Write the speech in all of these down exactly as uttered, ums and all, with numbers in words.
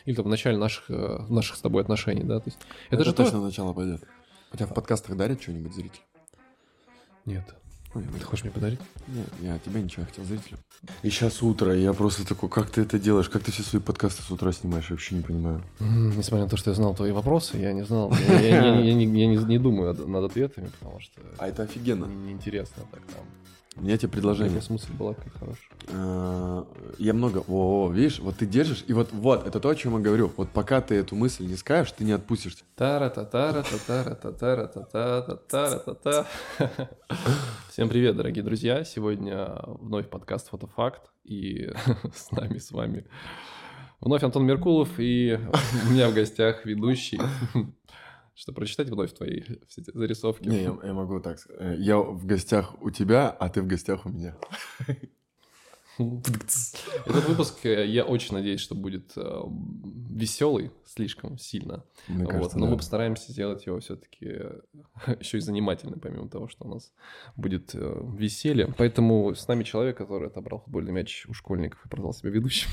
или там в начале наших, наших с тобой отношений, да, то есть это, это же точно то... начало пойдет. У тебя в подкастах дарят что-нибудь зрителю? Нет. Ой, ты хочешь мне подарить? Нет, я от тебя ничего хотел, зрителю. И сейчас утро, и я просто такой, как ты это делаешь? Как ты все свои подкасты с утра снимаешь? Я вообще не понимаю. Mm, несмотря на то, что я знал твои вопросы, я не знал, я, я, я, я, не, я не, не думаю над ответами, потому что... А это офигенно. Неинтересно так там. У меня тебе предложение. Смысл была как хороший. Я много... О, видишь, вот ты держишь, и вот, вот, это то, о чем я говорю. Вот пока ты эту мысль не скажешь, ты не отпустишься. Тара-та-тара-та-тара-та-тара-та-тара-та-та. Всем привет, дорогие друзья. Сегодня вновь подкаст «Фотофакт». И с нами, с вами вновь Антон Меркулов. И у меня в гостях ведущий... Что, прочитать вновь твои все эти зарисовки? Не, я, я могу так сказать. Я в гостях у тебя, а ты в гостях у меня. Этот выпуск, я очень надеюсь, что будет веселый слишком сильно. Мне вот. кажется, Но да. мы постараемся сделать его все-таки еще и занимательным, помимо того, что у нас будет веселье. Поэтому с нами человек, который отобрал футбольный мяч у школьников и продал себя ведущим.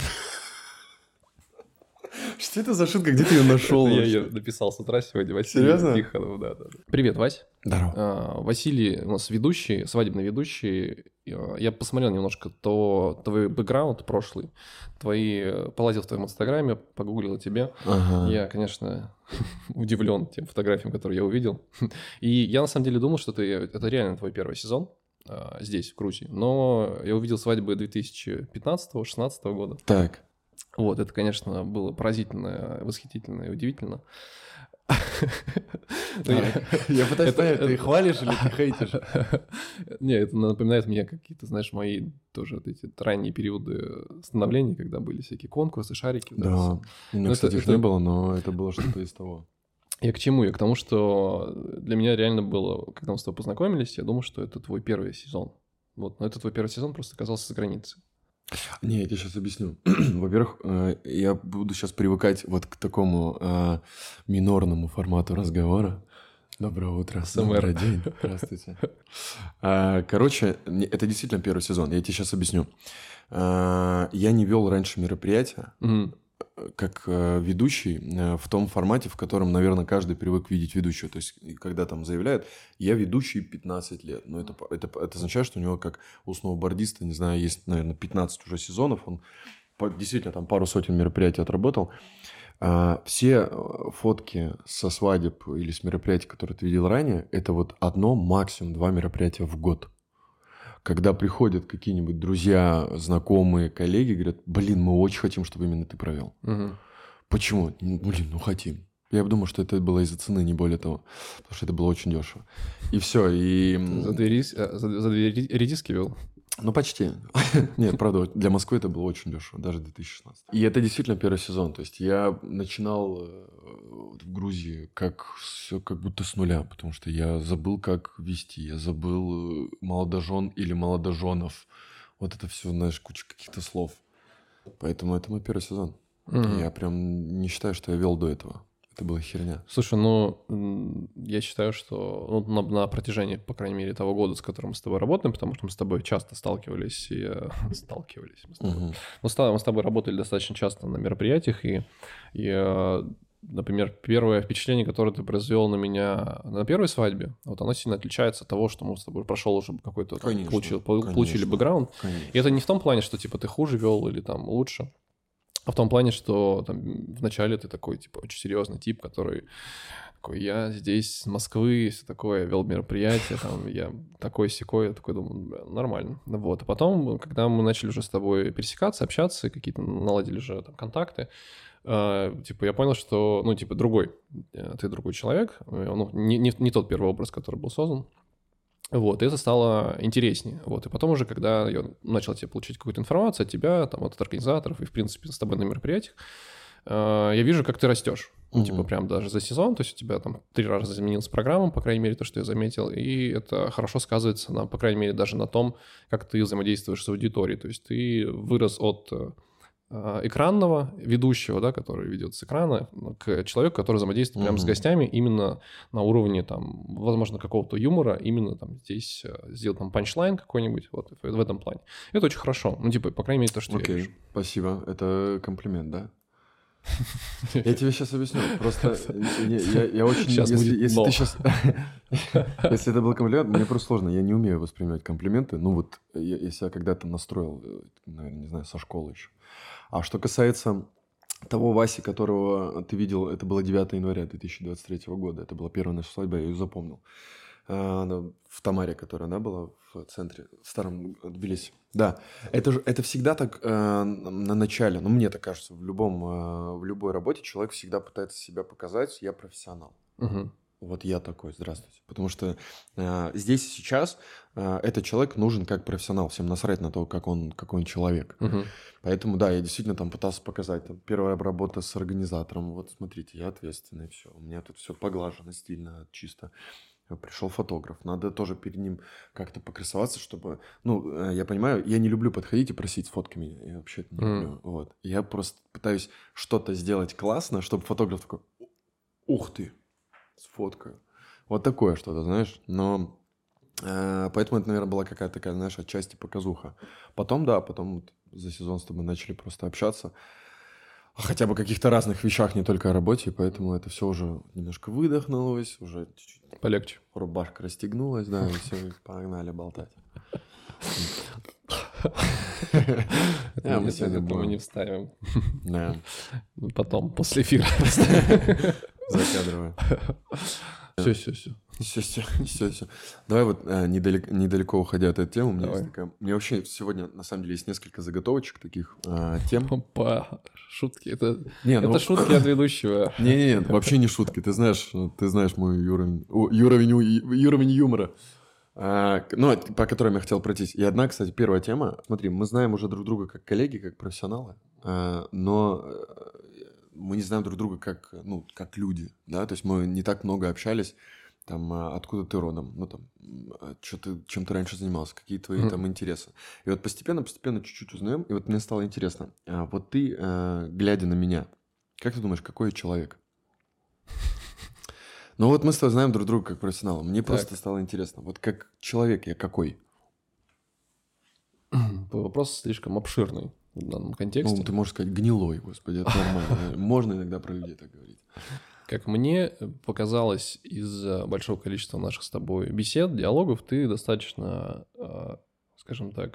Что это за шутка? Где ты ее нашел? Я ее написал с утра сегодня. Василий Серьезно? Тихонов, да, да. Привет, Вась. Здорово. А, Василий у нас ведущий, свадебный ведущий. Я посмотрел немножко то твой бэкграунд прошлый, твои, полазил в твоем инстаграме, погуглил тебя. Ага. Я, конечно, удивлен тем фотографиям, которые я увидел. И я на самом деле думал, что ты, это реально твой первый сезон а, здесь, в Грузии. Но я увидел свадьбы две тысячи пятнадцатого-шестнадцатого года. Так. Вот, это, конечно, было поразительно, восхитительно и удивительно. Я пытаюсь понять, ты хвалишь или ты хейтишь? Не, это напоминает мне какие-то, знаешь, мои тоже вот эти ранние периоды становления, когда были всякие конкурсы, шарики. Да, у меня, кстати, их не было, но это было что-то из того. Я к чему? Я к тому, что для меня реально было, когда мы с тобой познакомились, я думал, что это твой первый сезон. Вот, но это твой первый сезон просто оказался за границей. Не, я тебе сейчас объясню. Во-первых, я буду сейчас привыкать вот к такому э, минорному формату разговора. Доброе утро. Добрый день. Здравствуйте. Короче, это действительно первый сезон. Я тебе сейчас объясню. Я не вел раньше мероприятия mm-hmm. как ведущий в том формате, в котором, наверное, каждый привык видеть ведущего. То есть, когда там заявляют, я ведущий пятнадцать лет. Но это, это, это означает, что у него, как у сноубордиста, не знаю, есть, наверное, пятнадцать уже сезонов. Он действительно там пару сотен мероприятий отработал. Все фотки со свадеб или с мероприятий, которые ты видел ранее, это вот одно, максимум два мероприятия в год. Когда приходят какие-нибудь друзья, знакомые, коллеги, говорят, блин, мы очень хотим, чтобы именно ты провел. Угу. Почему? Блин, ну хотим. Я думаю, что это было из-за цены, не более того. Потому что это было очень дешево. И все. И... За две, рис... за, за две редиски вел? Ну, почти. Нет, правда, для Москвы это было очень дешево, даже две тысячи шестнадцатый. И это действительно первый сезон. То есть я начинал в Грузии как все как будто с нуля, потому что я забыл, как вести. Я забыл молодожен или молодоженов. Вот это все, знаешь, куча каких-то слов. Поэтому это мой первый сезон. Mm-hmm. Я прям не считаю, что я вел до этого. Это была херня. Слушай, ну, я считаю, что ну, на, на протяжении, по крайней мере, того года, с которым мы с тобой работаем, потому что мы с тобой часто сталкивались и... Сталкивались. Мы с тобой, uh-huh. мы, с, мы с тобой работали достаточно часто на мероприятиях, и, и, например, первое впечатление, которое ты произвел на меня на первой свадьбе, вот оно сильно отличается от того, что мы с тобой прошел уже какой-то... Конечно, там, получил, конечно, получили бэкграунд. Конечно. И это не в том плане, что, типа, ты хуже вел или там лучше. А в том плане, что там, вначале ты такой, типа, очень серьезный тип, который такой, я здесь с Москвы, все такое, вел мероприятие, там, я такой-сякой, я такой думаю, нормально. Вот, а потом, когда мы начали уже с тобой пересекаться, общаться, какие-то наладили уже там контакты, э, типа, я понял, что, ну, типа, другой, ты другой человек, ну, не, не, не тот первый образ, который был создан. Вот, и это стало интереснее. Вот, и потом уже, когда я начал тебе получить какую-то информацию от тебя, там, от организаторов и, в принципе, с тобой на мероприятиях, э, я вижу, как ты растешь. Ну, типа, прям даже за сезон, то есть у тебя там три раза изменилась программа, по крайней мере, то, что я заметил, и это хорошо сказывается, на, по крайней мере, даже на том, как ты взаимодействуешь с аудиторией. То есть ты вырос от экранного ведущего, да, который ведет с экрана, к человеку, который взаимодействует прямо mm-hmm. с гостями именно на уровне, там, возможно, какого-то юмора, именно там здесь сделать там панчлайн какой-нибудь, вот в этом плане. Это очень хорошо. Ну, типа, по крайней мере, то, что okay. я вижу. Спасибо. Это комплимент, да? Я тебе сейчас объясню. Просто я, я, я очень... Сейчас если, будет если но. ты сейчас... Если это был комплимент, мне просто сложно. Я не умею воспринимать комплименты. Ну вот, я, я себя когда-то настроил, наверное, не знаю, со школы еще. А что касается того Васи, которого ты видел, это было девятого января две тысячи двадцать третьего года. Это была первая наша свадьба, я ее запомнил. Она в Тамаре, которая она была в центре, в старом Тбилиси. Да, это же это всегда так э, на начале. Ну, мне так кажется, в любом э, в любой работе человек всегда пытается себя показать. Я профессионал. Угу. Вот я такой, здравствуйте. Потому что э, здесь и сейчас э, этот человек нужен как профессионал. Всем насрать на то, как он, какой он человек. Угу. Поэтому, да, я действительно там пытался показать. Там, первая работа с организатором. Вот, смотрите, я ответственный, все. У меня тут все поглажено, стильно, чисто. Пришел фотограф, надо тоже перед ним как-то покрасоваться, чтобы... Ну, я понимаю, я не люблю подходить и просить сфоткай меня, я вообще это не Mm. люблю, вот. Я просто пытаюсь что-то сделать классно, чтобы фотограф такой, ух ты, сфоткаю. Вот такое что-то, знаешь, но... Э, поэтому это, наверное, была какая-то такая, знаешь, отчасти показуха. Потом, да, потом вот за сезон с тобой начали просто общаться, хотя бы о каких-то разных вещах, не только о работе, поэтому это все уже немножко выдохнулось, уже чуть-чуть Полегче. рубашка расстегнулась, да, и все, погнали болтать. Мы сегодня мы не вставим. Да. Потом, после эфира. Закадровая. Все, все, все. Все, все, все, все. Давай вот э, недалеко, недалеко уходя от этой темы, у меня Давай. есть такая... Мне вообще сегодня, на самом деле, есть несколько заготовочек таких э, тем. Опа, шутки. Это, Не, ну... это шутки от ведущего. Не-не-не, вообще не шутки. Ты знаешь, ты знаешь мой уровень, уровень, уровень юмора. А, ну, по которым я хотел пройтись. И одна, кстати, первая тема. Смотри, мы знаем уже друг друга как коллеги, как профессионалы, а, но мы не знаем друг друга как, ну, как люди, да, то есть мы не так много общались, там, откуда ты родом, ну, там, что ты, чем ты раньше занимался, какие твои mm-hmm. там интересы. И вот постепенно-постепенно чуть-чуть узнаем, и вот мне стало интересно, а вот ты, а, глядя на меня, как ты думаешь, какой я человек? Ну вот мы с тобой знаем друг друга как профессионала. Мне так. просто стало интересно, вот как человек я какой? Вопрос слишком обширный в данном контексте. Ну, ты можешь сказать гнилой, господи, это нормально. Можно иногда про людей так говорить. Как мне показалось из большого количества наших с тобой бесед, диалогов, ты достаточно, скажем так,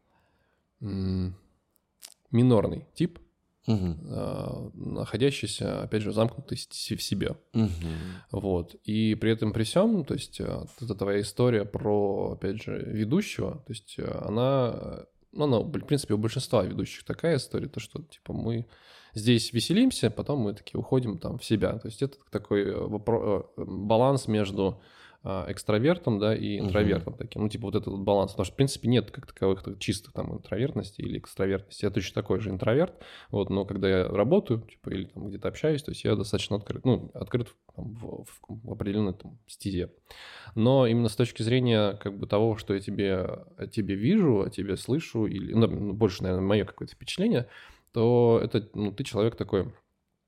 минорный тип, угу. находящийся, опять же, замкнутый в себе. Угу. Вот. И при этом при всем, то есть это твоя история про, опять же, ведущего, то есть она, ну, она, в принципе, у большинства ведущих такая история, то, что, типа, мы здесь веселимся, потом мы такие уходим там в себя. То есть это такой баланс между экстравертом, да, и интровертом uh-huh. таким. Ну, типа вот этот вот баланс. Потому что, в принципе, нет как таковых чистых там интровертности или экстравертности. Я точно такой же интроверт. Вот, но когда я работаю, типа, или там где-то общаюсь, то есть я достаточно открыт, ну, открыт там, в, в, в определенной там стезе. Но именно с точки зрения как бы того, что я тебе, о тебе вижу, о тебе слышу, или, ну, больше, наверное, мое какое-то впечатление, то это, ну, ты человек такой э,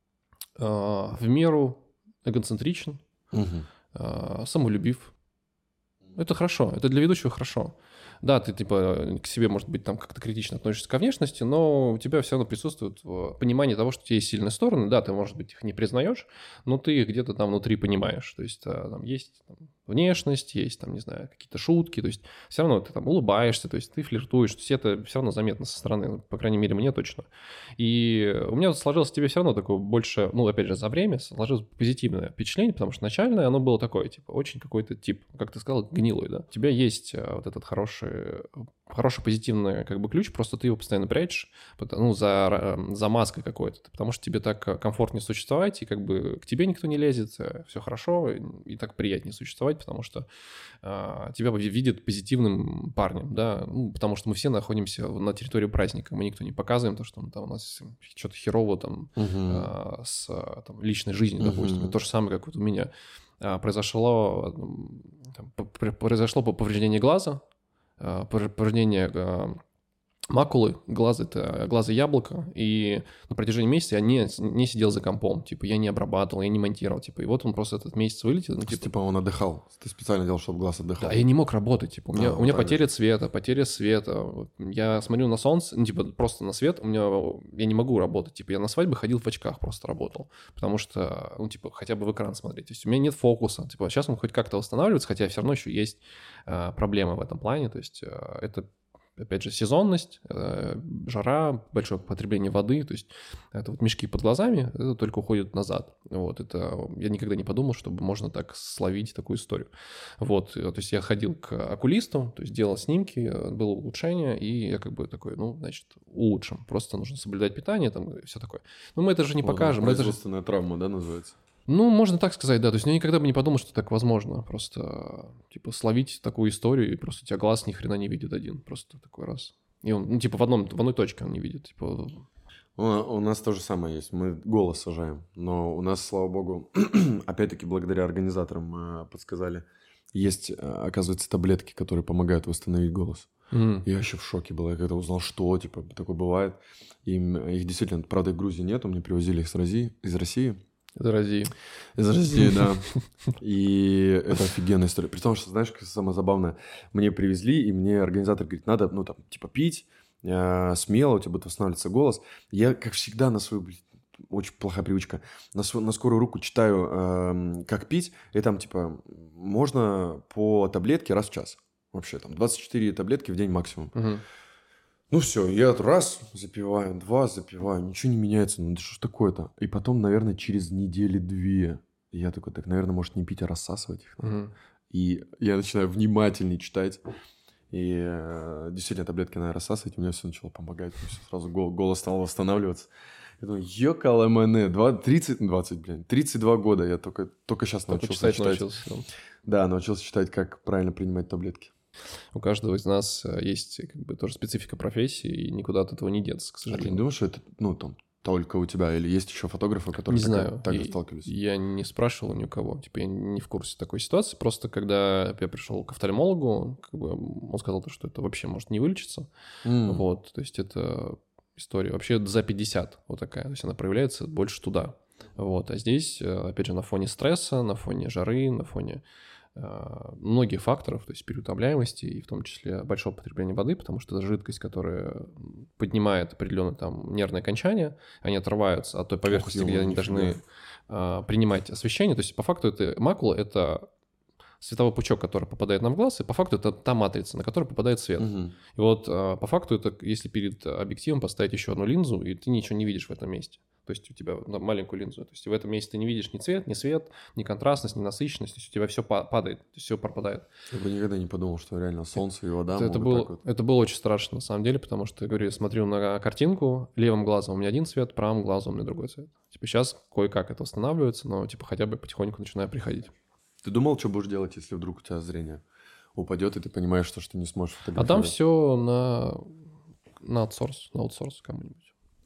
в меру эгоцентричен, uh-huh. самолюбив. Это хорошо, это для ведущего хорошо. Да, ты типа к себе, может быть, там как-то критично относишься ко внешности, но у тебя все равно присутствует понимание того, что у тебя есть сильные стороны. Да, ты, может быть, их не признаешь, но ты их где-то там внутри понимаешь. То есть там есть там, внешность, есть там, не знаю, какие-то шутки. То есть все равно ты там улыбаешься, то есть ты флиртуешь. То есть это все равно заметно со стороны, по крайней мере, мне точно. И у меня сложилось тебе все равно такое больше, ну, опять же, за время сложилось позитивное впечатление, потому что начальное оно было такое, типа, очень какой-то тип, как ты сказал, гнилой, да. У тебя есть вот этот хороший хороший позитивный как бы ключ, просто ты его постоянно прячешь, ну, за, за маской какой-то, потому что тебе так комфортнее существовать, и как бы к тебе никто не лезет, все хорошо, и так приятнее существовать, потому что а, тебя видят позитивным парнем, да, ну, потому что мы все находимся на территории праздника, мы никто не показываем то, что там у нас что-то херово там uh-huh. а, с там, личной жизнью, допустим, uh-huh. то же самое, как вот у меня а, произошло, там, произошло повреждение глаза, повреждение макулы, глаз — это глаз и яблоко, и на протяжении месяца я не, не сидел за компом, типа, я не обрабатывал, я не монтировал, типа, и вот он просто этот месяц вылетел. Ну, типа, типа он отдыхал, ты специально делал, чтобы глаз отдыхал. Да, я не мог работать, типа, у меня, а, у меня потеря цвета, потеря света, я смотрю на солнце, ну, типа, просто на свет, у меня, я не могу работать, типа, я на свадьбе ходил в очках, просто работал, потому что, ну, типа, хотя бы в экран смотреть, то есть у меня нет фокуса, типа, сейчас он хоть как-то восстанавливается, хотя все равно еще есть э, проблемы в этом плане, то есть э, это... Опять же, сезонность, жара, большое потребление воды, то есть это вот мешки под глазами, это только уходит назад. Вот, это я никогда не подумал, чтобы можно так словить такую историю. Вот, то есть я ходил к окулисту, то есть делал снимки, было улучшение, и я как бы такой, ну, значит, улучшим. Просто нужно соблюдать питание, там, и все такое. Но мы это же не вот, покажем. Производственная это же... травма, да, называется? Ну, можно так сказать, да. То есть я никогда бы не подумал, что так возможно. Просто, типа, словить такую историю, и просто у тебя глаз ни хрена не видит один. Просто такой раз. И он, ну, типа, в, одном, в одной точке он не видит. Типа... У, у нас то же самое есть. Мы голос сажаем. Но у нас, слава богу, опять-таки, благодаря организаторам подсказали, есть, оказывается, таблетки, которые помогают восстановить голос. Mm. Я еще в шоке был. Я когда узнал, что, типа, такое бывает. Им, их действительно, правда, в Грузии нету. Мне привозили их с России, из России. Из России. Из России, да. И это офигенная история. При том, что, знаешь, самое забавное, мне привезли, и мне организатор говорит, надо, ну, там, типа, пить, э, смело, у тебя будет восстанавливаться голос. Я, как всегда, на свою, очень плохая привычка, на, свою, на скорую руку читаю, э, как пить, и там, типа, можно по таблетке раз в час. Вообще, там, двадцать четыре таблетки в день максимум. Uh-huh. Ну все, я раз запиваю, два запиваю, ничего не меняется, ну да что ж такое-то? И потом, наверное, через недели-две я такой, так, наверное, может не пить, а рассасывать их. Mm-hmm. И я начинаю внимательнее читать. И э, действительно, таблетки надо рассасывать, у меня все начало помогать, все, сразу гол- голос стал восстанавливаться. Я думаю, ёкаламэне, тридцать, двадцать, блин, тридцать два года я только, только сейчас только научился читать. читать. Научился. Да, научился читать, как правильно принимать таблетки. У каждого из нас есть как бы тоже специфика профессии, и никуда от этого не деться, к сожалению. А ты не думаешь, что это, ну, там, только у тебя, или есть еще фотографы, которые не так, знаю. так же я, сталкивались? Я не спрашивал ни у кого, типа я не в курсе такой ситуации, просто когда я пришел к офтальмологу, как бы он сказал, что это вообще может не вылечиться, mm. вот, то есть это история вообще за пятьдесят вот такая, то есть она проявляется больше туда, вот, а здесь, опять же, на фоне стресса, на фоне жары, на фоне многих факторов, то есть переутомляемости и в том числе большого потребления воды, потому что это жидкость, которая поднимает определенное там нервное окончание, они отрываются от той поверхности, Ох, где они должны а, принимать освещение. То есть по факту это макула — это световой пучок, который попадает нам в глаз, и по факту это та матрица, на которую попадает свет. Угу. И вот а, по факту это если перед объективом поставить еще одну линзу, и ты ничего не видишь в этом месте. То есть у тебя маленькую линзу. То есть в этом месте ты не видишь ни цвет, ни свет, ни контрастность, ни насыщенность. То есть у тебя все падает, то есть все пропадает. Я бы никогда не подумал, что реально солнце и вода это, могут это было, так вот. Это было очень страшно на самом деле, потому что, я говорю, я смотрю на картинку, левым глазом у меня один цвет, правым глазом у меня другой цвет. Типа сейчас кое-как это восстанавливается, но типа хотя бы потихоньку начинаю приходить. Ты думал, что будешь делать, если вдруг у тебя зрение упадет, и ты понимаешь, что, что ты не сможешь фотографировать? А там все на, на аутсорс, на аутсорс кому-нибудь.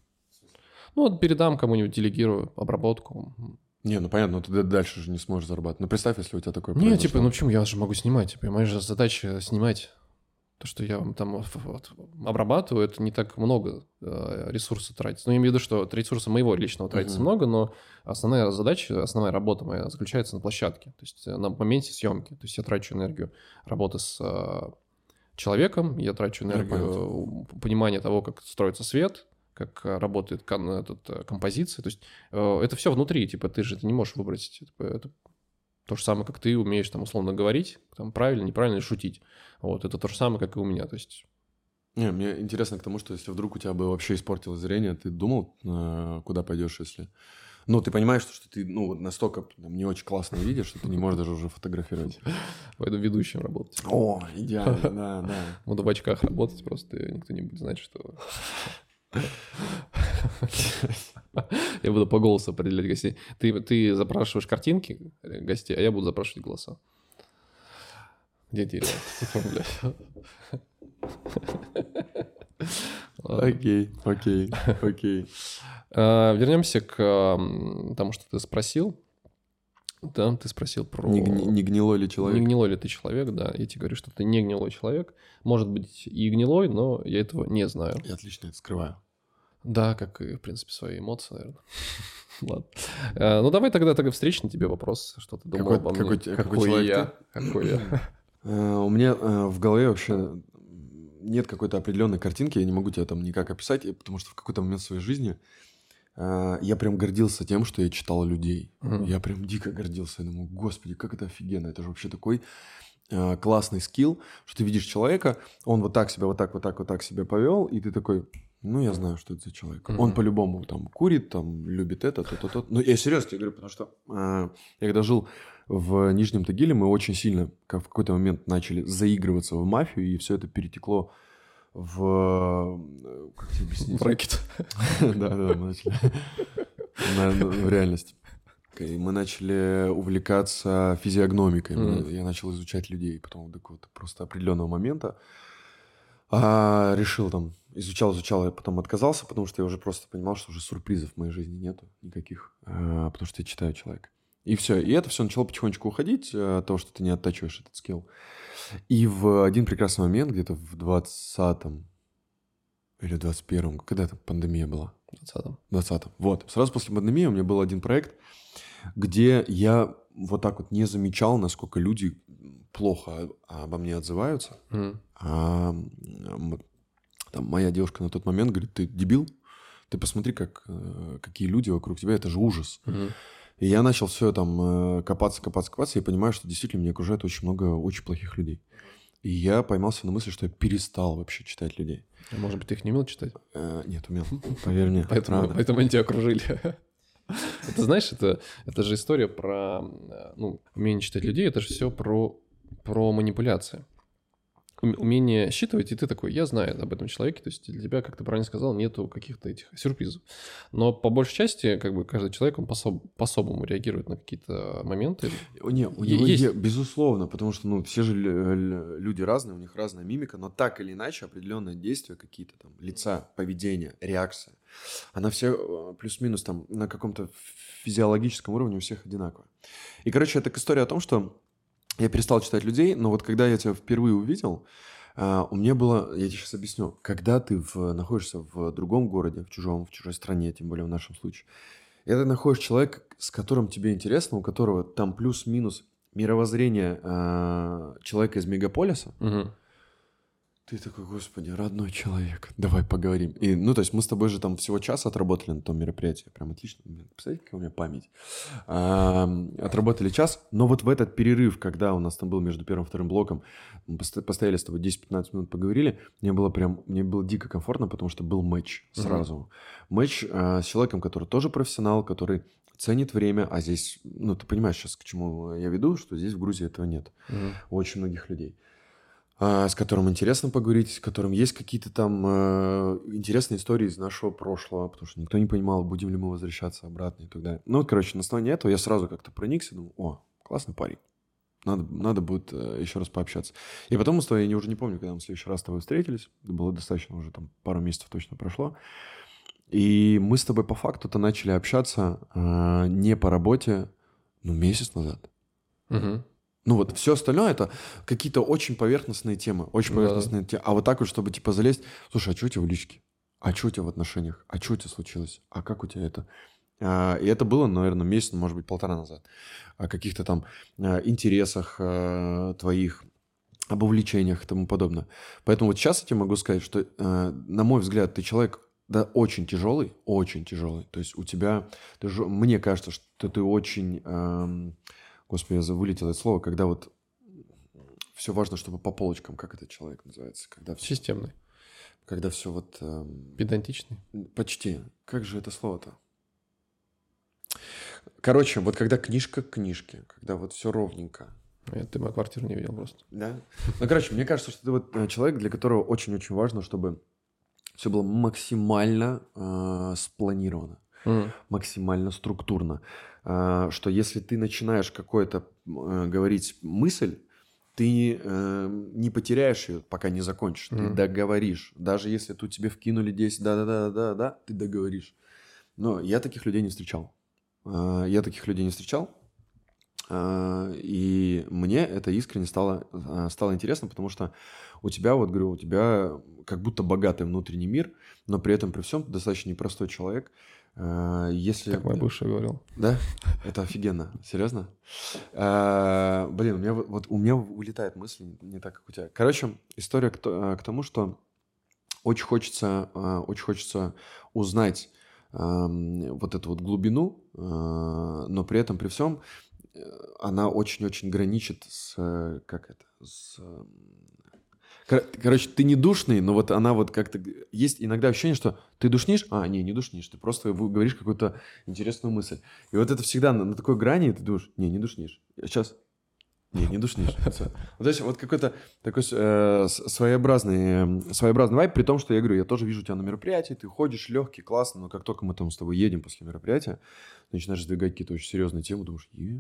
Ну, вот передам кому-нибудь, делегирую обработку. Не, ну понятно, но ты дальше же не сможешь зарабатывать. Ну, представь, если у тебя такое Не, произошло. Типа, ну почему? Я же могу снимать. Типа, моя же задача снимать. То, что я там вот, обрабатываю, это не так много э, ресурсов тратится. Ну, я имею в виду, что ресурса моего личного тратится uh-huh. много, но основная задача, основная работа моя заключается на площадке. То есть на моменте съемки. То есть я трачу энергию работы с э, человеком, я трачу энергию uh, понимания того, как строится свет, как работает кон, этот, композиция. То есть э, это все внутри, типа ты же это не можешь выбрать. Типа, это то же самое, как ты умеешь там условно говорить, там правильно, неправильно шутить. Вот, это то же самое, как и у меня. То есть... Не, мне интересно к тому, что если вдруг у тебя бы вообще испортилось зрение, ты думал, э, куда пойдешь, если... Ну, ты понимаешь, что, что ты ну, настолько там, не очень классно видишь, что ты не можешь даже уже фотографировать. Пойду ведущим работать. О, идеально, да, да. Буду в очках работать, просто никто не будет знать, что... Я буду по голосу определять гостей. Ты, ты запрашиваешь картинки гостей, а я буду запрашивать голоса. Где деревья? Окей, окей, окей. Вернемся к тому, что ты спросил. Да, ты спросил про... Не, гни- не гнилой ли человек? Не гнилой ли ты человек, да. Я тебе говорю, что ты не гнилой человек. Может быть, и гнилой, но я этого не знаю. Я отлично это скрываю. Да, как и, в принципе, свои эмоции, наверное. Ладно. А, ну, давай тогда, тогда встречный тебе вопрос, что ты думал Какой, обо мне. какой, Какой, какой человек я. ты? Какой я. У меня в голове вообще нет какой-то определенной картинки, я не могу тебя там никак описать, потому что в какой-то момент своей жизни я прям гордился тем, что я читал людей. Uh-huh. Я прям дико гордился. Я думаю, господи, как это офигенно. Это же вообще такой э, классный скилл, что ты видишь человека, он вот так себя, вот так, вот так, вот так себя повел, и ты такой, ну, я знаю, что это за человек. Uh-huh. Он по-любому там курит, там, любит это, то-то, то. Ну, я серьезно тебе говорю, потому что э, я когда жил в Нижнем Тагиле, мы очень сильно как в какой-то момент начали заигрываться в мафию, и все это перетекло в... Как тебе объяснить? В рэкет. Да-да, мы начали. В реальности. Мы начали увлекаться физиогномикой. Я начал изучать людей. Потом до какого-то просто определенного момента решил там... Изучал, изучал, я потом отказался, потому что я уже просто понимал, что уже сюрпризов в моей жизни нету никаких. Потому что я читаю человека. И все. И это все начало потихонечку уходить от того, что ты не оттачиваешь этот скилл. И в один прекрасный момент, где-то в двадцатом или двадцать первом, когда это пандемия была? В двадцатом. В двадцатом. Вот. Сразу после пандемии у меня был один проект, где я вот так вот не замечал, насколько люди плохо обо мне отзываются. Mm. А, там моя девушка на тот момент говорит, ты дебил? Ты посмотри, как, какие люди вокруг тебя, это же ужас. Mm-hmm. И я начал все там копаться, копаться, копаться, и понимаю, что действительно меня окружает очень много очень плохих людей. И я поймался на мысли, что я перестал вообще читать людей. А может быть, ты их не умел читать? Э, нет, умел, поверь мне. Поэтому, поэтому они тебя окружили. Это, знаешь, это, это же история про ну, умение читать людей, это же все про, про манипуляции. Умение считывать, и ты такой, я знаю об этом человеке, то есть для тебя, как ты правильно сказал, нету каких-то этих сюрпризов. Но по большей части, как бы каждый человек, он пособ- по-особому реагирует на какие-то моменты. Не, у него есть... Есть, безусловно, потому что ну, все же люди разные, у них разная мимика, но так или иначе определенные действия какие-то там, лица, поведение, реакция, она все плюс-минус там на каком-то физиологическом уровне у всех одинаковая. И, короче, это история о том, что я перестал читать людей, но вот когда я тебя впервые увидел, uh, у меня было, я тебе сейчас объясню, когда ты в, находишься в другом городе, в чужом, в чужой стране, тем более в нашем случае, и ты находишь человека, с которым тебе интересно, у которого там плюс-минус мировоззрение uh, человека из мегаполиса, uh-huh. Ты такой, господи, родной человек, давай поговорим. И, ну, то есть мы с тобой же там всего час отработали на том мероприятии. Прям отлично. Представляете, какая у меня память. А, отработали час, но вот в этот перерыв, когда у нас там был между первым и вторым блоком, мы постояли с тобой десять-пятнадцать минут, поговорили, мне было прям, мне было дико комфортно, потому что был матч сразу. Mm-hmm. Матч а, с человеком, который тоже профессионал, который ценит время, а здесь, ну, ты понимаешь сейчас, к чему я веду, что здесь в Грузии этого нет. Mm-hmm. У очень многих людей. С которым интересно поговорить, с которым есть какие-то там э, интересные истории из нашего прошлого, потому что никто не понимал, будем ли мы возвращаться обратно и так далее. Ну, вот, короче, на основании этого я сразу как-то проникся, думаю, о, классный парень, надо, надо будет э, еще раз пообщаться. И потом мы с тобой, я уже не помню, когда мы в следующий раз с тобой встретились, это было достаточно уже там пару месяцев точно прошло, и мы с тобой по факту-то начали общаться э, не по работе, ну, месяц назад. Угу. Ну вот все остальное это какие-то очень поверхностные темы, очень поверхностные да. темы. А вот так вот, чтобы типа залезть, слушай, а что у тебя в личке? А что у тебя в отношениях? А что у тебя случилось? А как у тебя это? А, и это было, наверное, месяц, может быть, полтора назад. О каких-то там а, интересах а, твоих, об увлечениях и тому подобное. Поэтому вот сейчас я тебе могу сказать, что, а, на мой взгляд, ты человек да, очень тяжелый, очень тяжелый. То есть у тебя, ты, мне кажется, что ты очень... А, Господи, я вылетело это слово, когда вот все важно, чтобы по полочкам, как этот человек называется? Когда все, системный. Когда все вот... Эм, педантичный? Почти. Как же это слово-то? Короче, вот когда книжка к книжке, когда вот все ровненько. Нет, ты мою квартиру не видел просто. Да? Ну, короче, мне кажется, что ты вот человек, для которого очень-очень важно, чтобы все было максимально э, спланировано. Mm. Максимально структурно. А, что если ты начинаешь какое-то а, говорить мысль, ты а, не потеряешь ее, пока не закончишь. Mm. Ты договоришь. Даже если тут тебе вкинули десять да-да-да-да-да, ты договоришь. Но я таких людей не встречал. А, я таких людей не встречал. И мне это искренне стало, стало интересно, потому что у тебя, вот говорю, у тебя как будто богатый внутренний мир, но при этом при всем ты достаточно непростой человек. Если... Как мой бывший говорил. Да? Это офигенно. Серьезно? А, блин, у меня вот у меня улетает мысль не так, как у тебя. Короче, история к, к тому, что очень хочется, очень хочется узнать вот эту вот глубину, но при этом при всем она очень-очень граничит с... Как это? С... Короче, ты не душный, но вот она вот как-то... Есть иногда ощущение, что ты душнишь, а, не, не душнишь, ты просто говоришь какую-то интересную мысль. И вот это всегда на, на такой грани ты думаешь, не, не душнишь. Сейчас... Не, не душнишь. Вот, то есть вот какой-то такой э, своеобразный, своеобразный вайб, при том, что я говорю, я тоже вижу тебя на мероприятии, ты ходишь легкий, классно, но как только мы там с тобой едем после мероприятия, ты начинаешь сдвигать какие-то очень серьезные темы, думаешь, е,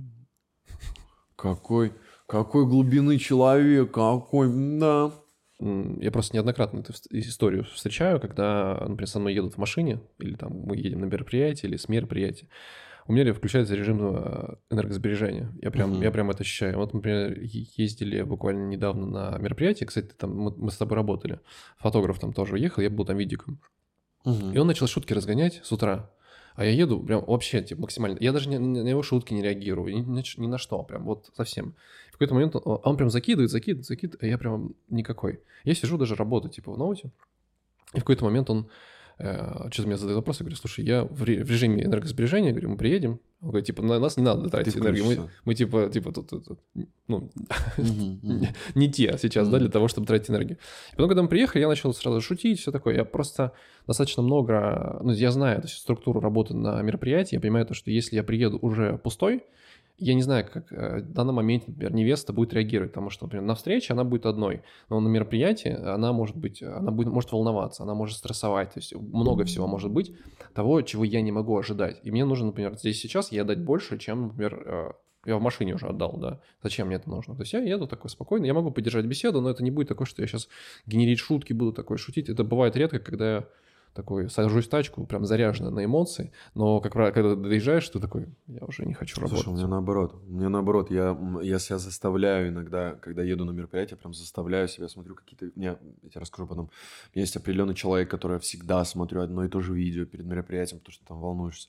какой, какой глубины человек, какой, да. Я просто неоднократно эту историю встречаю, когда, например, со мной едут в машине, или там мы едем на мероприятие, или с мероприятия. У меня включается режим энергосбережения. Я прям, uh-huh. я прям это ощущаю. Вот, например, ездили буквально недавно на мероприятие. Кстати, там мы, мы с тобой работали. Фотограф там тоже уехал, я был там видиком. Uh-huh. И он начал шутки разгонять с утра. А я еду прям вообще типа, максимально... Я даже ни, ни на его шутки не реагирую, ни, ни, ни на что, прям вот совсем. В какой-то момент он, он прям закидывает, закидывает, закидывает, а я прям никакой. Я сижу даже работаю типа в ноуте, и в какой-то момент он... Что-то мне задает вопрос, я говорю, слушай, я в режиме энергосбережения, говорю, мы приедем. Он говорит, типа, на нас не надо тратить энергию, мы, мы типа, типа, тут, тут, тут ну, uh-huh, uh-huh. не те сейчас, uh-huh. да, для того, чтобы тратить энергию. И потом, когда мы приехали, я начал сразу шутить, все такое. Я просто достаточно много, ну, я знаю то есть, структуру работы на мероприятии, я понимаю то, что если я приеду уже пустой, я не знаю, как в данный момент, например, невеста будет реагировать, потому что, например, на встрече она будет одной, но на мероприятии она может быть, она будет, может волноваться, она может стрессовать, то есть много всего может быть, того, чего я не могу ожидать. И мне нужно, например, здесь сейчас ей отдать больше, чем, например, я в машине уже отдал, да, зачем мне это нужно? То есть я еду такой спокойно, я могу поддержать беседу, но это не будет такое, что я сейчас генерить шутки буду, такой шутить. Это бывает редко, когда я такой сажусь в тачку, прям заряженный на эмоции, но, как правило, когда доезжаешь, ты такой, я уже не хочу Слушай, работать. у меня наоборот, у меня наоборот, я, я себя заставляю иногда, когда еду на мероприятие, прям заставляю себя, смотрю какие-то, я, я тебе расскажу потом, у меня есть определенный человек, который я всегда смотрю одно и то же видео перед мероприятием, потому что там волнуешься,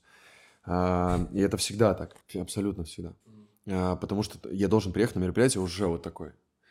а, и это всегда так, абсолютно всегда, а, потому что я должен приехать на мероприятие уже вот такой.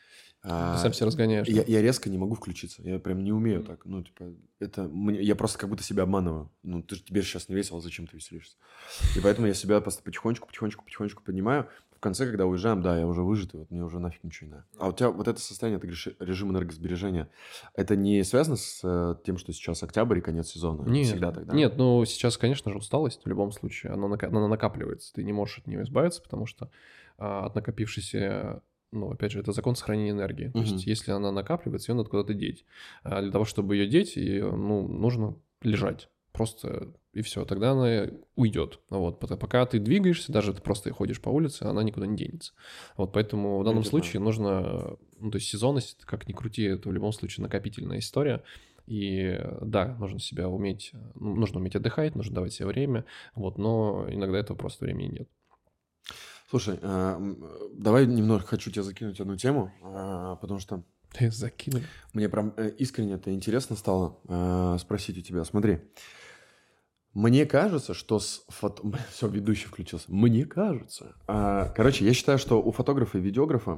Ты сам себя разгоняешь. Я, я резко не могу включиться. Я прям не умею mm. так. Ну, типа, это... Мне, я просто как будто себя обманываю. Ну, ты, тебе же сейчас не весело, зачем ты веселишься? И поэтому я себя просто потихонечку, потихонечку, потихонечку поднимаю. В конце, когда уезжаем, да, я уже выжатый, вот мне уже нафиг ничего не надо. А у тебя вот это состояние, ты говоришь, режим энергосбережения, это не связано с тем, что сейчас октябрь и конец сезона? Нет, всегда так, да? Нет, ну, сейчас, конечно же, усталость в любом случае. Она, нака... она накапливается. Ты не можешь от нее избавиться, потому что а, от накопившейся... Ну, опять же, это закон сохранения энергии. То uh-huh. есть, если она накапливается, ее надо куда-то деть. А для того, чтобы ее деть, ее, ну, нужно лежать. Просто и все. Тогда она уйдет. Вот. Пока ты двигаешься, даже ты просто ходишь по улице, она никуда не денется. Вот поэтому в данном это случае правда. нужно... Ну, то есть сезонность, как ни крути, это в любом случае накопительная история. И да, нужно себя уметь... Нужно уметь отдыхать, нужно давать себе время. Вот, но иногда этого просто времени нет. Слушай, давай немножко хочу тебя закинуть одну тему, потому что... Ты закинул. Мне прям искренне это интересно стало спросить у тебя. Смотри, мне кажется, что с фото... Все, ведущий включился. Мне кажется. Короче, я считаю, что у фотографа и видеографа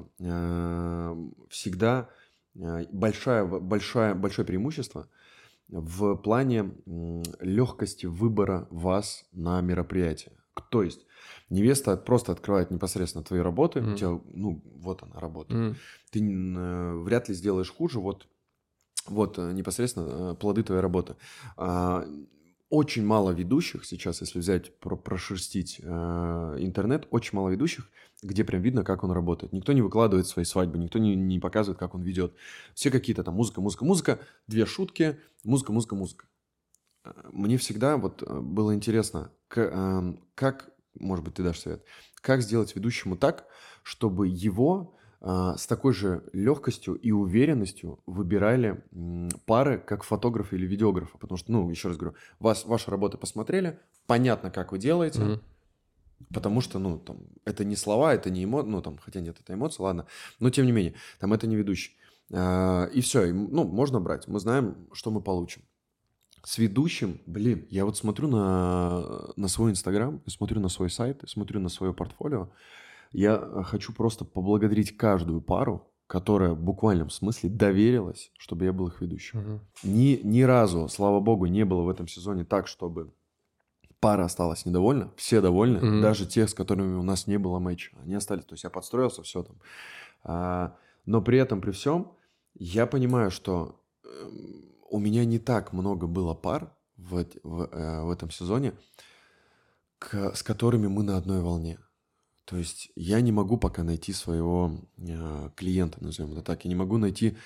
всегда большое, большое, большое преимущество в плане легкости выбора вас на мероприятие. То есть невеста просто открывает непосредственно твои работы, mm. у тебя, ну, вот она работа. Mm. Ты э, вряд ли сделаешь хуже, вот, вот непосредственно э, плоды твоей работы. А, очень мало ведущих сейчас, если взять, про, прошерстить э, интернет, очень мало ведущих, где прям видно, как он работает. Никто не выкладывает свои свадьбы, никто не, не показывает, как он ведет. Все какие-то там музыка, музыка, музыка, две шутки, музыка, музыка, музыка. Мне всегда вот было интересно, как, может быть, ты дашь совет, как сделать ведущему так, чтобы его с такой же легкостью и уверенностью выбирали пары, как фотографа или видеографа. Потому что, ну, еще раз говорю, вас, ваши работы посмотрели, понятно, как вы делаете, mm-hmm. Потому что, ну, там, это не слова, это не эмоции, ну, там, хотя нет, это эмоции, ладно. Но, тем не менее, там, это не ведущий. А, и все, ну, можно брать. Мы знаем, что мы получим. С ведущим, блин, я вот смотрю на, на свой Инстаграм, смотрю на свой сайт, смотрю на свое портфолио. Я хочу просто поблагодарить каждую пару, которая в буквальном смысле доверилась, чтобы я был их ведущим. Мгм. Ни, ни разу, слава богу, не было в этом сезоне так, чтобы пара осталась недовольна, все довольны, Мгм. даже те, с которыми у нас не было матча. Они остались, то есть я подстроился, все там. А, но при этом, при всем, я понимаю, что эм, у меня не так много было пар в, эт- в, э, в этом сезоне, к- с которыми мы на одной волне. То есть я не могу пока найти своего э, клиента, назовем это так. Я не могу найти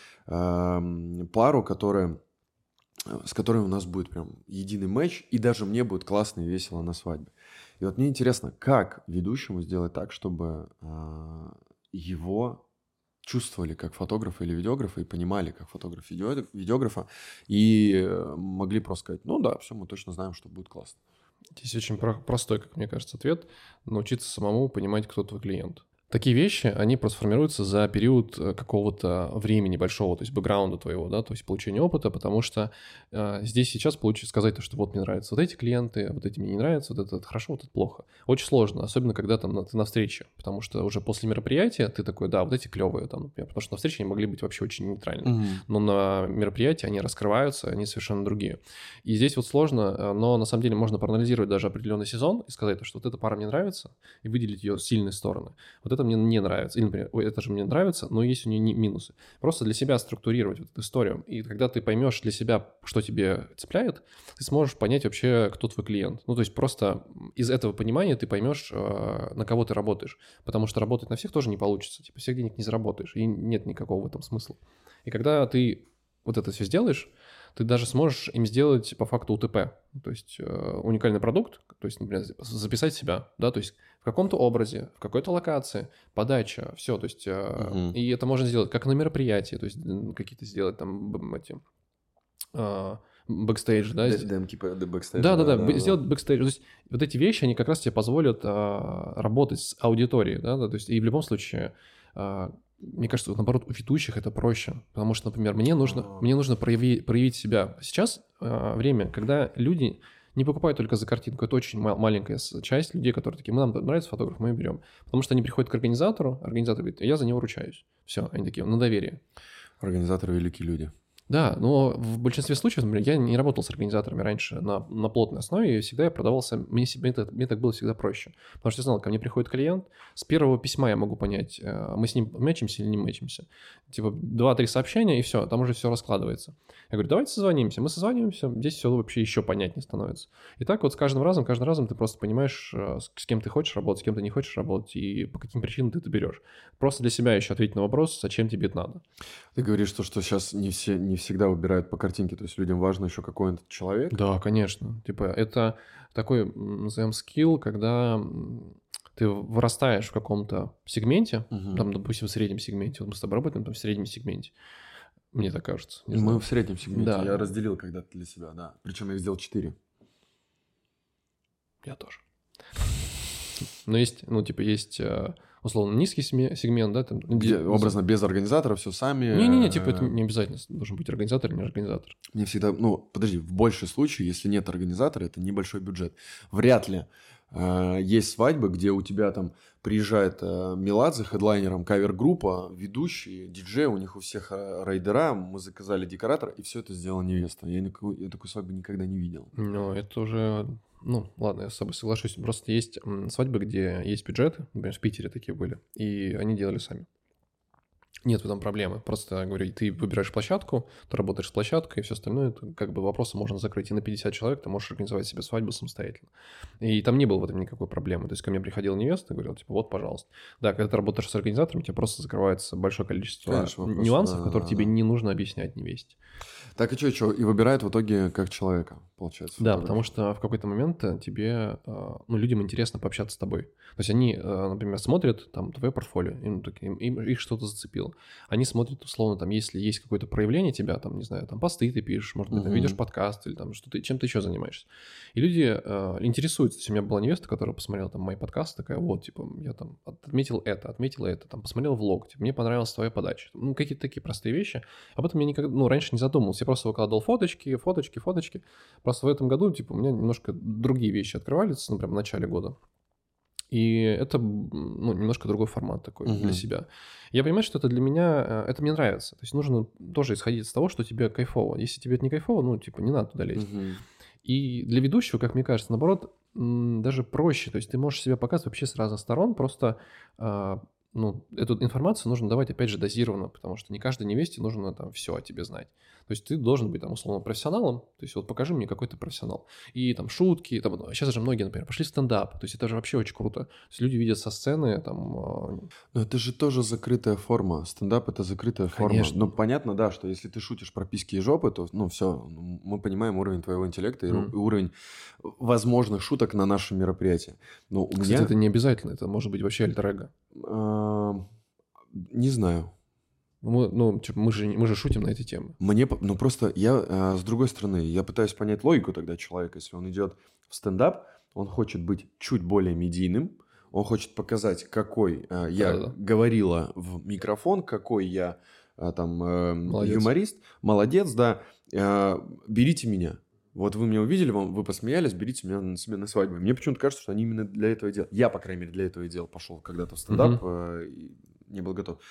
эм, пару, которая, э, с которой у нас будет прям единый матч, и даже мне будет классно и весело на свадьбе. И вот мне интересно, как ведущему сделать так, чтобы э, его чувствовали как фотографа или видеографа и понимали как фотограф видео- видеографа и э, могли просто сказать, ну да, все, мы точно знаем, что будет классно. Здесь очень про- простой, как мне кажется, ответ. Научиться самому понимать, кто твой клиент. Такие вещи, они просто формируются за период э, какого-то времени большого, то есть бэкграунда твоего, да, то есть получения опыта, потому что э, здесь сейчас получить сказать, то, что вот мне нравятся вот эти клиенты, вот эти мне не нравятся, вот это, это хорошо, вот это плохо. Очень сложно, особенно когда там на- ты на встрече, потому что уже после мероприятия ты такой, да, вот эти клевые там, например, потому что на встрече они могли быть вообще очень нейтральны, но на мероприятии они раскрываются, они совершенно другие. И здесь вот сложно, э, но на самом деле можно проанализировать даже определенный сезон и сказать, что вот эта пара мне нравится, и выделить ее сильные стороны. Вот это мне не нравится. Или, например, ой, это же мне нравится, но есть у нее не- минусы. Просто для себя структурировать вот эту историю. И когда ты поймешь для себя, что тебе цепляет, ты сможешь понять вообще, кто твой клиент. Ну, то есть просто из этого понимания ты поймешь, э, на кого ты работаешь. Потому что работать на всех тоже не получится. Типа всех денег не заработаешь, и нет никакого в этом смысла. И когда ты вот это все сделаешь, ты даже сможешь им сделать по факту УТП, то есть э, уникальный продукт, то есть, например, записать себя, да, то есть в каком-то образе, в какой-то локации, подача, все, то есть, э, Мгм. и это можно сделать как на мероприятии, то есть м, какие-то сделать там б- эти э, бэкстейдж, да, Д- с- Демки по д- бэкстейджа, да, да, да, да, б- да, сделать да. бэкстейдж. То есть вот эти вещи, они как раз тебе позволят а, работать с аудиторией, да, да, то есть и в любом случае, а, мне кажется, вот наоборот, у ведущих это проще, потому что, например, мне нужно, А. мне нужно прояви- проявить себя. Сейчас а, время, когда люди не покупают только за картинку, это очень ма- маленькая с- часть людей, которые такие, мы нам нравится фотограф, мы берем. Потому что они приходят к организатору, организатор говорит, я за него ручаюсь. Все, они такие, на доверие. Организаторы великие люди. Да, но в большинстве случаев, например, я не работал с организаторами раньше на, на плотной основе, и всегда я продавался, мне, себе- мне, так, мне так было всегда проще. Потому что я знал, ко мне приходит клиент, с первого письма я могу понять, э, мы с ним мэчимся или не мэчимся. Типа два-три сообщения, и все, там уже все раскладывается. Я говорю, давайте созвонимся. Мы созваниваемся, здесь все вообще еще понятнее становится. И так вот с каждым разом, каждым разом ты просто понимаешь, э, с, с кем ты хочешь работать, с кем ты не хочешь работать, и по каким причинам ты это берешь. Просто для себя еще ответить на вопрос, зачем тебе это надо. Ты говоришь, что, что сейчас не все не всегда выбирают по картинке, то есть людям важно еще какой он человек. Да, конечно. Типа, это такой, м, назовем, скилл, когда м, ты вырастаешь в каком-то сегменте, Мгм. там, допустим, в среднем сегменте. Вот мы с тобой работаем там в среднем сегменте. Мне так кажется. Не Мы знаю. в среднем сегменте. Да. Я разделил когда-то для себя, да. Причем я их сделал четыре. Я тоже. Но есть, ну, типа, есть, э, условно, низкий сме- сегмент, да, там... Где ди- образно без организатора, все сами. Не-не-не, типа, это э, не обязательно должен быть организатор или не организатор. Мне всегда, ну, подожди, в большей случае, если нет организатора, это небольшой бюджет. Вряд ли э, есть свадьбы, где у тебя там приезжает э, Меладзе хедлайнером, кавер-группа, ведущий, диджей, у них у всех э, райдера, мы заказали декоратора, и все это сделала невеста. Я, никакой, я такой свадьбы никогда не видел. Ну, это уже... Ну, ладно, я с тобой соглашусь. Просто есть м, свадьбы, где есть бюджеты, например, в Питере такие были, и они делали сами. Нет в этом проблемы. Просто, говорю, ты выбираешь площадку, ты работаешь с площадкой, и все остальное, это как бы вопросы можно закрыть. И на пятьдесят человек ты можешь организовать себе свадьбу самостоятельно. И там не было в этом никакой проблемы. То есть ко мне приходила невеста и говорила, типа, вот, пожалуйста. Да, когда ты работаешь с организатором, тебе просто закрывается большое количество Конечно, вопросы, нюансов, да, которые да, тебе да. не нужно объяснять невесте. Так и что, что? И выбирает в итоге как человека, получается. Да, фотограф. потому что в какой-то момент э, тебе, э, ну, людям интересно пообщаться с тобой. То есть они, э, например, смотрят там твое портфолио, им, так- им- им- их что-то зацепило. видел. Они смотрят, условно, там, если есть какое-то проявление тебя, там, не знаю, там, посты ты пишешь, может быть, там, ведешь подкаст или там, что ты, чем ты еще занимаешься. И люди э, интересуются. То есть у меня была невеста, которая посмотрела там мои подкасты, такая, вот, типа, я там отметил это, отметил это, там, посмотрел влог, типа, мне понравилась твоя подача. Ну, какие-то такие простые вещи. Об этом я никогда, ну, раньше не задумывался. Я просто выкладывал фоточки, фоточки, фоточки. Просто в этом году, типа, у меня немножко другие вещи открывались, ну, прям в начале года. И это, ну, немножко другой формат такой uh-huh. для себя. Я понимаю, что это для меня, это мне нравится. То есть нужно тоже исходить из того, что тебе кайфово. Если тебе это не кайфово, ну, типа, не надо туда лезть. Uh-huh. И для ведущего, как мне кажется, наоборот, даже проще. То есть ты можешь себя показывать вообще с разных сторон, просто... ну, эту информацию нужно давать, опять же, дозированно, потому что не каждой невесте нужно там все о тебе знать. То есть ты должен быть там условно профессионалом, то есть вот покажи мне, какой ты профессионал. И там шутки, там, сейчас же многие, например, пошли в стендап, то есть это же вообще очень круто. То есть люди видят со сцены там... Но это же тоже закрытая форма, стендап — это закрытая форма. Конечно. Ну, понятно, да, что если ты шутишь про письки и жопы, то, ну, все, мы понимаем уровень твоего интеллекта и mm. уровень возможных шуток на нашем мероприятии. Но у Кстати, меня... это не обязательно, это может быть вообще альтер-эго. А, не знаю. Мы, ну, типа, мы, же, мы же шутим на эти темы. Мне, ну, просто я, а, с другой стороны, я пытаюсь понять логику тогда человека. Если он идет в стендап, он хочет быть чуть более медийным, он хочет показать, какой а, я Да-да-да. говорила в микрофон, какой я а, там а, Молодец. юморист. Молодец, да. А, берите меня. Вот вы меня увидели, вам, вы посмеялись, берите меня на себе на свадьбу. Мне почему-то кажется, что они именно для этого и делают. Я, по крайней мере, для этого и делал. Пошел когда-то в стендап, uh-huh. и не был готов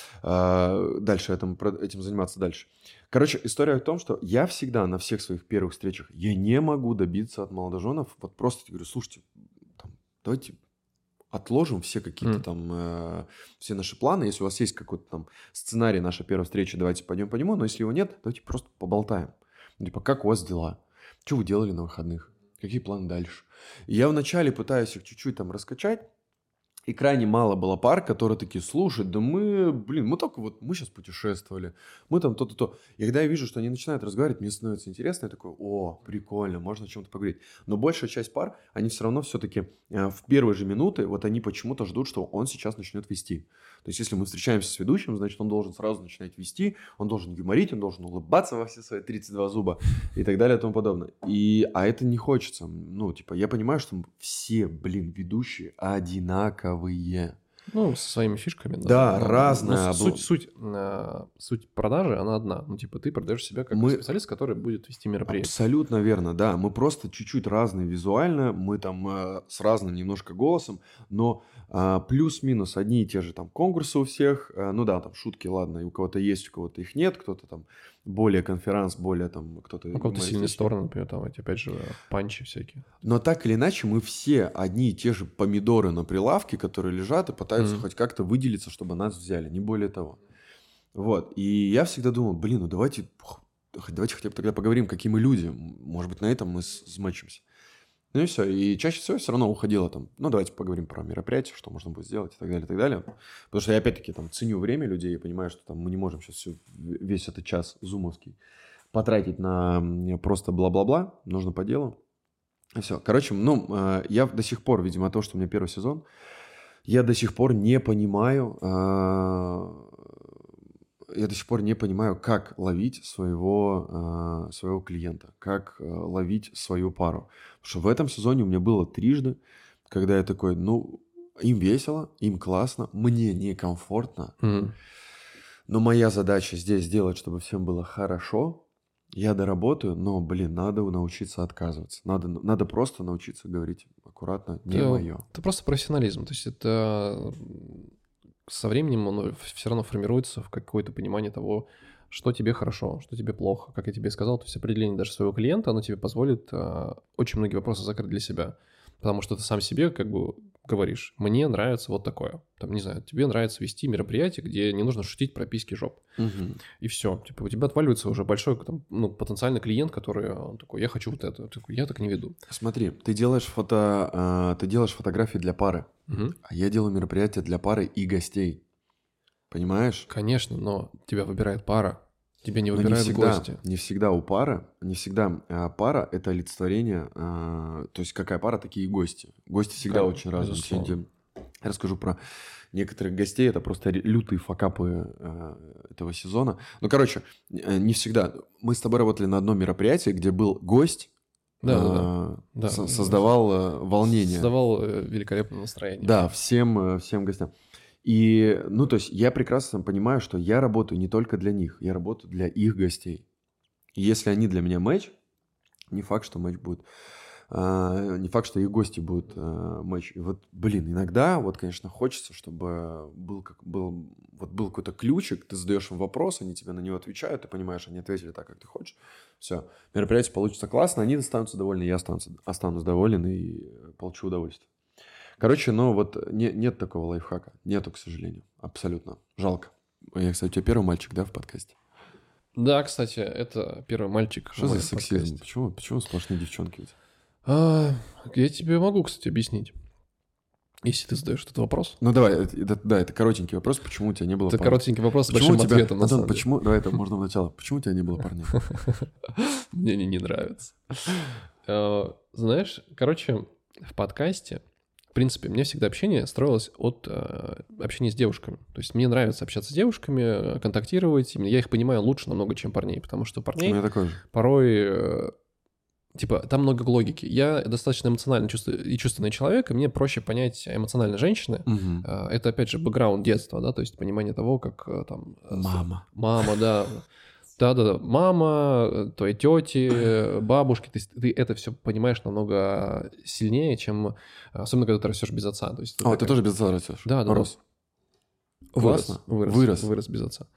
а, дальше этим, этим заниматься дальше. Короче, история в том, что я всегда на всех своих первых встречах, я не могу добиться от молодоженов, вот просто говорю, слушайте, там, давайте отложим все какие-то mm. там, э, все наши планы. Если у вас есть какой-то там сценарий нашей первой встречи, давайте пойдем по нему, но если его нет, давайте просто поболтаем. Типа, как у вас дела? Что вы делали на выходных? Какие планы дальше? И я вначале пытаюсь их чуть-чуть там раскачать, и крайне мало было пар, которые такие, слушай, да мы, блин, мы только вот, мы сейчас путешествовали, мы там то-то, то. И когда я вижу, что они начинают разговаривать, мне становится интересно, я такой, о, прикольно, можно о чем-то поговорить. Но большая часть пар, они все равно все-таки э, в первые же минуты, вот они почему-то ждут, что он сейчас начнет вести. То есть, если мы встречаемся с ведущим, значит, он должен сразу начинать вести, он должен юморить, он должен улыбаться во все свои тридцать два зуба и так далее и тому подобное. И, а это не хочется. Ну, типа, я понимаю, что все, блин, ведущие одинаковые. Ну, со своими фишками. Да, да, разная. Суть, суть, э, суть продажи, она одна. Ну, типа, ты продаешь себя как мы... специалист, который будет вести мероприятие. Абсолютно верно, да. Мы просто чуть-чуть разные визуально, мы там э, с разным немножко голосом, но э, плюс-минус одни и те же там конкурсы у всех. Э, ну да, там шутки, ладно, и у кого-то есть, у кого-то их нет, кто-то там более конферанс, более там кто-то... У кого-то сильные стороны, например, там эти, опять же, панчи всякие. Но так или иначе мы все одни и те же помидоры на прилавке, которые лежат и пытаются mm-hmm. хоть как-то выделиться, чтобы нас взяли, не более того. Вот, и я всегда думал, блин, ну давайте, давайте хотя бы тогда поговорим, какие мы люди, может быть, на этом мы смачимся. Ну и все, и чаще всего все равно уходило там, ну давайте поговорим про мероприятие, что можно будет сделать и так далее, и так далее. Потому что я опять-таки там ценю время людей и понимаю, что там мы не можем сейчас все, весь этот час зумовский потратить на просто бла-бла-бла, нужно по делу. И все. Короче, ну, я до сих пор, видимо, то, что у меня первый сезон, я до сих пор не понимаю, я до сих пор не понимаю, как ловить своего, своего клиента, как ловить свою пару. Потому что в этом сезоне у меня было трижды, когда я такой, ну, им весело, им классно, мне некомфортно, mm-hmm. но моя задача здесь сделать, чтобы всем было хорошо. Я доработаю, но, блин, надо научиться отказываться. Надо, надо просто научиться говорить аккуратно, не это, мое. Это просто профессионализм. То есть это со временем оно все равно формируется в какое-то понимание того, что тебе хорошо, что тебе плохо. Как я тебе сказал, то есть определение даже своего клиента, оно тебе позволит а, очень многие вопросы закрыть для себя. Потому что ты сам себе как бы говоришь, мне нравится вот такое. Там, не знаю, тебе нравится вести мероприятие, где не нужно шутить про письки жоп. Угу. И все. Типа у тебя отваливается уже большой там, ну, потенциальный клиент, который он такой, я хочу вот это. Такой, я так не веду. Смотри, ты делаешь, фото, э, ты делаешь фотографии для пары, угу. а я делаю мероприятия для пары и гостей. Понимаешь? Конечно, но тебя выбирает пара. Тебя не выбирают не всегда, гости. Не всегда у пары, не всегда а, пара – это олицетворение, а, то есть какая пара, такие и гости. Гости всегда как, очень разные. Я расскажу про некоторых гостей. Это просто лютые факапы э, этого сезона. Ну, короче, не всегда. Мы с тобой работали на одном мероприятии, где был гость, Да, э, да, да. Со- создавал э, волнение. Создавал э, великолепное настроение. Да, всем, э, всем гостям. И, ну, то есть я прекрасно понимаю, что я работаю не только для них, я работаю для их гостей. И если они для меня матч, не факт, что матч будет... Uh, не факт, что их гости будут uh, матч. И вот, блин, иногда, вот, конечно, хочется, чтобы был, как, был, вот был какой-то ключик, ты задаешь им вопрос, они тебе на него отвечают, ты понимаешь, они ответили так, как ты хочешь. Все, мероприятие получится классно, они останутся довольны, я останусь, останусь доволен и получу удовольствие. Короче, ну вот не, нет такого лайфхака, нету, к сожалению, абсолютно. Жалко. Я, кстати, у тебя первый мальчик, да, в подкасте? Да, кстати, это первый мальчик. Что за сексизм? Почему, почему сплошные девчонки у тебя? А, я тебе могу, кстати, объяснить, если ты задаешь этот вопрос. Ну давай, это, да, это коротенький вопрос, почему у тебя не было это парней? Это коротенький вопрос с почему большим тебя... ответом, на Антон, самом почему... Давай это можно вначале. Почему у тебя не было парней? Мне они не нравятся. Знаешь, короче, в подкасте, в принципе, мне всегда общение строилось от общения с девушками. То есть мне нравится общаться с девушками, контактировать. Я их понимаю лучше намного, чем парней, потому что парней порой... Типа, там много логики. Я достаточно эмоционально чувству... и чувственный человек, и мне проще понять эмоционально женщины. Угу. Это, опять же, бэкграунд детства, да, то есть понимание того, как там... Мама. Мама, да. Да-да-да. Мама, твои тети, бабушки. То есть ты это все понимаешь намного сильнее, чем... Особенно, когда ты растешь без отца. То есть, О, ты тоже без отца растешь? Да, да. Рос. Классно. Вырос. Вырос. Вырос без отца.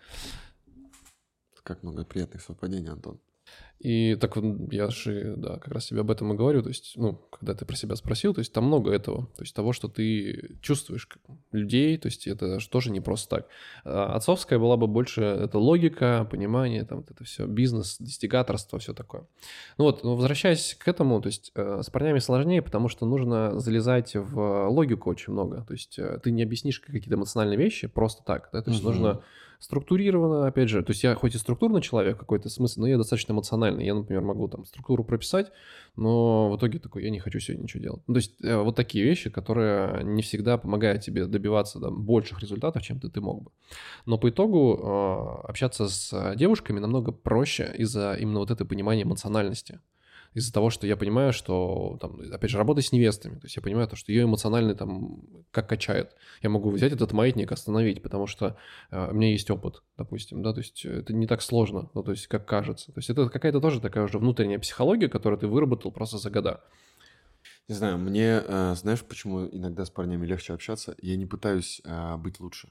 Как много приятных совпадений, Антон. И так вот я же, да, как раз тебе об этом и говорю, то есть, ну, когда ты про себя спросил, то есть там много этого, то есть того, что ты чувствуешь людей, то есть это же тоже не просто так. А отцовская была бы больше, это логика, понимание, там вот это все, бизнес, достигаторство, все такое. Ну вот, но возвращаясь к этому, то есть с парнями сложнее, потому что нужно залезать в логику очень много, то есть ты не объяснишь какие-то эмоциональные вещи просто так, да, то есть угу. нужно... Структурированно, опять же, то есть я хоть и структурный человек в какой-то смысле, но я достаточно эмоциональный. Я, например, могу там структуру прописать, но в итоге такой, я не хочу сегодня ничего делать. Ну, то есть вот такие вещи, которые не всегда помогают тебе добиваться да, больших результатов, чем ты, ты мог бы. Но по итогу э, общаться с девушками намного проще из-за именно вот этого понимания эмоциональности. Из-за того, что я понимаю, что, там, опять же, работать с невестами, то есть я понимаю, то, что ее эмоционально там как качает. Я могу взять этот маятник, остановить, потому что э, у меня есть опыт, допустим, да, то есть это не так сложно, ну, то есть как кажется. То есть это какая-то тоже такая уже внутренняя психология, которую ты выработал просто за года. Не знаю, мне, э, знаешь, почему иногда с парнями легче общаться? Я не пытаюсь э, быть лучше.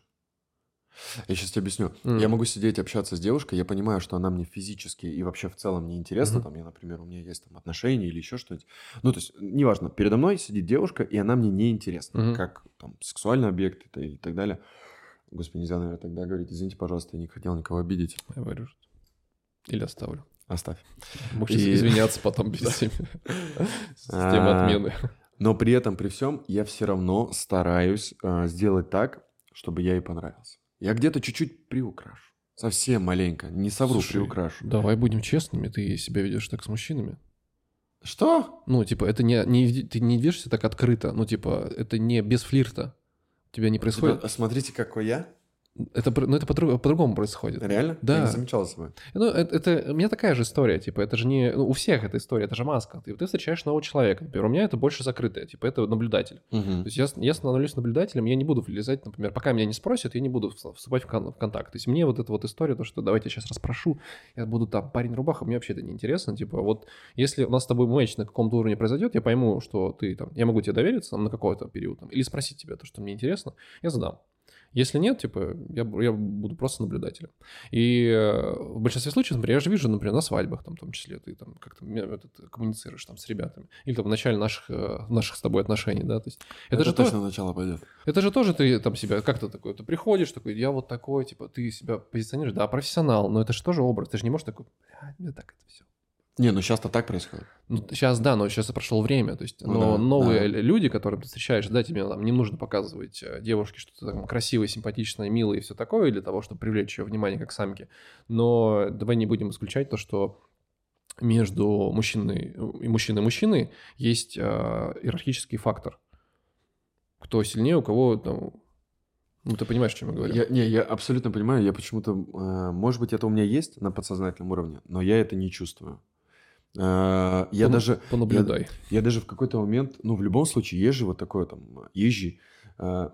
Я сейчас тебе объясню. Mm. Я могу сидеть, общаться с девушкой, я понимаю, что она мне физически и вообще в целом не интересна. Mm-hmm. Там, я, например, у меня есть там отношения или еще что-нибудь. Ну, то есть, неважно, передо мной сидит девушка, и она мне не интересна, mm-hmm. как там сексуальный объект и, и так далее. Господи, нельзя, наверное, тогда говорить. Извините, пожалуйста, я не хотел никого обидеть. Я вырежу. Или оставлю. Оставь. Можешь и... извиняться потом без системы отмены. Но при этом, при всем, я все равно стараюсь сделать так, чтобы я ей понравился. Я где-то чуть-чуть приукрашу. Совсем маленько. Не совру, Слушай, приукрашу. Давай будем честными. Ты себя ведешь так с мужчинами. Что? Ну, типа, это не, не... Ты не ведешься так открыто. Ну, типа, это не без флирта. У тебя не происходит... Типа, смотрите, какой я. Это, ну, это по- по-другому происходит. Реально? Да. Я не замечал за собой. Ну, это, это... У меня такая же история. Типа, это же не... Ну, у всех эта история. Это же маска. Ты, ты встречаешь нового человека. Например, у меня это больше закрытое. Типа, это наблюдатель. Угу. То есть я, я становлюсь наблюдателем, я не буду влезать, например, пока меня не спросят, я не буду вступать в, кон- в контакт. То есть мне вот эта вот история, то, что давайте я сейчас расспрошу, я буду там парень-рубаха, мне вообще это не интересно. Типа, вот если у нас с тобой матч на каком-то уровне произойдет, я пойму, что ты там... Я могу тебе довериться там, на какой-то период. Там, или спросить тебя то, что мне интересно, я задам. Если нет, типа, я, я буду просто наблюдателем. И э, в большинстве случаев, например, я же вижу, например, на свадьбах, там, в том числе, ты там как-то этот, коммуницируешь там с ребятами. Или там в начале наших, э, наших с тобой отношений, да, то есть... Это, это же точно то, начало пойдет. Это же тоже ты там себя, как-то такой, ты приходишь, такой, я вот такой, типа, ты себя позиционируешь, да, профессионал, но это же тоже образ, ты же не можешь такой, мне так это все. Не, ну сейчас-то так происходит. Ну, сейчас, да, но сейчас прошло время, то есть, ну, но да, новые да. люди, которые ты встречаешь, да, тебе там не нужно показывать девушке что-то там красивое, симпатичное, милое и все такое для того, чтобы привлечь ее внимание как самки, но давай не будем исключать то, что между мужчиной и мужчиной и мужчиной есть э, иерархический фактор. кто сильнее, у кого там... Ну, ты понимаешь, о чем я говорю? Я, не, я абсолютно понимаю. Я почему-то... Э, может быть, это у меня есть на подсознательном уровне, но я это не чувствую. Э, я Пон- даже... Понаблюдай. Я, я даже в какой-то момент... Ну, в любом случае, есть же вот такое там... Езжи... Э,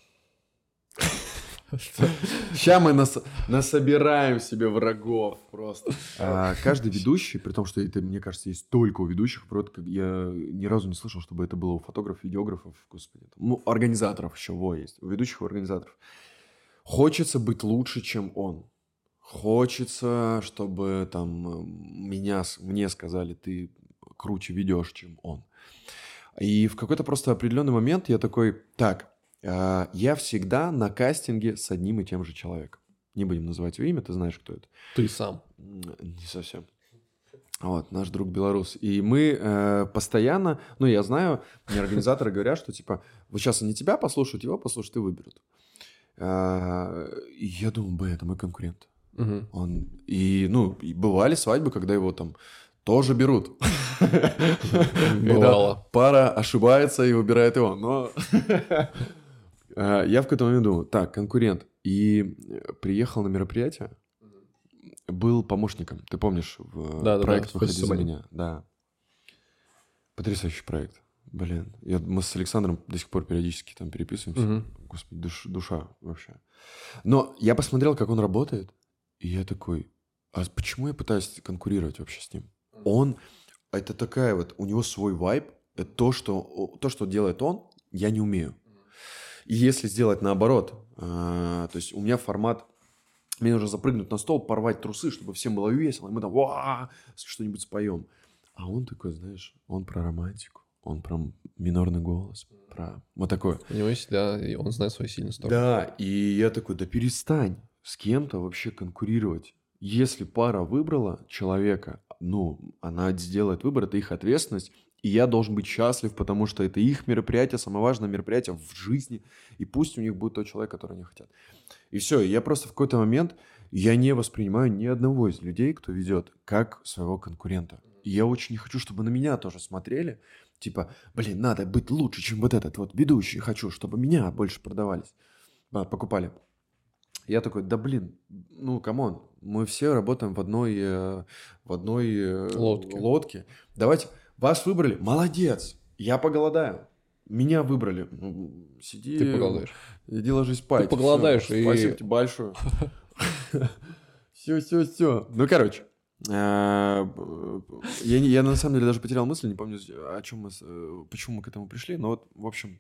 Сейчас мы нас, насобираем себе врагов просто. А, каждый ведущий, при том, что это, мне кажется, есть только у ведущих, просто я ни разу не слышал, чтобы это было у фотографов, видеографов, господи, там, ну, организаторов еще, во, есть, у ведущих, у организаторов. Хочется быть лучше, чем он. Хочется, чтобы там меня, мне сказали, ты круче ведешь, чем он. И в какой-то просто определенный момент я такой, так, я всегда на кастинге с одним и тем же человеком. Не будем называть его имя, ты знаешь, кто это. Ты сам. Не совсем. Вот, наш друг белорус. И мы э, постоянно, ну, я знаю, мне организаторы говорят, что, типа, вот сейчас они тебя послушают, его послушают и выберут. Э, и я думаю, блин, это мой конкурент. Угу. Он, и, ну, и бывали свадьбы, когда его там тоже берут. Бывало. Пара ошибается и выбирает его, но... Я в какой-то момент думал, так, конкурент. И приехал на мероприятие, был помощником. Ты помнишь, в да, проект да, да, «Выходи за меня». Да. Потрясающий проект. Блин. Я, мы с Александром до сих пор периодически там переписываемся. Угу. Господи, душ, душа вообще. Но я посмотрел, как он работает, и я такой, а почему я пытаюсь конкурировать вообще с ним? Он, это такая вот, у него свой вайб. Это то, что, то, что делает он, я не умею. И если сделать наоборот, э, то есть у меня формат, мне нужно запрыгнуть на стол, порвать трусы, чтобы всем было весело, и мы там ва что-нибудь споем. А он такой, знаешь, он про романтику, он про минорный голос, про вот такое. У него есть, да, и он знает свои сильные стороны. Да, и я такой, да перестань с кем-то вообще конкурировать. Если пара выбрала человека, ну, она сделает выбор, это их ответственность. И я должен быть счастлив, потому что это их мероприятие, самое важное мероприятие в жизни. И пусть у них будет тот человек, который они хотят. И все. Я просто в какой-то момент, я не воспринимаю ни одного из людей, кто ведет, как своего конкурента. И я очень не хочу, чтобы на меня тоже смотрели. Типа, блин, надо быть лучше, чем вот этот вот ведущий. Хочу, чтобы меня больше продавались, покупали. Я такой, да блин, ну, камон. Мы все работаем в одной, в одной лодке. лодке. Давайте... Вас выбрали? Молодец. Я поголодаю. Меня выбрали. Сиди. Ты поголодаешь. Иди ложись спать. Ты поголодаешь. И... Спасибо тебе большое. Все, все, все. Ну, короче. Я, я на самом деле даже потерял мысль, не помню, о чем мы, почему мы к этому пришли, но вот, в общем,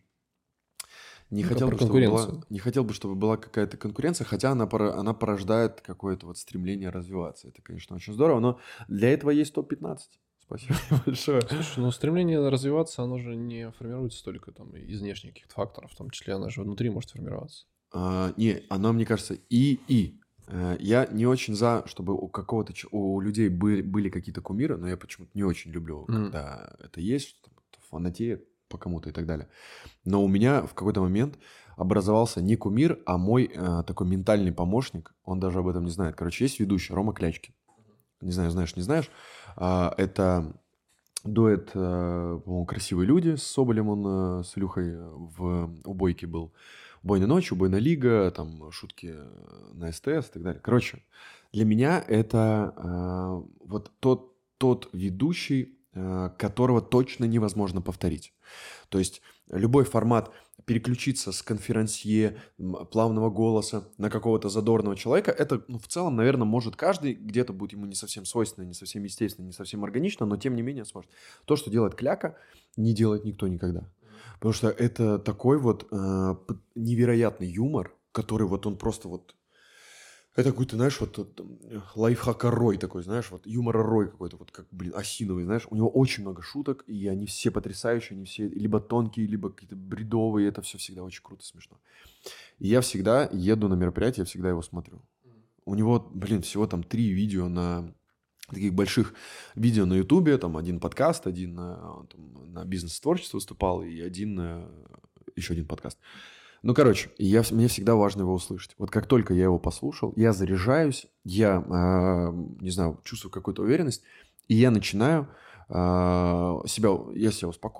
не, ну, хотел, бы, чтобы была, не хотел бы, чтобы была какая-то конкуренция, хотя она, она порождает какое-то вот стремление развиваться. Это, конечно, очень здорово, но для этого есть топ пятнадцать. Спасибо большое. Слушай, ну стремление развиваться, оно же не формируется только там из внешних каких-то факторов, в том числе оно же внутри может формироваться. А, не, оно, мне кажется, и-и. Я не очень за, чтобы у какого-то у людей были, были какие-то кумиры, но я почему-то не очень люблю, mm. когда это есть, что фанатеет по кому-то и так далее. Но у меня в какой-то момент образовался не кумир, а мой э, такой ментальный помощник. Он даже об этом не знает. Короче, есть ведущий Рома Клячкин. Не знаю, знаешь, не знаешь. А, это дуэт, э, по-моему, «Красивые люди». С Соболем он, э, с Илюхой в «Убойке» был. «Убойная ночь», «Убойная лига», там шутки на СТС и так далее. Короче, для меня это э, вот тот, тот ведущий, э, которого точно невозможно повторить. То есть любой формат переключиться с конферансье, плавного голоса на какого-то задорного человека, это, ну, в целом, наверное, может каждый, где-то будет ему не совсем свойственно, не совсем естественно, не совсем органично, но тем не менее сможет. То, что делает Кляка, не делает никто никогда. Потому что это такой вот э, невероятный юмор, который вот он просто вот... Это какой-то, знаешь, вот лайфхакерой такой, знаешь, вот юморорой какой-то, вот как, блин, осиновый, знаешь. У него очень много шуток, и они все потрясающие, они все либо тонкие, либо какие-то бредовые, это все всегда очень круто, смешно. И я всегда еду на мероприятие, я всегда его смотрю. У него, блин, всего там три видео на... таких больших видео на Ютубе, там один подкаст, один на, там, на бизнес-творчество выступал, и один, еще один подкаст. Ну, короче, я, мне всегда важно его услышать. Вот как только я его послушал, я заряжаюсь, я, э, не знаю, чувствую какую-то уверенность, и я начинаю э, себя, я себя успокоил,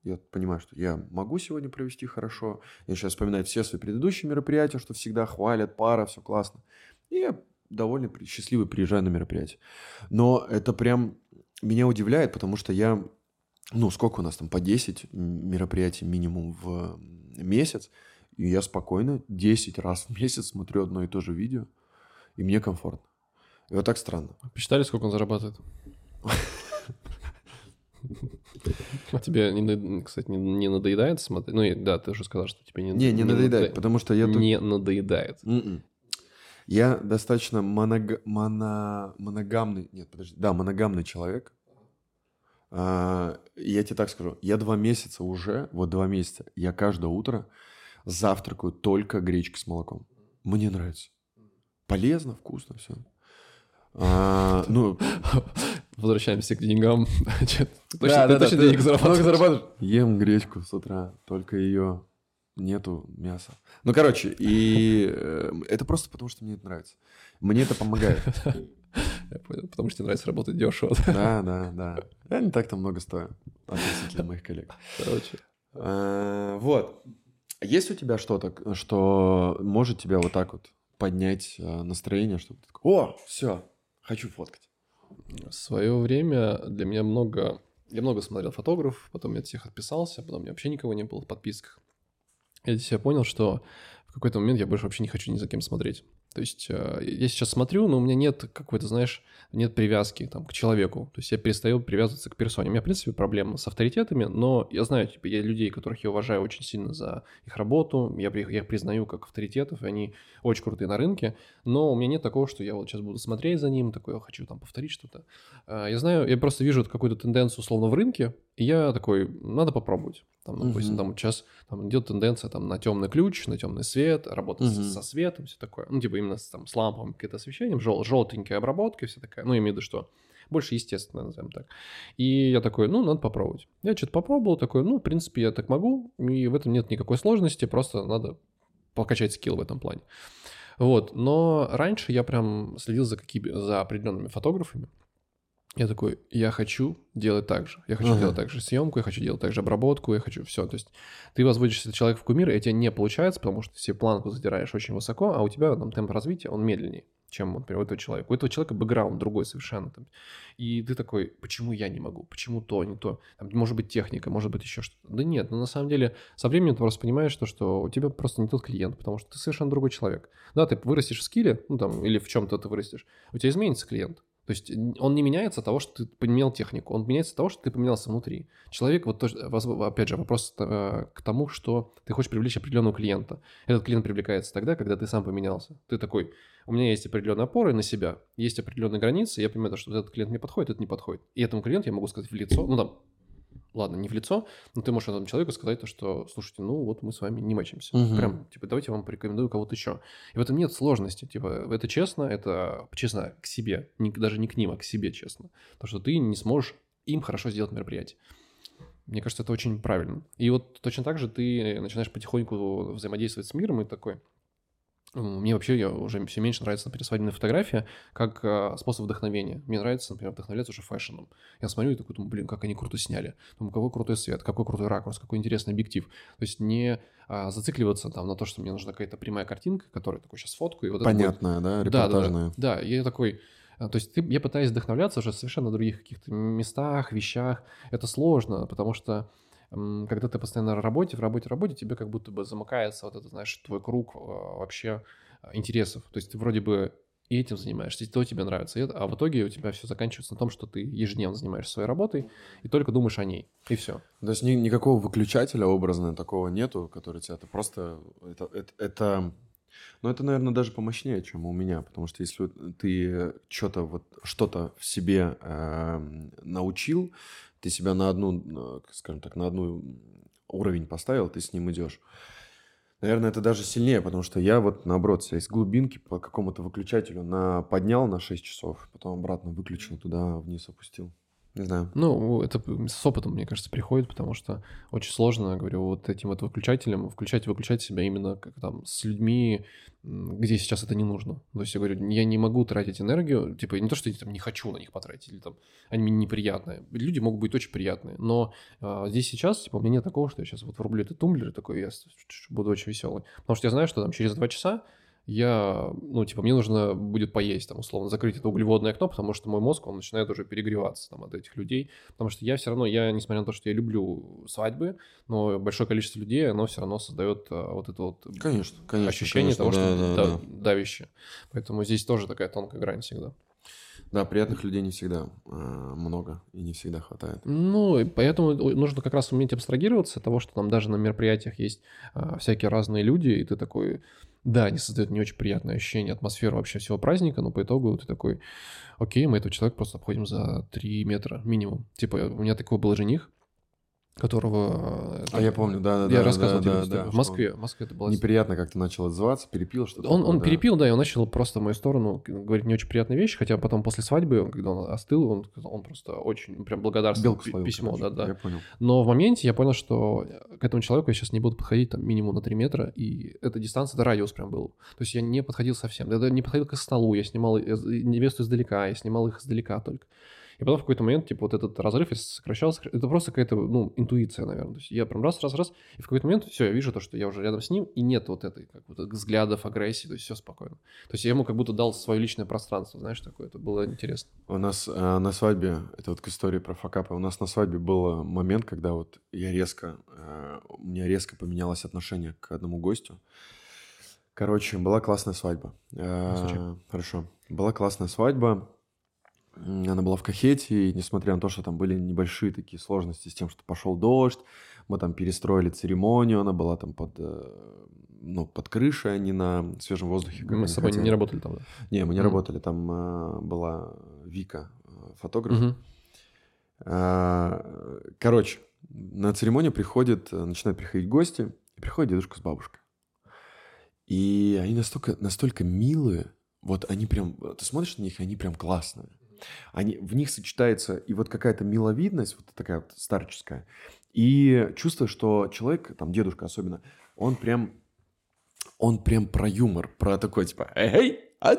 Я понимаю, что я могу сегодня провести хорошо. Я сейчас вспоминаю все свои предыдущие мероприятия, что всегда хвалят, пара, все классно. И я довольно при- счастливый приезжаю на мероприятие. Но это прям меня удивляет, потому что я, ну, сколько у нас там, по десять мероприятий минимум в месяц, и я спокойно десять раз в месяц смотрю одно и то же видео, и мне комфортно. И вот так странно. Посчитали, сколько он зарабатывает? А тебе, не на- кстати, не, не надоедает смотреть? Ну, и- да, ты уже сказал, что тебе не, Не, не надоедает, надо- потому что я... тут- не надоедает. М-м. Я достаточно моног- моно- моногамный... Нет, подожди. Да, моногамный человек. А, я тебе так скажу. Я два месяца уже, вот два месяца, я каждое утро завтракаю только гречкой с молоком. Мне нравится. Полезно, вкусно, все. А, ну, Возвращаемся к деньгам. Чё, ты Точно, да, ты да, да, точно ты денег зарабатываешь? много зарабатываешь? Ем гречку с утра, только ее нету мяса. Ну, короче, и э, это просто потому, что мне это нравится. Мне это помогает. Я понял, потому что тебе нравится работать дешево. Да, да, да. Я не так-то много стою относительно моих коллег. Короче. А, Вот. Есть у тебя что-то, что может тебя вот так вот поднять а, настроение, чтобы ты такой, о, все, хочу фоткать. В свое время для меня много... Я много смотрел фотографов, потом я от всех отписался, потом у меня вообще никого не было в подписках. Я для себя понял, что в какой-то момент я больше вообще не хочу ни за кем смотреть. То есть э, я сейчас смотрю, но у меня нет какой-то, знаешь, нет привязки там, к человеку. То есть я перестаю привязываться к персоне. У меня, в принципе, проблема с авторитетами, но я знаю, типа, я людей, которых я уважаю очень сильно за их работу, я, при- я их признаю как авторитетов, и они очень крутые на рынке, но у меня нет такого, что я вот сейчас буду смотреть за ним, такой, я хочу там повторить что-то. Э, Я знаю, я просто вижу какую-то тенденцию условно в рынке, и я такой, надо попробовать. Там, допустим, Мгм. там вот сейчас там идет тенденция там, на темный ключ, на темный свет, работа с- Мгм. со светом, все такое. Ну, типа именно с, там, с ламповым каким-то освещением, жел- желтенькая обработка, все такая. Ну, я имею в виду, что больше естественно, назовем так. И я такой, ну, надо попробовать. Я что-то попробовал, такой, ну, в принципе, я так могу, и в этом нет никакой сложности, просто надо покачать скилл в этом плане. Вот, но раньше я прям следил за, какими, за определенными фотографами. Я такой, я хочу делать так же. Я хочу Ага. делать так же съемку, я хочу делать так же обработку, я хочу все. То есть ты возводишь человека в кумир, и тебе не получается, потому что ты себе планку задираешь очень высоко, а у тебя там темп развития, он медленнее, чем, например, у этого человека. У этого человека бэкграунд другой совершенно. Там. И ты такой, почему я не могу? Почему то, не то? Там, может быть, техника, может быть, еще что-то. Да нет, ну на самом деле со временем ты просто понимаешь, то, что у тебя просто не тот клиент, потому что ты совершенно другой человек. Да, ты вырастешь в скилле, ну там, или в чем-то ты вырастешь, у тебя изменится клиент. То есть он не меняется от того, что ты поменял технику, он меняется от того, что ты поменялся внутри. Человек, вот тоже, опять же, вопрос э, к тому, что ты хочешь привлечь определенного клиента. Этот клиент привлекается тогда, когда ты сам поменялся. Ты такой, у меня есть определенные опоры на себя, есть определенные границы, я понимаю, что этот клиент мне подходит, этот не подходит. И этому клиенту я могу сказать в лицо, ну там, ладно, не в лицо, но ты можешь этому человеку сказать то, что, слушайте, ну вот мы с вами не мачимся. Мгм. Прям, типа, давайте я вам порекомендую кого-то еще. И в этом нет сложности. Типа, это честно, это честно к себе. Не- даже не к ним, а к себе честно. Потому что ты не сможешь им хорошо сделать мероприятие. Мне кажется, это очень правильно. И вот точно так же ты начинаешь потихоньку взаимодействовать с миром и такой... м, Мне вообще я уже все меньше нравится, например, свадебная фотография как а, способ вдохновения. Мне нравится, например, вдохновляться уже фэшном. Я смотрю и такой думаю, блин, как они круто сняли. Думаю, какой крутой свет, какой крутой ракурс, какой интересный объектив. То есть не а, зацикливаться там на то, что мне нужна какая-то прямая картинка, которую я такой сейчас фоткаю. И вот это будет- Понятная, да, Да, да, репортажная. да, да, я такой... а, То есть ты, я пытаюсь вдохновляться уже в совершенно других каких-то местах, вещах. Это сложно, потому что м, когда ты постоянно на работе, в работе, в работе, тебе как будто бы замыкается вот это, знаешь, твой круг а, вообще а, интересов. То есть ты вроде бы и этим занимаешься, и то тебе нравится, и это, а в итоге у тебя все заканчивается на том, что ты ежедневно занимаешься своей работой и только думаешь о ней, и все. То есть ни- никакого выключателя образно такого нету, который тебя... Это просто... Это, это, это- ну, это, наверное, даже помощнее, чем у меня. Потому что если вот ты что-то вот, что-то в себе эм, научил, ты себя на одну, э, скажем так, на одну уровень поставил, ты с ним идешь. Наверное, это даже сильнее, потому что я вот, наоборот, себя из глубинки по какому-то выключателю на, поднял на шесть часов, потом обратно выключил, туда вниз опустил. Не знаю. Ну, это с опытом, мне кажется, приходит, потому что очень сложно, говорю, вот этим вот выключателем включать и выключать себя именно как там с людьми, где сейчас это не нужно. То есть я говорю, я не могу тратить энергию, типа не то, что я там не хочу на них потратить, или там они мне неприятные. Люди могут быть очень приятные, но а, здесь сейчас, типа, у меня нет такого, что я сейчас вот врублю этот тумблер и такой, я буду очень веселый. Потому что я знаю, что там через два часа я, ну, типа, мне нужно будет поесть, там, условно, закрыть это углеводное окно, потому что мой мозг, он начинает уже перегреваться, там, от этих людей, потому что я все равно, я, несмотря на то, что я люблю свадьбы, но большое количество людей, оно все равно создает а, вот это вот конечно, конечно, ощущение конечно, того, да, что да, да, да. давяще. Поэтому здесь тоже такая тонкая грань всегда. Да, приятных людей не всегда э, много и не всегда хватает. Ну, и поэтому нужно как раз уметь абстрагироваться от того, что там даже на мероприятиях есть а, всякие разные люди, и ты такой, да, они создают не очень приятное ощущение, атмосферу вообще всего праздника, но по итогу ты такой, окей, мы этого человека просто обходим за три метра минимум. Типа, у меня такой был жених, которого... А я помню, да-да-да. Я рассказывал да, тебе да, эту историю. да, В Москве. В Москве это было... Неприятно как-то начал отзываться, перепил что-то. Он, такое, он да. перепил, да, и он начал просто в мою сторону говорить не очень приятные вещи, хотя потом после свадьбы, когда он остыл, он, он просто очень прям благодарственное словил, письмо, короче. да-да. Я понял. Но в моменте я понял, что к этому человеку я сейчас не буду подходить там минимум на три метра, и эта дистанция, это радиус прям был. То есть я не подходил совсем, я не подходил к столу, я снимал невесту издалека, я снимал их издалека только. И потом в какой-то момент, типа, вот этот разрыв сокращался, это просто какая-то, ну, интуиция, наверное. То есть я прям раз, раз, раз, и в какой-то момент, все, я вижу то, что я уже рядом с ним, и нет вот этой, как вот, взглядов, агрессии, то есть все спокойно. То есть я ему как будто дал свое личное пространство, знаешь, такое, это было интересно. У нас э, на свадьбе, это вот к истории про факапы, у нас на свадьбе был момент, когда вот я резко, э, у меня резко поменялось отношение к одному гостю. Короче, была классная свадьба. Э, хорошо. Была классная свадьба. Она была в Кахете, и несмотря на то, что там были небольшие такие сложности с тем, что пошел дождь, мы там перестроили церемонию, она была там под, ну, под крышей, а не на свежем воздухе. Мы с собой хотели. Не работали там, да? Не, мы не mm. работали, там э, была Вика, фотограф. Mm-hmm. Э, короче, на церемонию приходит, начинают приходить гости, и приходит дедушка с бабушкой. И они настолько, настолько милые, вот они прям, ты смотришь на них, и они прям классные. Они, в них сочетается и вот какая-то миловидность, вот такая вот старческая, и чувство, что человек, там дедушка особенно, он прям, он прям про юмор, про такой типа «Эй,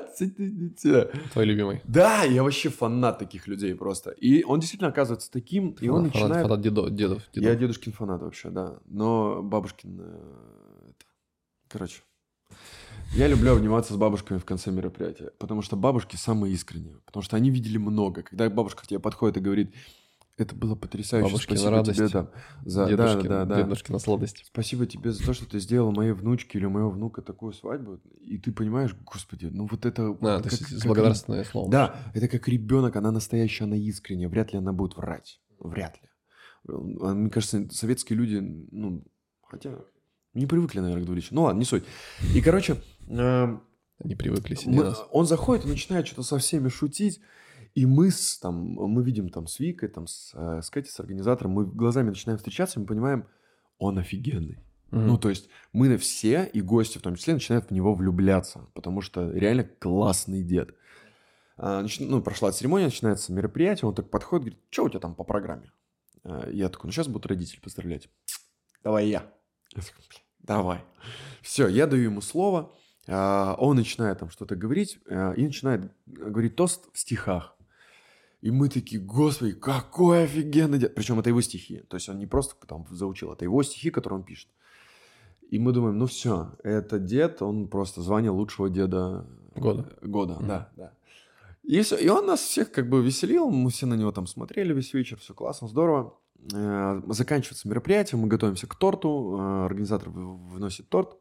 твой любимый». Да, я вообще фанат таких людей просто. И он действительно оказывается таким, и он фанат, начинает... Фанат дедов, дедов, дедов. Я дедушкин фанат вообще, да, но бабушкин... Это... Короче... Я люблю обниматься с бабушками в конце мероприятия, потому что бабушки самые искренние, потому что они видели много. Когда бабушка к тебе подходит и говорит, это было потрясающе, бабушки спасибо на радость, тебе там, за... дедушки, да, да, да. дедушки на сладость. Спасибо тебе за то, что ты сделала моей внучке или моего внука такую свадьбу, и ты понимаешь, господи, ну вот это... Да, вот то как, есть как... благодарственное слово. Да, это как ребенок, она настоящая, она искренняя, вряд ли она будет врать, вряд ли. Мне кажется, советские люди, ну, хотя... Не привыкли, наверное, говорить. Ну ладно, не суть. И, короче... Э, Они привыкли мы, он заходит и начинает что-то со всеми шутить. И мы, с, там, мы видим там с Викой, там, с, с Катей, с организатором, мы глазами начинаем встречаться, и мы понимаем, он офигенный. Mm-hmm. Ну, то есть мы все, и гости в том числе, начинают в него влюбляться, потому что реально классный дед. А, нач... Ну, прошла церемония, начинается мероприятие, он так подходит, говорит, что у тебя там по программе? А, я такой, ну, сейчас будут родители поздравлять. Давай я. Я такой, блин, давай. Все, я даю ему слово. Он начинает там что-то говорить и начинает говорить тост в стихах. И мы такие, господи, какой офигенный дед. Причем это его стихи. То есть он не просто там заучил, это его стихи, которые он пишет. И мы думаем, ну все, этот дед, он просто звание лучшего деда года. Года, mm-hmm. да, да. И, все, и он нас всех как бы веселил, мы все на него там смотрели весь вечер, все классно, здорово. Заканчивается мероприятие, мы готовимся к торту, организатор выносит торт.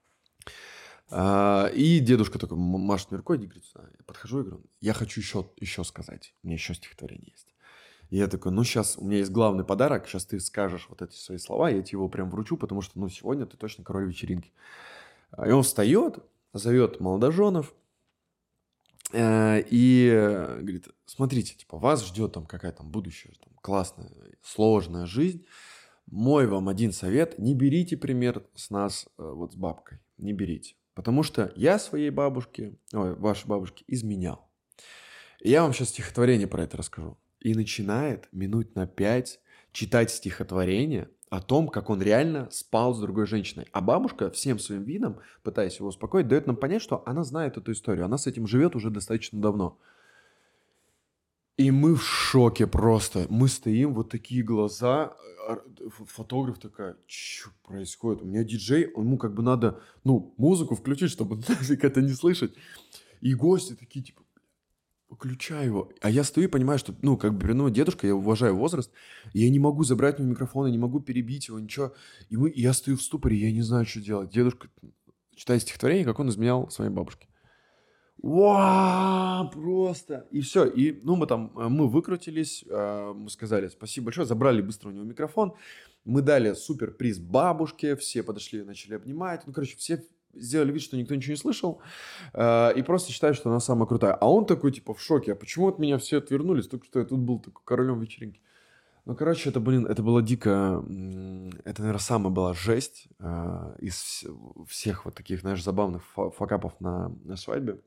И дедушка такой машет мне рукой и говорит, я подхожу и говорю, я хочу еще, еще сказать, у меня еще стихотворение есть. И я такой, ну сейчас у меня есть главный подарок, сейчас ты скажешь вот эти свои слова, я тебе его прям вручу, потому что ну сегодня ты точно король вечеринки. И он встает, зовет молодоженов и говорит, смотрите, типа вас ждет там какая-то там будущая там, классная, сложная жизнь. Мой вам один совет, не берите пример с нас вот с бабкой, не берите. Потому что я своей бабушке, ой, вашей бабушке изменял. И я вам сейчас стихотворение про это расскажу. и начинает минут на пять читать стихотворение о том, как он реально спал с другой женщиной. А бабушка всем своим видом, пытаясь его успокоить, дает нам понять, что она знает эту историю. Она с этим живет уже достаточно давно. И мы в шоке просто. Мы стоим, вот такие глаза. Фотограф такая, что происходит? У меня диджей, ему как бы надо, ну, музыку включить, чтобы нафиг это не слышать. И гости такие, типа, выключай его. А я стою и понимаю, что, ну, как бы, ну, дедушка, я уважаю возраст, и я не могу забрать у него микрофон, я не могу перебить его, ничего. И, мы, и я стою в ступоре, я не знаю, что делать. Дедушка читает стихотворение, как он изменял своей бабушке. Вау, просто. И все. И, ну, мы там, мы выкрутились, мы сказали спасибо большое, забрали быстро у него микрофон, мы дали супер приз бабушке, все подошли, начали обнимать. Ну, короче, все сделали вид, что никто ничего не слышал, и просто считают, что она самая крутая. А он такой, типа, в шоке. А почему от меня все отвернулись? Только что я тут был такой королем вечеринки. Ну, короче, это, блин, это было дико... Это, наверное, самая была жесть из всех вот таких, знаешь, забавных факапов на, на свадьбе.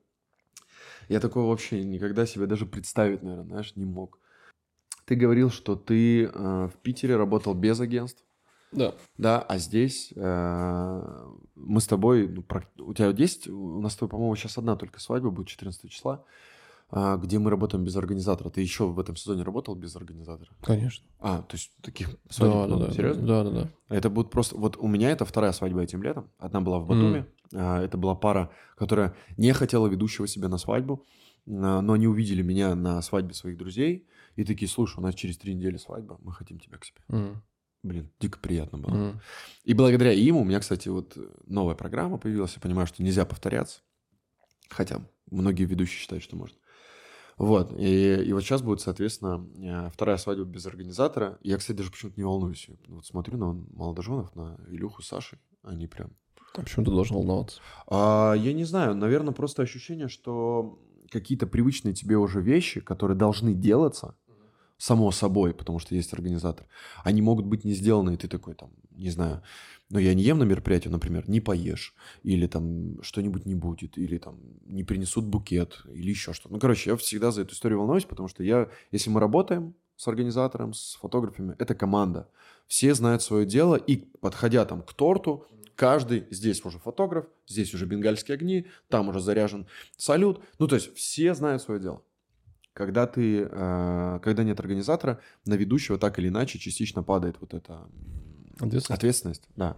Я такого вообще никогда себе даже представить, наверное, знаешь, не мог. Ты говорил, что ты э, в Питере работал без агентств. Да. Да, а здесь э, мы с тобой... Ну, про, у тебя есть... У нас с тобой, по-моему, сейчас одна только свадьба будет четырнадцатого числа, э, где мы работаем без организатора. Ты еще в этом сезоне работал без организатора? Конечно. А, то есть таких свадеб да, много? Да, Серьезно? Да, да, да. Это будет просто... Вот у меня это вторая свадьба этим летом. Одна была в Батуми. Mm. Это была пара, которая не хотела ведущего себе на свадьбу, но они увидели меня на свадьбе своих друзей и такие, слушай, у нас через три недели свадьба, мы хотим тебя к себе. Mm. Блин, дико приятно было. Mm. И благодаря им у меня, кстати, вот новая программа появилась. Я понимаю, что нельзя повторяться. Хотя многие ведущие считают, что может. Вот. И, и вот сейчас будет, соответственно, вторая свадьба без организатора. Я, кстати, даже почему-то не волнуюсь. Вот смотрю на молодоженов, на Илюху, Саши. Они прям... А почему ты должен волноваться? А, я не знаю. Наверное, просто ощущение, что какие-то привычные тебе уже вещи, которые должны делаться, само собой, потому что есть организатор, они могут быть не сделаны, и ты такой там, не знаю, но я не ем на мероприятии, например, не поешь, или там что-нибудь не будет, или там не принесут букет, или еще что-то. Ну, короче, я всегда за эту историю волнуюсь, потому что я, если мы работаем с организатором, с фотографами, это команда. Все знают свое дело, и подходя там к торту, каждый, здесь уже фотограф, здесь уже бенгальские огни, там уже заряжен салют. Ну, то есть все знают свое дело. Когда ты, э, когда нет организатора, на ведущего так или иначе частично падает вот эта ответственность. ответственность. Да.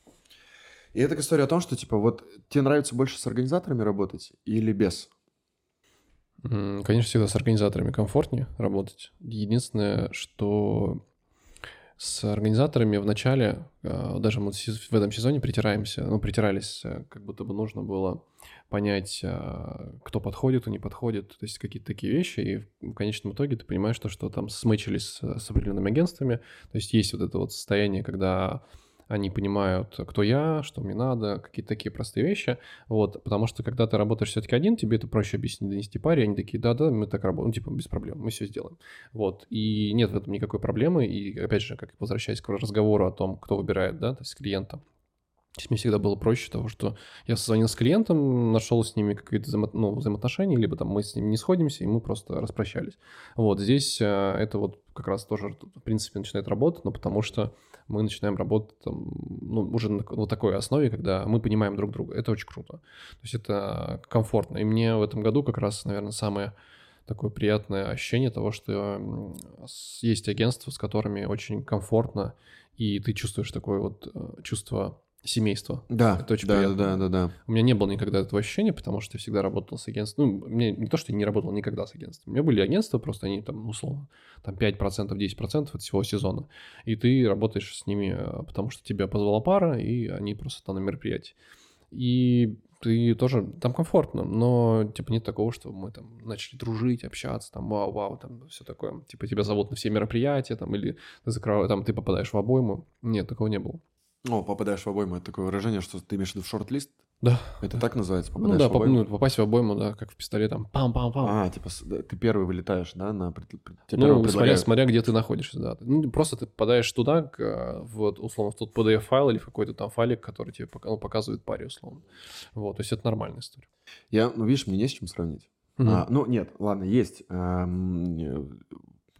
И это история о том, что, типа, вот тебе нравится больше с организаторами работать или без? Конечно, всегда с организаторами комфортнее работать. Единственное, что с организаторами в начале, даже мы в этом сезоне притираемся, ну, притирались, как будто бы нужно было понять, кто подходит, кто не подходит, то есть какие-то такие вещи, и в конечном итоге ты понимаешь, что, что там смычились с определенными агентствами, то есть есть вот это вот состояние, когда они понимают, кто я, что мне надо, какие-то такие простые вещи, вот, потому что когда ты работаешь все-таки один, тебе это проще объяснить, донести паре, они такие, да-да, мы так работаем, ну, типа, без проблем, мы все сделаем, вот, и нет в этом никакой проблемы, и, опять же, как возвращаясь к разговору о том, кто выбирает, да, то есть клиента, здесь мне всегда было проще того, что я созвонил с клиентом, нашел с ними какие-то взаимо... ну, взаимоотношения, либо там мы с ними не сходимся, и мы просто распрощались. Вот здесь э, это вот как раз тоже, в принципе, начинает работать, но потому что мы начинаем работать там, ну, уже на вот такой основе, когда мы понимаем друг друга. Это очень круто. То есть это комфортно. И мне в этом году как раз, наверное, самое такое приятное ощущение того, что есть агентства, с которыми очень комфортно, и ты чувствуешь такое вот чувство семейства. Да, это очень да, приятно. да, да, да. У меня не было никогда этого ощущения, потому что я всегда работал с агентством. Ну, мне не то, что я не работал никогда с агентством. У меня были агентства, просто они там, условно, там пять процентов, десять процентов от всего сезона. И ты работаешь с ними, потому что тебя позвала пара, и они просто там на мероприятии. И ты тоже, там комфортно, но, типа, нет такого, что мы там начали дружить, общаться, там, вау-вау, там, все такое. Типа, тебя зовут на все мероприятия, там, или ты, закрываешь, там, ты попадаешь в обойму. Нет, такого не было. О, попадаешь в обойму, это такое выражение, что ты имеешь в виду в шорт-лист? Да. Это да. так называется? Попадаешь ну да, в обойму? Ну, попасть в обойму, да, как в пистолет, там, пам-пам-пам. А, типа, ты первый вылетаешь, да, на... Ну, смотря, смотря где ты находишься, да. Ну, просто ты попадаешь туда, к, вот, условно, в тот пи ди эф-файл или в какой-то там файлик, который тебе ну, показывает паре, условно. Вот, то есть это нормальная история. Я, ну, видишь, мне не с чем сравнить. Угу. А, ну, нет, ладно, есть.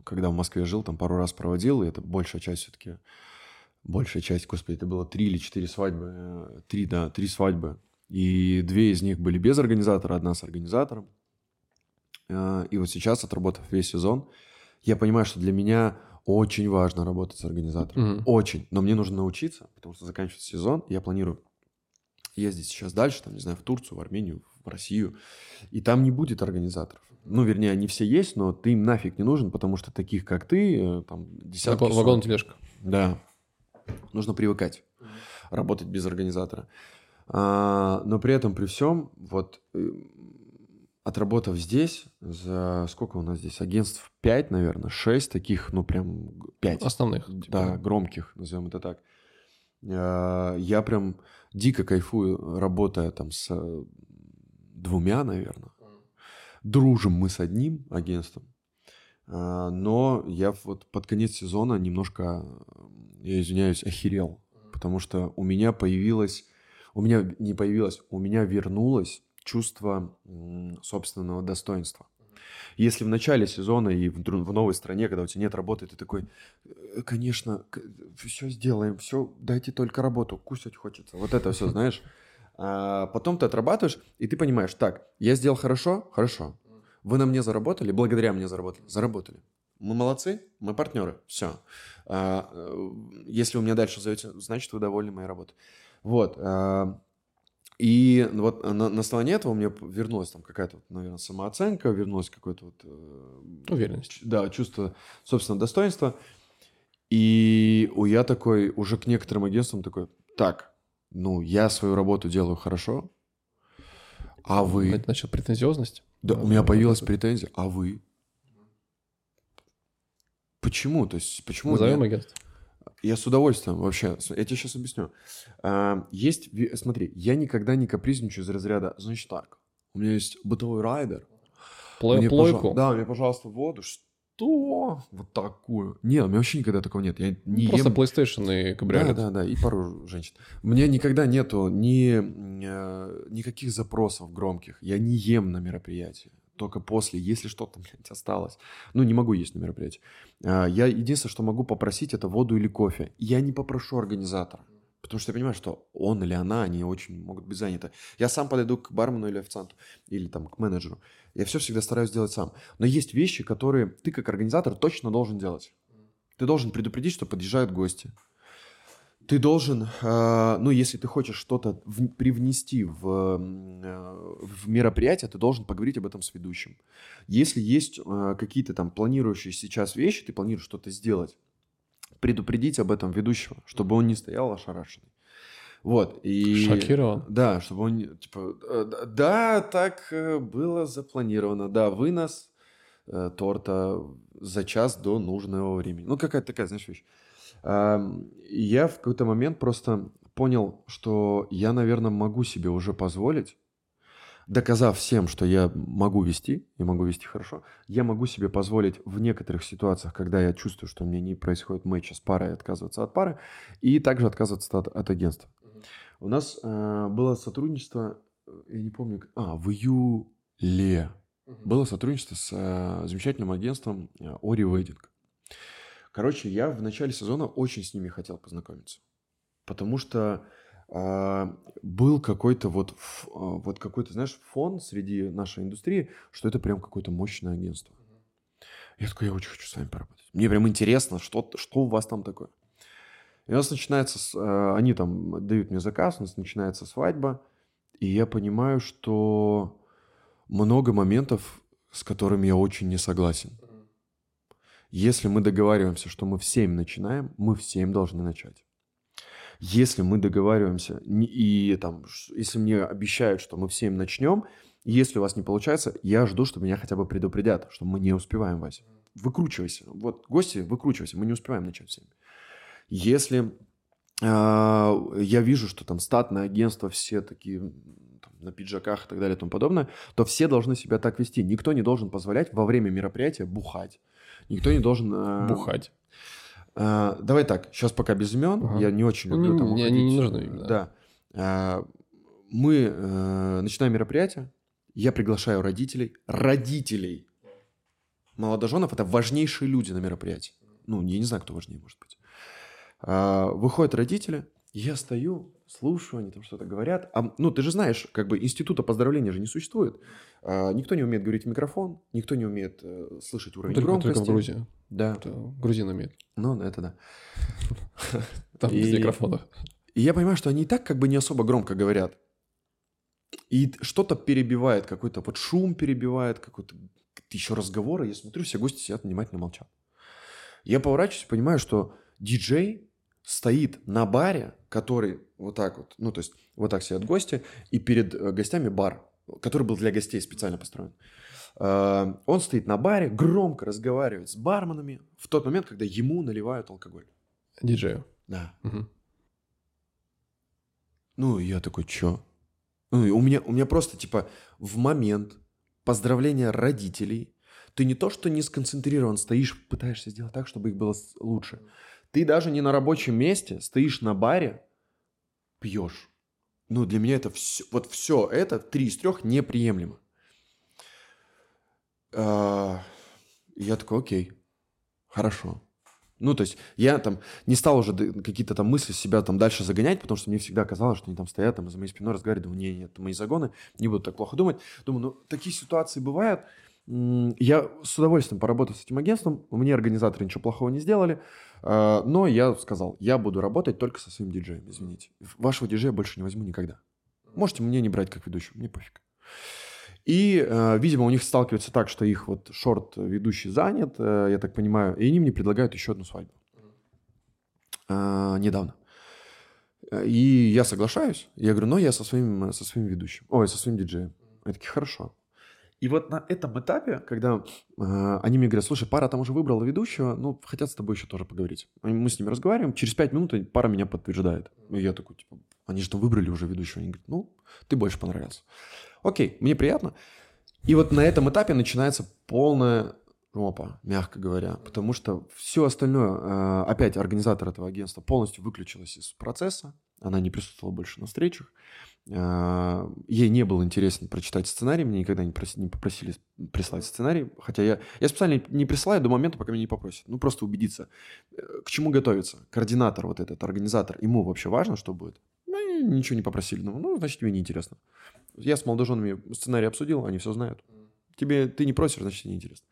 когда в Москве жил, там пару раз проводил, и это большая часть все-таки, большая часть, господи, это было три или четыре свадьбы, три, да, три свадьбы, и две из них были без организатора, одна с организатором. И вот сейчас, отработав весь сезон, я понимаю, что для меня очень важно работать с организатором. Mm-hmm. Очень. Но мне нужно научиться, потому что заканчивается сезон, и я планирую ездить сейчас дальше, там, не знаю, в Турцию, в Армению, в Россию, и там не будет организаторов. Ну, вернее, они все есть, но ты им нафиг не нужен, потому что таких, как ты, там, десятки... Вагон-тележка. Да. Нужно привыкать работать без организатора. А, но при этом, при всем, вот... Отработав здесь, за сколько у нас здесь? Агентств пять, наверное, шесть таких, ну, прям пять. Основных. Да, типа. громких, назовем это так. Я прям дико кайфую, работая там с двумя, наверное. Дружим мы с одним агентством. Но я вот под конец сезона немножко, я извиняюсь, охерел. Потому что у меня появилось... У меня не появилось, у меня вернулось чувство собственного достоинства. Если в начале сезона и в, в новой стране, когда у тебя нет работы, ты такой, конечно, все сделаем, все, дайте только работу, кусать хочется. Вот это все, знаешь. А потом ты отрабатываешь, и ты понимаешь, так, я сделал хорошо, хорошо. Вы на мне заработали, благодаря мне заработали, заработали. Мы молодцы, мы партнеры, все. А, если вы меня дальше зовете, значит, вы довольны моей работой. Вот. И вот на, на основании этого у меня вернулась там какая-то, наверное, самооценка, вернулась какое-то вот... Уверенность. Да, чувство собственного достоинства. И я такой, уже к некоторым агентствам такой, так, ну, я свою работу делаю хорошо, а вы... Это значит претензиозность? Да, у меня появилась претензия, а вы? Почему? То есть, почему... Назовем нет? агентство. Я с удовольствием вообще. Я тебе сейчас объясню. А, есть, смотри, я никогда не капризничаю из разряда, значит так, у меня есть бытовой райдер. Плой, мне, плойку? Пожалуйста, да, мне, пожалуйста, воду. Что? Вот такую. Нет, у меня вообще никогда такого нет. Я не Просто ем... PlayStation и кабриолет. Да, да, да, и пару женщин. У меня никогда нету ни, э, никаких запросов громких. Я не ем на мероприятии. Только после, если что-то, блядь, осталось. Ну, не могу есть на мероприятии. Я единственное, что могу попросить, это воду или кофе. Я не попрошу организатора. Потому что я понимаю, что он или она, они очень могут быть заняты. Я сам подойду к бармену или официанту, или там к менеджеру. Я все всегда стараюсь делать сам. Но есть вещи, которые ты как организатор точно должен делать. Ты должен предупредить, что подъезжают гости. Ты должен, э, ну, если ты хочешь что-то в, привнести в, э, в мероприятие, ты должен поговорить об этом с ведущим. Если есть э, какие-то там планирующие сейчас вещи, ты планируешь что-то сделать, предупредить об этом ведущего, чтобы он не стоял ошарашенный. Вот. И, шокирован. Да, чтобы он, типа, э, да, так э, было запланировано, да, вынос э, торта за час до нужного времени. Ну, какая-то такая, знаешь, вещь. Я в какой-то момент просто понял, что я, наверное, могу себе уже позволить, доказав всем, что я могу вести, и могу вести хорошо, я могу себе позволить в некоторых ситуациях, когда я чувствую, что у меня не происходит матча с парой, отказываться от пары, и также отказываться от, от агентства. Mm-hmm. У нас э, было сотрудничество, я не помню, а, в июле mm-hmm. было сотрудничество с э, замечательным агентством Ori Wedding. Короче, я в начале сезона очень с ними хотел познакомиться, потому что э, был какой-то вот, ф, вот какой-то, знаешь, фон среди нашей индустрии, что это прям какое-то мощное агентство. Я такой, я очень хочу с вами поработать. Мне прям интересно, что, что у вас там такое. И у нас начинается, с, э, они там дают мне заказ, у нас начинается свадьба, и я понимаю, что много моментов, с которыми я очень не согласен. Если мы договариваемся, что мы в семь начинаем, мы в семь должны начать. Если мы договариваемся, и там, если мне обещают, что мы в семь начнем, если у вас не получается, я жду, что меня хотя бы предупредят, что мы не успеваем, Вася. Выкручивайся. Вот, гости, выкручивайся, мы не успеваем начать в семь. Если э, я вижу, что там статное агентство, все такие там, на пиджаках и так далее и тому подобное, то все должны себя так вести. Никто не должен позволять во время мероприятия бухать. Никто не должен... Э, Бухать. Э, давай так, сейчас пока без имен, ага. Я не очень люблю не, там уходить. Они не нужны имена. Да. Э, мы э, начинаем мероприятие, я приглашаю родителей, родителей молодоженов — это важнейшие люди на мероприятии. Ну, я не знаю, кто важнее может быть. А, выходят родители, я стою, слушаю, они там что-то говорят. А, ну, ты же знаешь, как бы института поздравления же не существует. А, никто не умеет говорить в микрофон, никто не умеет э, слышать уровень только, громкости. Только в Грузии. Да. Это грузин умеет. Ну, это да. Там без микрофона. И я понимаю, что они и так как бы не особо громко говорят. И что-то перебивает, какой-то вот шум перебивает, какой-то еще разговоры. Я смотрю, все гости сидят, внимательно молчат. Я поворачиваюсь и понимаю, что диджей стоит на баре, который вот так вот, ну, то есть вот так сидят гости, и перед гостями бар, который был для гостей специально построен. Он стоит на баре, громко разговаривает с барменами в тот момент, когда ему наливают алкоголь. Диджею? Да. Угу. Ну, я такой, чё? Ну, у меня, у меня просто, типа, в момент поздравления родителей ты не то, что не сконцентрирован, стоишь, пытаешься сделать так, чтобы их было лучше. Ты даже не на рабочем месте, стоишь на баре, пьешь. Ну, для меня это все, вот все это, три из трех, неприемлемо. А, я такой, окей, хорошо. Ну, то есть я там не стал уже какие-то там мысли себя там дальше загонять, потому что мне всегда казалось, что они там стоят, там за моей спиной разговаривают. Думаю, нет, нет, это мои загоны, не буду так плохо думать. Думаю, ну, такие ситуации бывают. Я с удовольствием поработал с этим агентством, мне организаторы ничего плохого не сделали, но я сказал, я буду работать только со своим диджеем, извините. Вашего диджея больше не возьму никогда. Можете мне не брать как ведущего, мне пофиг. И, видимо, у них сталкивается так, что их вот шорт-ведущий занят, я так понимаю, и они мне предлагают еще одну свадьбу. Недавно. И я соглашаюсь, я говорю, но я со своим, со своим ведущим, ой, со своим диджеем. Они такие, хорошо. И вот на этом этапе, когда э, они мне говорят, слушай, пара там уже выбрала ведущего, ну, хотят с тобой еще тоже поговорить. Мы с ними разговариваем, через пять минут пара меня подтверждает. И я такой, типа, они же там выбрали уже ведущего. Они говорят, ну, ты больше понравился. Окей, мне приятно. И вот на этом этапе начинается полная жопа, мягко говоря. Потому что все остальное, э, опять организатор этого агентства полностью выключилась из процесса. Она не присутствовала больше на встречах. Ей не было интересно прочитать сценарий, мне никогда не, проси, не попросили прислать сценарий, хотя я, я специально не присылаю до момента, пока меня не попросят. Ну, просто убедиться, к чему готовиться. Координатор вот этот, организатор, ему вообще важно, что будет? Ну, ничего не попросили. Ну, ну, значит, тебе неинтересно. Я с молодоженами сценарий обсудил, они все знают. Тебе, ты не просишь, значит, тебе неинтересно.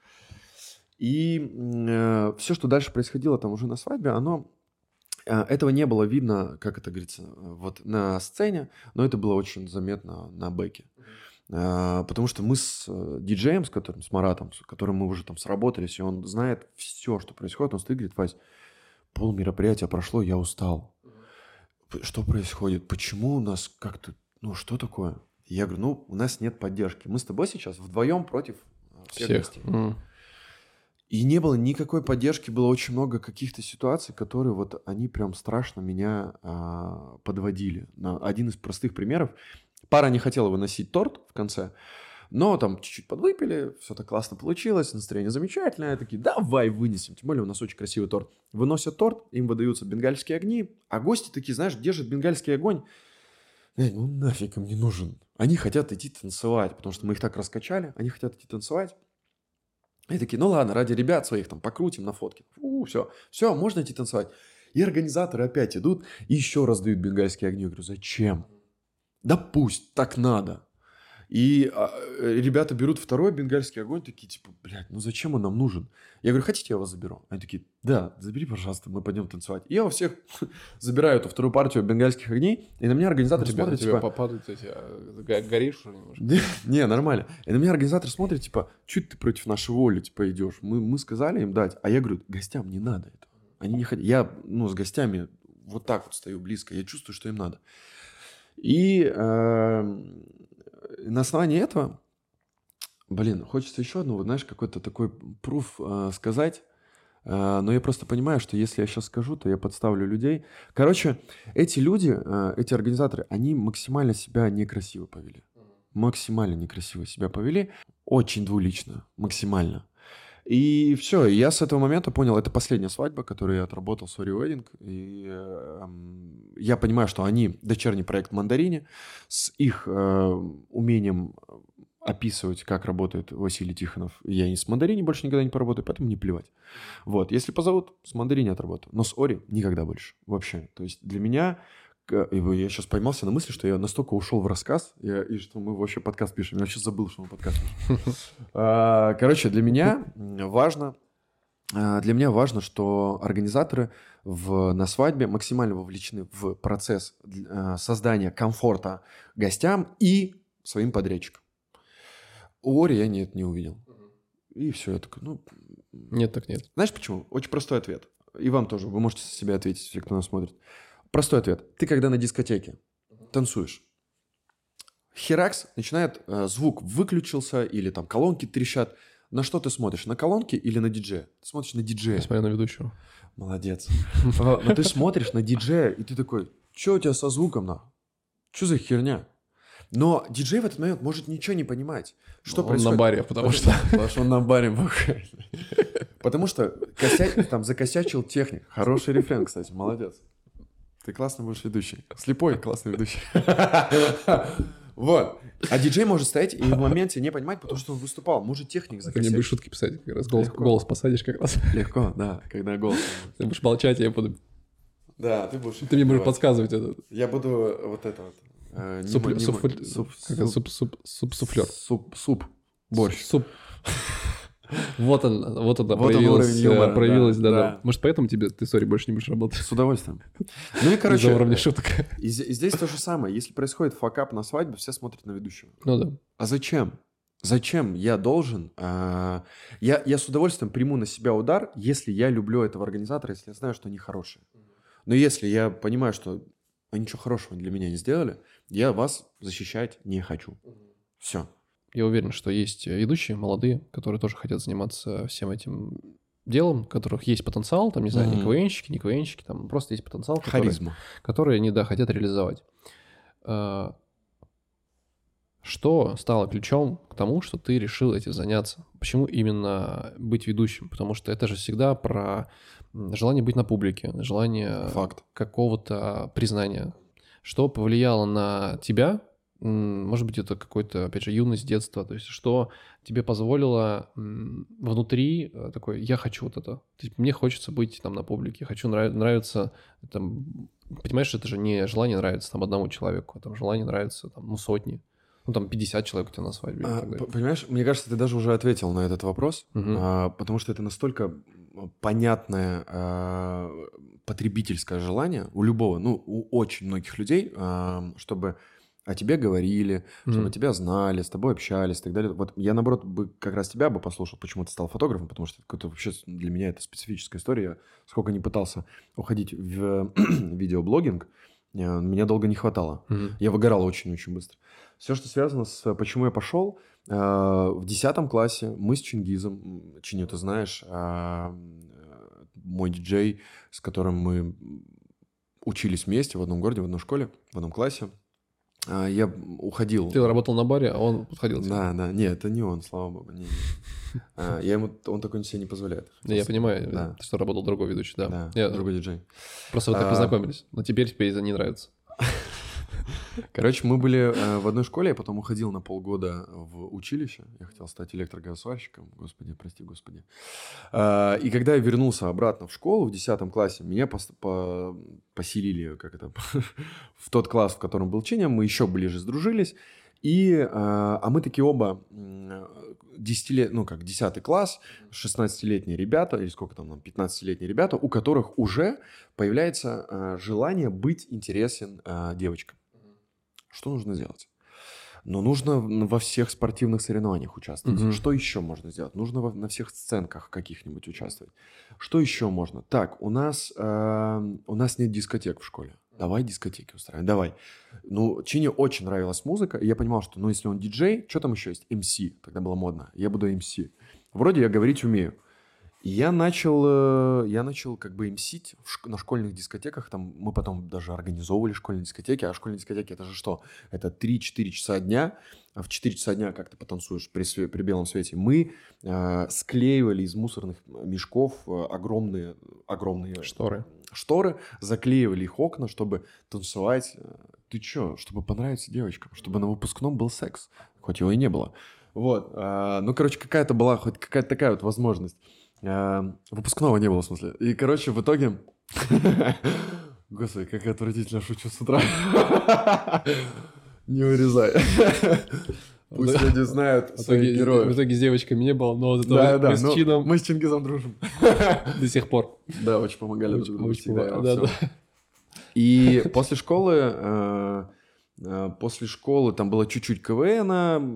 И э, все, что дальше происходило там уже на свадьбе, оно... Этого не было видно, как это говорится, вот на сцене, но это было очень заметно на бэке. Mm-hmm. Потому что мы с диджеем, с которым, с Маратом, с которым мы уже там сработались, и он знает все, что происходит, он стоит и говорит, Вась, пол мероприятия прошло, я устал. Mm-hmm. Что происходит? Почему у нас как-то, ну что такое? Я говорю, ну у нас нет поддержки. Мы с тобой сейчас вдвоем против всех, всех. гостей. Mm-hmm. И не было никакой поддержки, было очень много каких-то ситуаций, которые вот они прям страшно меня а, подводили. На один из простых примеров. Пара не хотела выносить торт в конце, но там чуть-чуть подвыпили, все так классно получилось, настроение замечательное. Такие, давай вынесем, тем более у нас очень красивый торт. Выносят торт, им выдаются бенгальские огни, а гости такие, знаешь, держат бенгальский огонь. Эй, ну нафиг им не нужен. Они хотят идти танцевать, потому что мы их так раскачали, они хотят идти танцевать. И такие, ну ладно, ради ребят своих там покрутим на фотке. Фу, все, все, можно идти танцевать. И организаторы опять идут и еще раз дают бенгальские огни. Я говорю, зачем? Да пусть, так надо. И а, ребята берут второй бенгальский огонь, такие типа, блядь, ну зачем он нам нужен? Я говорю, хотите, я вас заберу? Они такие, да, забери, пожалуйста, мы пойдем танцевать. И я у всех забираю эту вторую партию бенгальских огней, и на меня организатор тебя, смотрит, тебя типа... попадают эти, горишь уже немножко? Не, нормально. И на меня организатор смотрит, типа, чуть ты против нашей воли, типа, идешь? Мы, мы сказали им дать, а я говорю, гостям не надо этого. Они не хотят. Я, ну, с гостями вот так вот стою близко, я чувствую, что им надо. И э, на основании этого, блин, хочется еще одну, вот, знаешь, какой-то такой пруф э, сказать, э, но я просто понимаю, что если я сейчас скажу, то я подставлю людей. Короче, эти люди, э, эти организаторы, они максимально себя некрасиво повели. Максимально некрасиво себя повели. Очень двулично, максимально. И все, я с этого момента понял, это последняя свадьба, которую я отработал с Ori Wedding. И э, я понимаю, что они дочерний проект Мандарине с их э, умением описывать, как работает Василий Тихонов. Я и с Мандарине больше никогда не поработаю, поэтому не плевать. Вот, если позовут, с Мандарине отработаю. Но с Ори никогда больше. Вообще. То есть для меня... Я сейчас поймался на мысли, что я настолько ушел в рассказ, я, и что мы вообще подкаст пишем. Я сейчас забыл, что мы подкаст пишем. Короче, для меня важно... Для меня важно, что организаторы в, на свадьбе максимально вовлечены в процесс создания комфорта гостям и своим подрядчикам. У Ори я нет, не увидел. И все, я такой, ну... Нет, так нет. Знаешь почему? Очень простой ответ. И вам тоже, вы можете за себя ответить, все, кто нас смотрит. Простой ответ. Ты когда на дискотеке танцуешь, херакс, начинает э, звук выключился или там колонки трещат. На что ты смотришь? На колонки или на диджея? Ты смотришь на диджея. Я смотрю на ведущего. Молодец. Но ты смотришь на диджея, и ты такой, что у тебя со звуком, на? Что за херня? Но диджей в этот момент может ничего не понимать. Что он происходит? на баре, потому что... Потому что он на баре бухает. Потому что кося... там закосячил техник. Хороший рефрен, кстати, молодец. Ты классный будешь ведущий. Слепой классный ведущий. Вот. А диджей может стоять и в моменте не понимать, потому что он выступал. Может техник закосячить. Ты мне будешь шутки писать, как раз голос, голос посадишь как раз. Легко, да, когда голос. Ты будешь молчать, я буду... Да, ты будешь... Ты мне будешь подсказывать это. Я буду вот это вот... Суп-суфлер. Суп, суп, борщ. Суп. Вот он, вот это Вот проявилось, он юмора, проявилось, да, да, да. да. Может, поэтому тебе ты, сори, больше не будешь работать? С удовольствием. Ну и, короче... Из-за уровня шуток. И, и здесь то же самое. Если происходит факап на свадьбе, все смотрят на ведущего. Ну да. А зачем? Зачем я должен... А... Я, я с удовольствием приму на себя удар, если я люблю этого организатора, если я знаю, что они хорошие. Но если я понимаю, что они ничего хорошего для меня не сделали, я вас защищать не хочу. Все. Я уверен, что есть ведущие молодые, которые тоже хотят заниматься всем этим делом, у которых есть потенциал, там, не знаю, mm-hmm. не КВНщики, не КВНщики, там просто есть потенциал, который, который они, да, хотят реализовать. Что стало ключом к тому, что ты решил этим заняться? Почему именно быть ведущим? Потому что это же всегда про желание быть на публике, желание Факт. какого-то признания. Что повлияло на тебя? Может быть, это какой-то, опять же, юность, детство. То есть что тебе позволило внутри такой, я хочу вот это. То есть мне хочется быть там на публике, хочу нрав- нравиться... Там, понимаешь, это же не желание нравится там одному человеку, а там желание нравится там, ну, сотни. Ну, там пятьдесят человек у тебя на свадьбе. А, понимаешь, мне кажется, ты даже уже ответил на этот вопрос, угу. а, потому что это настолько понятное а, потребительское желание у любого, ну, у очень многих людей, а, чтобы о тебе говорили, mm-hmm. чтобы тебя знали, с тобой общались и так далее. Вот я, наоборот, бы как раз тебя бы послушал, почему ты стал фотографом, потому что это вообще для меня это специфическая история. Я сколько не пытался уходить в видеоблогинг, меня долго не хватало. Mm-hmm. Я выгорал очень-очень быстро. Все, что связано с почему я пошел, в десятом классе мы с Чингизом, Чиню, ты знаешь, мой диджей, с которым мы учились вместе в одном городе, в одной школе, в одном классе, я уходил. Ты работал на баре, а он подходил. Да, да. Нет, это не он, слава богу. Не, не. Я ему, он такой себе не позволяет. Да, я понимаю, да. что работал другой ведущий, да. Да, я... другой диджей. Просто вы так а... познакомились, но теперь тебе это не нравится. Короче, мы были э, в одной школе, я потом уходил на полгода в училище. Я хотел стать электрогазосварщиком. Господи, прости, господи. Э, и когда я вернулся обратно в школу в десятом классе, меня пос- по- поселили как это, в тот класс, в котором был Чиня. Мы еще ближе сдружились. И, э, а мы такие оба десятилет, ну как, десятый класс, шестнадцатилетние ребята, или сколько там, пятнадцатилетние ребята, у которых уже появляется э, желание быть интересен э, девочкам. Что нужно сделать? Ну, нужно во всех спортивных соревнованиях участвовать. Mm-hmm. Что еще можно сделать? Нужно во, на всех сценках каких-нибудь участвовать. Что еще можно? Так, у нас, э, у нас нет дискотек в школе. Давай дискотеки устраиваем, давай. Ну, Чине очень нравилась музыка, и я понимал, что, ну, если он диджей, что там еще есть? эм си, тогда было модно. Я буду эм си. Вроде я говорить умею. И я начал, я начал как бы эмсить в, на школьных дискотеках. Там мы потом даже организовывали школьные дискотеки. А школьные дискотеки — это же что? Это три-четыре часа дня. А в четыре часа дня, как ты потанцуешь при, све- при белом свете, мы э, склеивали из мусорных мешков огромные, огромные шторы. шторы, заклеивали их окна, чтобы танцевать. Ты чё? Чтобы понравиться девочкам, чтобы на выпускном был секс. хоть его и не было. Вот, а, ну, короче, какая-то была, хоть какая-то такая вот возможность. А, выпускного не было, в смысле. И, короче, в итоге... Господи, как я отвратительно шучу с утра. Не вырезай. Пусть люди знают своих героев. В итоге с девочками не было, но зато да, да, мы с Чином... Мы с Чингизом дружим. До сих пор. Да, очень помогали друг другу всегда. Да, да. И после школы... После школы там было чуть-чуть КВНа,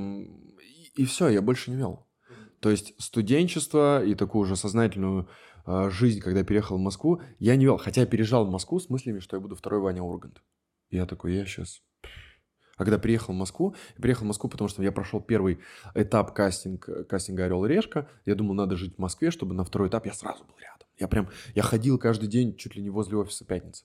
и все, я больше не вел. То есть студенчество и такую уже сознательную жизнь, когда я переехал в Москву, я не вел. Хотя я переезжал в Москву с мыслями, что я буду второй Ваня Ургант. Я такой, я сейчас... А когда приехал в Москву, я приехал в Москву, потому что я прошел первый этап кастинг, кастинга «Орел и решка». Я думал, надо жить в Москве, чтобы на второй этап я сразу был рядом. Я прям, я ходил каждый день чуть ли не возле офиса «Пятницы».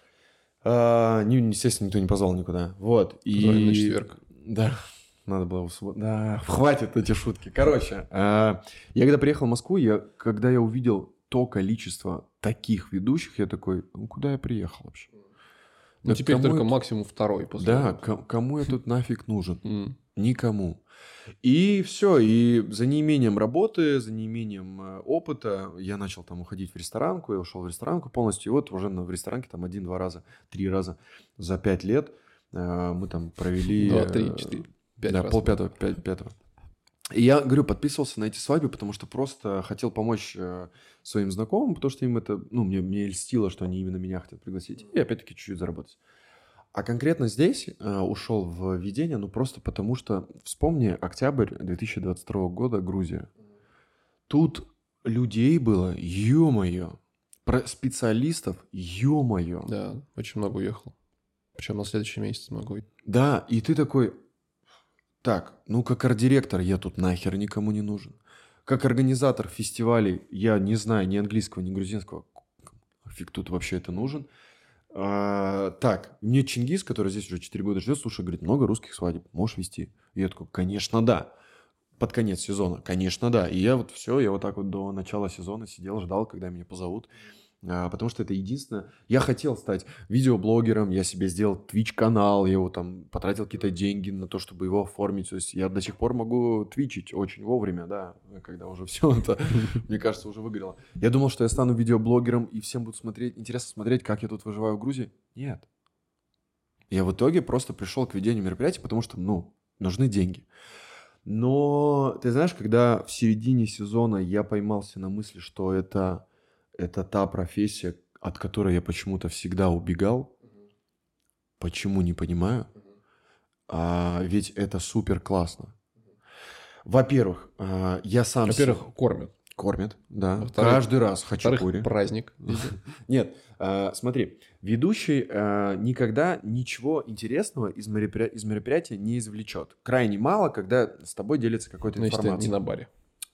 А, не, естественно, никто не позвал никуда. Вот. И... на четверг. Да. Надо было... Да, хватит эти шутки. Короче, а, я когда приехал в Москву, я, когда я увидел то количество таких ведущих, я такой, ну куда я приехал вообще? Ну, да теперь только это... максимум второй. После да, к- кому я тут нафиг нужен? Mm. Никому. И все, и за неимением работы, за неимением опыта я начал там уходить в ресторанку, я ушел в ресторанку полностью, и вот уже в ресторанке там один-два раза, три раза за пять лет мы там провели... Два, три, четыре, пять Да, раз. полпятого, пять, пятого. И я, говорю, подписывался на эти свадьбы, потому что просто хотел помочь э, своим знакомым, потому что им это, ну, мне, мне льстило, что они именно меня хотят пригласить. И опять-таки чуть-чуть заработать. А конкретно здесь э, ушел в ведение, ну, просто потому что, вспомни, октябрь две тысячи двадцать второго года, Грузия. Тут людей было, ё-моё, про специалистов, ё-моё. Да, очень много уехал. Причем на следующий месяц могу. Да, и ты такой... Так, ну как арт-директор я тут нахер никому не нужен. Как организатор фестивалей я не знаю ни английского, ни грузинского. Фиг тут вообще это нужен. А, так, мне Чингиз, который здесь уже четыре года живет, слушай, говорит, много русских свадеб, можешь вести? И я такой, конечно, да. Под конец сезона, конечно, да. И я вот все, я вот так вот до начала сезона сидел, ждал, когда меня позовут. А, потому что это единственное. Я хотел стать видеоблогером, я себе сделал Twitch-канал, я его там потратил какие-то деньги на то, чтобы его оформить. То есть я до сих пор могу твичить очень вовремя, да, когда уже все это, мне кажется, уже выгорело. Я думал, что я стану видеоблогером, и всем будет смотреть, интересно смотреть, как я тут выживаю в Грузии. Нет. Я в итоге просто пришел к ведению мероприятий, потому что, ну, нужны деньги. Но, ты знаешь, когда в середине сезона я поймался на мысли, что это... Это та профессия, от которой я почему-то всегда убегал. Почему, не понимаю. А, ведь это супер классно. Во-первых, я сам... Во-первых, с... кормят. Кормят, да. Во-вторых, каждый раз хачапури. Во-вторых, праздник. Нет, смотри, ведущий никогда ничего интересного из мероприятия не извлечет. Крайне мало, когда с тобой делится какой-то информацией. Значит, не на баре.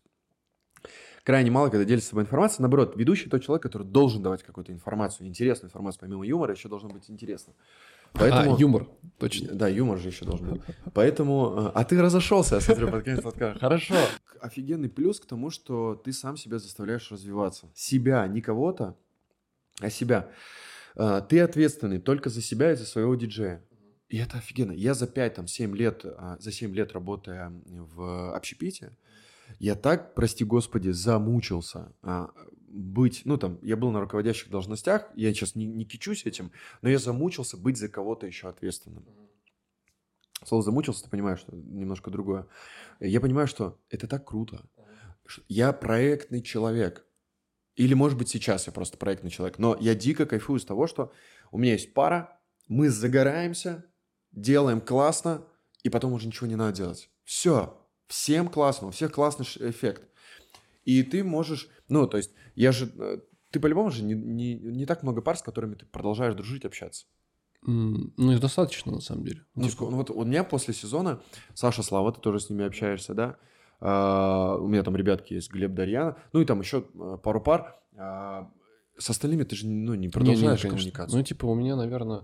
Крайне мало, когда делится с тобой информацией. Наоборот, ведущий тот человек, который должен давать какую-то информацию, интересную информацию. Помимо юмора еще должно быть интересно. Поэтому... А, юмор, точно. Да, юмор же еще должен быть. Поэтому... А ты разошелся, я смотрю, под конец подкаста. Хорошо. Офигенный плюс к тому, что ты сам себя заставляешь развиваться. Себя, не кого-то, а себя. Ты ответственный только за себя и за своего диджея. И это офигенно. Я за пять, там, семь лет, за семь лет работая в общепите, я так, прости господи, замучился а, быть, ну там, я был на руководящих должностях, я сейчас не, не кичусь этим, но я замучился быть за кого-то еще ответственным. Слово замучился, ты понимаешь, что немножко другое. Я понимаю, что это так круто. Я проектный человек. Или, может быть, сейчас я просто проектный человек, но я дико кайфую с того, что у меня есть пара, мы загораемся, делаем классно, и потом уже ничего не надо делать. Все. Всем классно, у всех классный эффект. И ты можешь... Ну, то есть, я же... Ты по-любому же не, не, не так много пар, с которыми ты продолжаешь дружить, общаться. Mm, ну, и достаточно, на самом деле. Ну, типа... ну, вот у меня после сезона... Саша, Слава, ты тоже с ними общаешься, да? А, у меня там ребятки есть, Глеб, Дарьяна. Ну, и там еще пару пар. А, с остальными ты же ну, не продолжаешь не, не, коммуникацию. Ну, типа, у меня, наверное...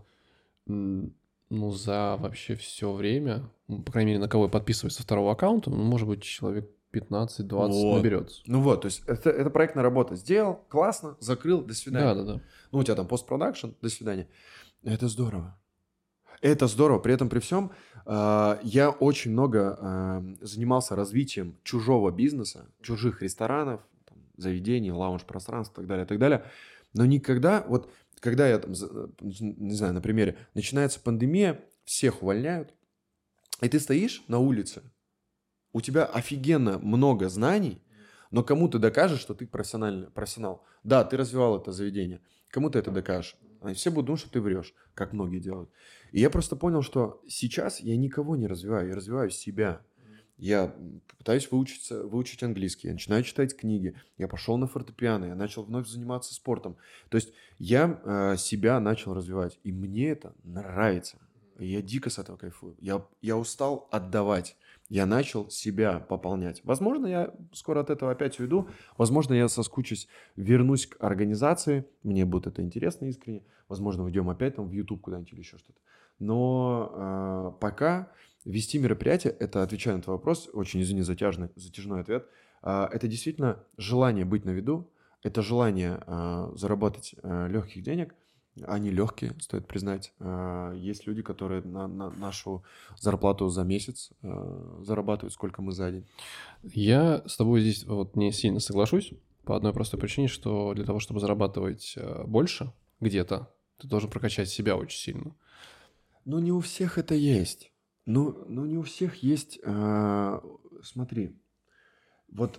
Ну, за вообще все время, по крайней мере, на кого я подписываюсь со второго аккаунта, ну, может быть, человек пятнадцать-двадцать вот. наберется. Ну вот, то есть это, это проектная работа. Сделал, классно, закрыл, до свидания. Да, да, да. Ну, у тебя там постпродакшн, до свидания. Это здорово. Это здорово. При этом, при всем, Я очень много занимался развитием чужого бизнеса, чужих ресторанов, там, заведений, лаунж-пространств и так далее, и так далее. Но никогда, вот когда я там, не знаю, на примере, начинается пандемия, всех увольняют, и ты стоишь на улице, у тебя офигенно много знаний, но кому ты докажешь, что ты профессиональный, профессионал? Да, ты развивал это заведение. Кому ты это докажешь? Они все будут думать, что ты врешь, как многие делают. И я просто понял, что сейчас я никого не развиваю, я развиваю себя. Я пытаюсь выучиться, выучить английский, я начинаю читать книги, я пошел на фортепиано, я начал вновь заниматься спортом. То есть я э, себя начал развивать, и мне это нравится. Я дико с этого кайфую. Я, я устал отдавать. Я начал себя пополнять. Возможно, я скоро от этого опять уйду. Возможно, я соскучусь, вернусь к организации. Мне будет это интересно искренне. Возможно, уйдем опять там в YouTube куда-нибудь или еще что-то. Но э, пока вести мероприятие, это, отвечая на твой вопрос, очень, извини, затяжный, затяжной ответ, э, это действительно желание быть на виду, это желание э, заработать э, легких денег. Они легкие, стоит признать. Есть люди, которые на, на нашу зарплату за месяц зарабатывают, сколько мы за день. Я с тобой здесь вот не сильно соглашусь по одной простой причине, что для того, чтобы зарабатывать больше где-то, ты должен прокачать себя очень сильно. Ну, не у всех это есть. Ну, ну не у всех есть... Э, смотри, вот...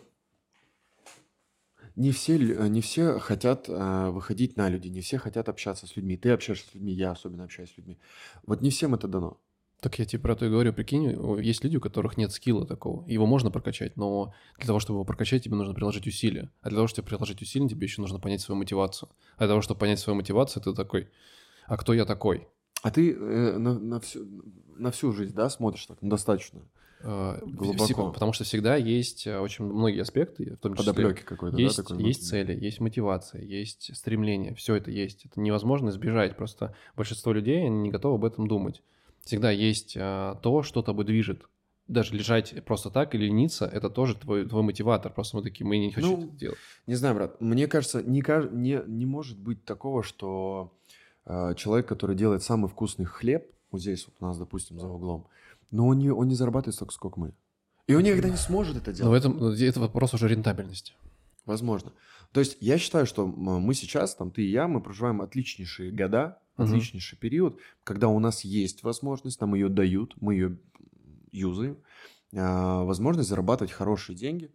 Не все, не все хотят э, выходить на люди, не все хотят общаться с людьми. Ты общаешься с людьми, я особенно общаюсь с людьми. Вот не всем это дано. Так я тебе про то и говорю, прикинь, есть люди, у которых нет скилла такого. Его можно прокачать, но для того, чтобы его прокачать, тебе нужно приложить усилия. А для того, чтобы приложить усилия, тебе еще нужно понять свою мотивацию. А для того, чтобы понять свою мотивацию, ты такой, а кто я такой? А ты э, на, на, всю, на всю жизнь, да, смотришь так, ну, достаточно э, глубоко? Потому что всегда есть очень многие аспекты, в том числе... Подоплеки какой-то, есть, да? Такой есть цели, есть мотивация, есть стремление, все это есть. Это невозможно избежать, просто большинство людей они не готовы об этом думать. Всегда есть а, то, что тобой движет. Даже лежать просто так или лениться, это тоже твой, твой мотиватор. Просто мы такие, мы не хотим ну, это делать. Не знаю, брат, мне кажется, не, не, не может быть такого, что... Человек, который делает самый вкусный хлеб, вот здесь вот у нас, допустим, за углом, но он не, он не зарабатывает столько, сколько мы. И он никогда не сможет это делать. Но в этом, это вопрос уже рентабельности. Возможно. То есть я считаю, что мы сейчас, там, ты и я, мы проживаем отличнейшие года, отличнейший uh-huh. период, когда у нас есть возможность, нам ее дают, мы ее юзаем, возможность зарабатывать хорошие деньги.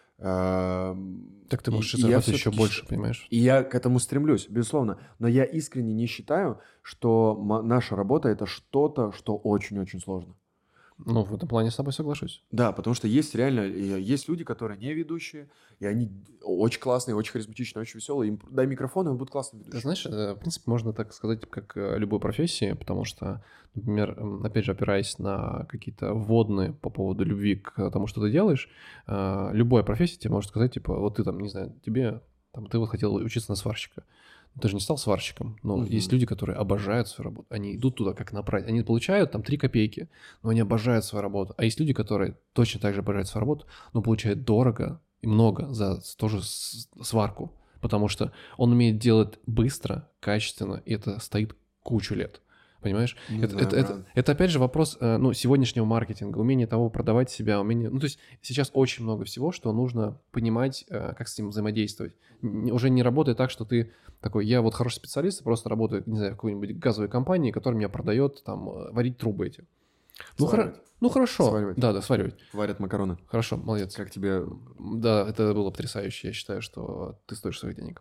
Так ты можешь и, зарабатывать еще больше, понимаешь? И я к этому стремлюсь, безусловно. Но я искренне не считаю, что наша работа – это что-то, что очень-очень сложно. Ну, в этом плане с тобой соглашусь. Да, потому что есть реально, есть люди, которые не ведущие, и они очень классные, очень харизматичные, очень веселые. Им дай микрофон, и он будет классным ведущим. Ты знаешь, в принципе, можно так сказать, как любой профессии, потому что, например, опять же, опираясь на какие-то вводные по поводу любви к тому, что ты делаешь, любая профессия тебе может сказать, типа, вот ты там, не знаю, тебе, там, ты вот хотел учиться на сварщика. Ты же не стал сварщиком, но угу. есть люди, которые обожают свою работу. Они идут туда как на праздник. Они получают там три копейки, но они обожают свою работу. А есть люди, которые точно так же обожают свою работу, но получают дорого и много за тоже сварку. Потому что он умеет делать быстро, качественно, и это стоит кучу лет. Понимаешь? Это, знаю, это, это, это опять же вопрос ну, сегодняшнего маркетинга, умение того продавать себя, умение... Ну, то есть сейчас очень много всего, что нужно понимать, как с этим взаимодействовать. Уже не работает так, что ты такой, я вот хороший специалист, просто работаю, не знаю, в какой-нибудь газовой компании, которая меня продает, там, варить трубы эти. Ну, хор... ну хорошо. Сваривать. Да, да, сваривать. Варят макароны. Хорошо, молодец. Как тебе... Да, это было потрясающе. Я считаю, что ты стоишь своих денег.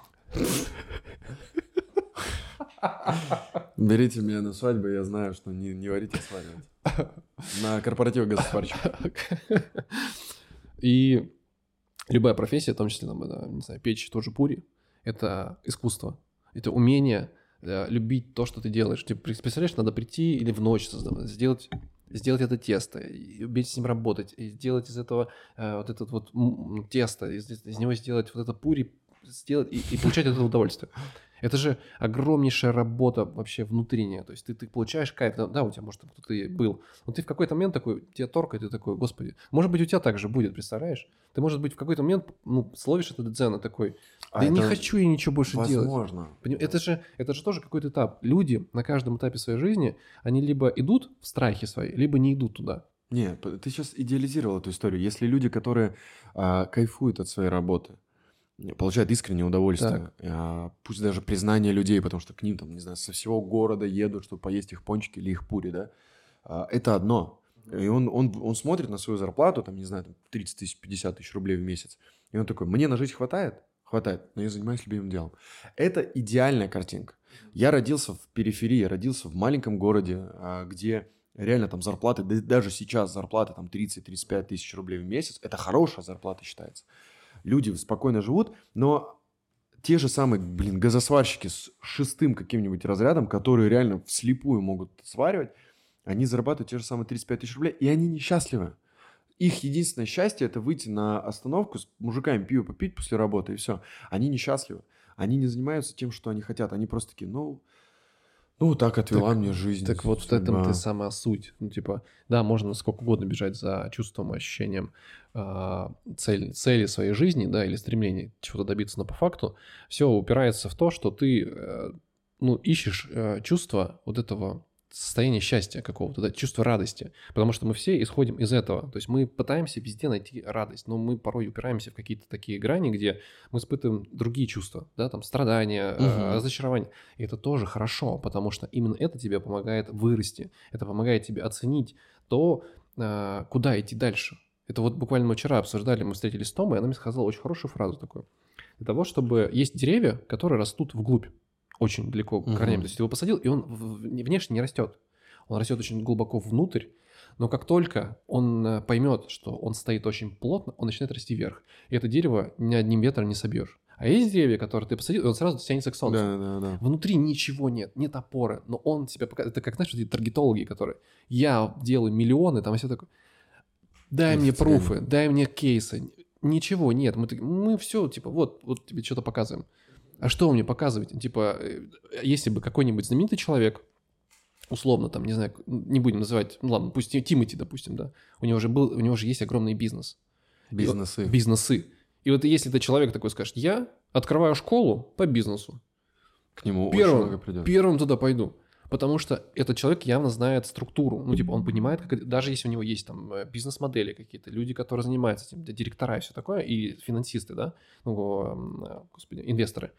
Берите меня на свадьбу, я знаю, что не, не варите, а сваривать. На корпоративе газосварщика. И любая профессия, в том числе, там, не знаю, печь тот же пури, это искусство. Это умение любить то, что ты делаешь. Ты представляешь, надо прийти или в ночь сделать, сделать это тесто, и уметь с ним работать, и сделать из этого э, вот это вот тесто, из, из него сделать вот это пури, сделать и, и получать это удовольствие. Это же огромнейшая работа вообще внутренняя. То есть ты, ты получаешь кайф. Да, да, у тебя, может, кто-то и был. Но ты в какой-то момент такой, тебя торкает, и ты такой, господи. Может быть, у тебя так же будет, представляешь? Ты, может быть, в какой-то момент ну, словишь этот дзен и такой, да а не хочу я ничего больше возможно. делать. Возможно. Это же, это же тоже какой-то этап. Люди на каждом этапе своей жизни, они либо идут в страхе свои, либо не идут туда. Не, ты сейчас идеализировал эту историю. Если люди, которые а, кайфуют от своей работы, получают искреннее удовольствие, а, пусть даже признание людей, потому что к ним, там, не знаю, со всего города едут, чтобы поесть их пончики или их пури, да, а, это одно. И он, он, он смотрит на свою зарплату, там, не знаю, там, тридцать тысяч, пятьдесят тысяч рублей в месяц, и он такой, мне на жизнь хватает? Хватает, но я занимаюсь любимым делом. Это идеальная картинка. Я родился в периферии, я родился в маленьком городе, где реально там зарплаты, даже сейчас зарплаты там тридцать-тридцать пять тысяч рублей в месяц, это хорошая зарплата считается. Люди спокойно живут, но те же самые, блин, газосварщики с шестым каким-нибудь разрядом, которые реально вслепую могут сваривать, они зарабатывают те же самые тридцать пять тысяч рублей, и они несчастливы. Их единственное счастье – это выйти на остановку с мужиками пиво попить после работы, и все. Они несчастливы. Они не занимаются тем, что они хотят. Они просто такие, ну... Ну, так отвела так, мне жизнь. Так вот в этом ты самая суть. Ну, типа, да, можно сколько угодно бежать за чувством, ощущением э, цель, цели своей жизни, да, или стремления чего-то добиться, но по факту все упирается в то, что ты, э, ну, ищешь э, чувство вот этого состояние счастья какого-то, да, чувство радости, потому что мы все исходим из этого, то есть мы пытаемся везде найти радость, но мы порой упираемся в какие-то такие грани, где мы испытываем другие чувства, да, там страдания, угу. э, разочарование, и это тоже хорошо, потому что именно это тебе помогает вырасти, это помогает тебе оценить то, э, куда идти дальше. Это вот буквально мы вчера обсуждали, мы встретились с Томой, и она мне сказала очень хорошую фразу такую, для того, чтобы есть деревья, которые растут вглубь, очень далеко uh-huh. корнями. То есть ты его посадил, и он внешне не растет. Он растет очень глубоко внутрь, но как только он поймет, что он стоит очень плотно, он начинает расти вверх. И это дерево ни одним ветром не собьешь. А есть деревья, которые ты посадил, и он сразу тянется к солнцу. Да, да, да. Внутри ничего нет, нет опоры, но он тебя показывает. Это как, знаешь, эти таргетологи, которые я делаю миллионы, там все такое. Дай мне пруфы, дай мне кейсы. Ничего нет. Мы, мы все, типа, вот, вот тебе что-то показываем. А что вы мне показываете? Типа, если бы какой-нибудь знаменитый человек, условно, там, не знаю, не будем называть, ну ладно, пусть Тимати, допустим, да, у него же был, у него же есть огромный бизнес. Бизнесы. И, бизнесы. И вот если ты человек такой скажет, я открываю школу по бизнесу. К нему первым, очень много придет. Первым туда пойду. Потому что этот человек явно знает структуру. Ну, типа, он понимает, как, даже если у него есть там бизнес-модели какие-то, люди, которые занимаются этим, директора и все такое, и финансисты, да, ну, господи, инвесторы.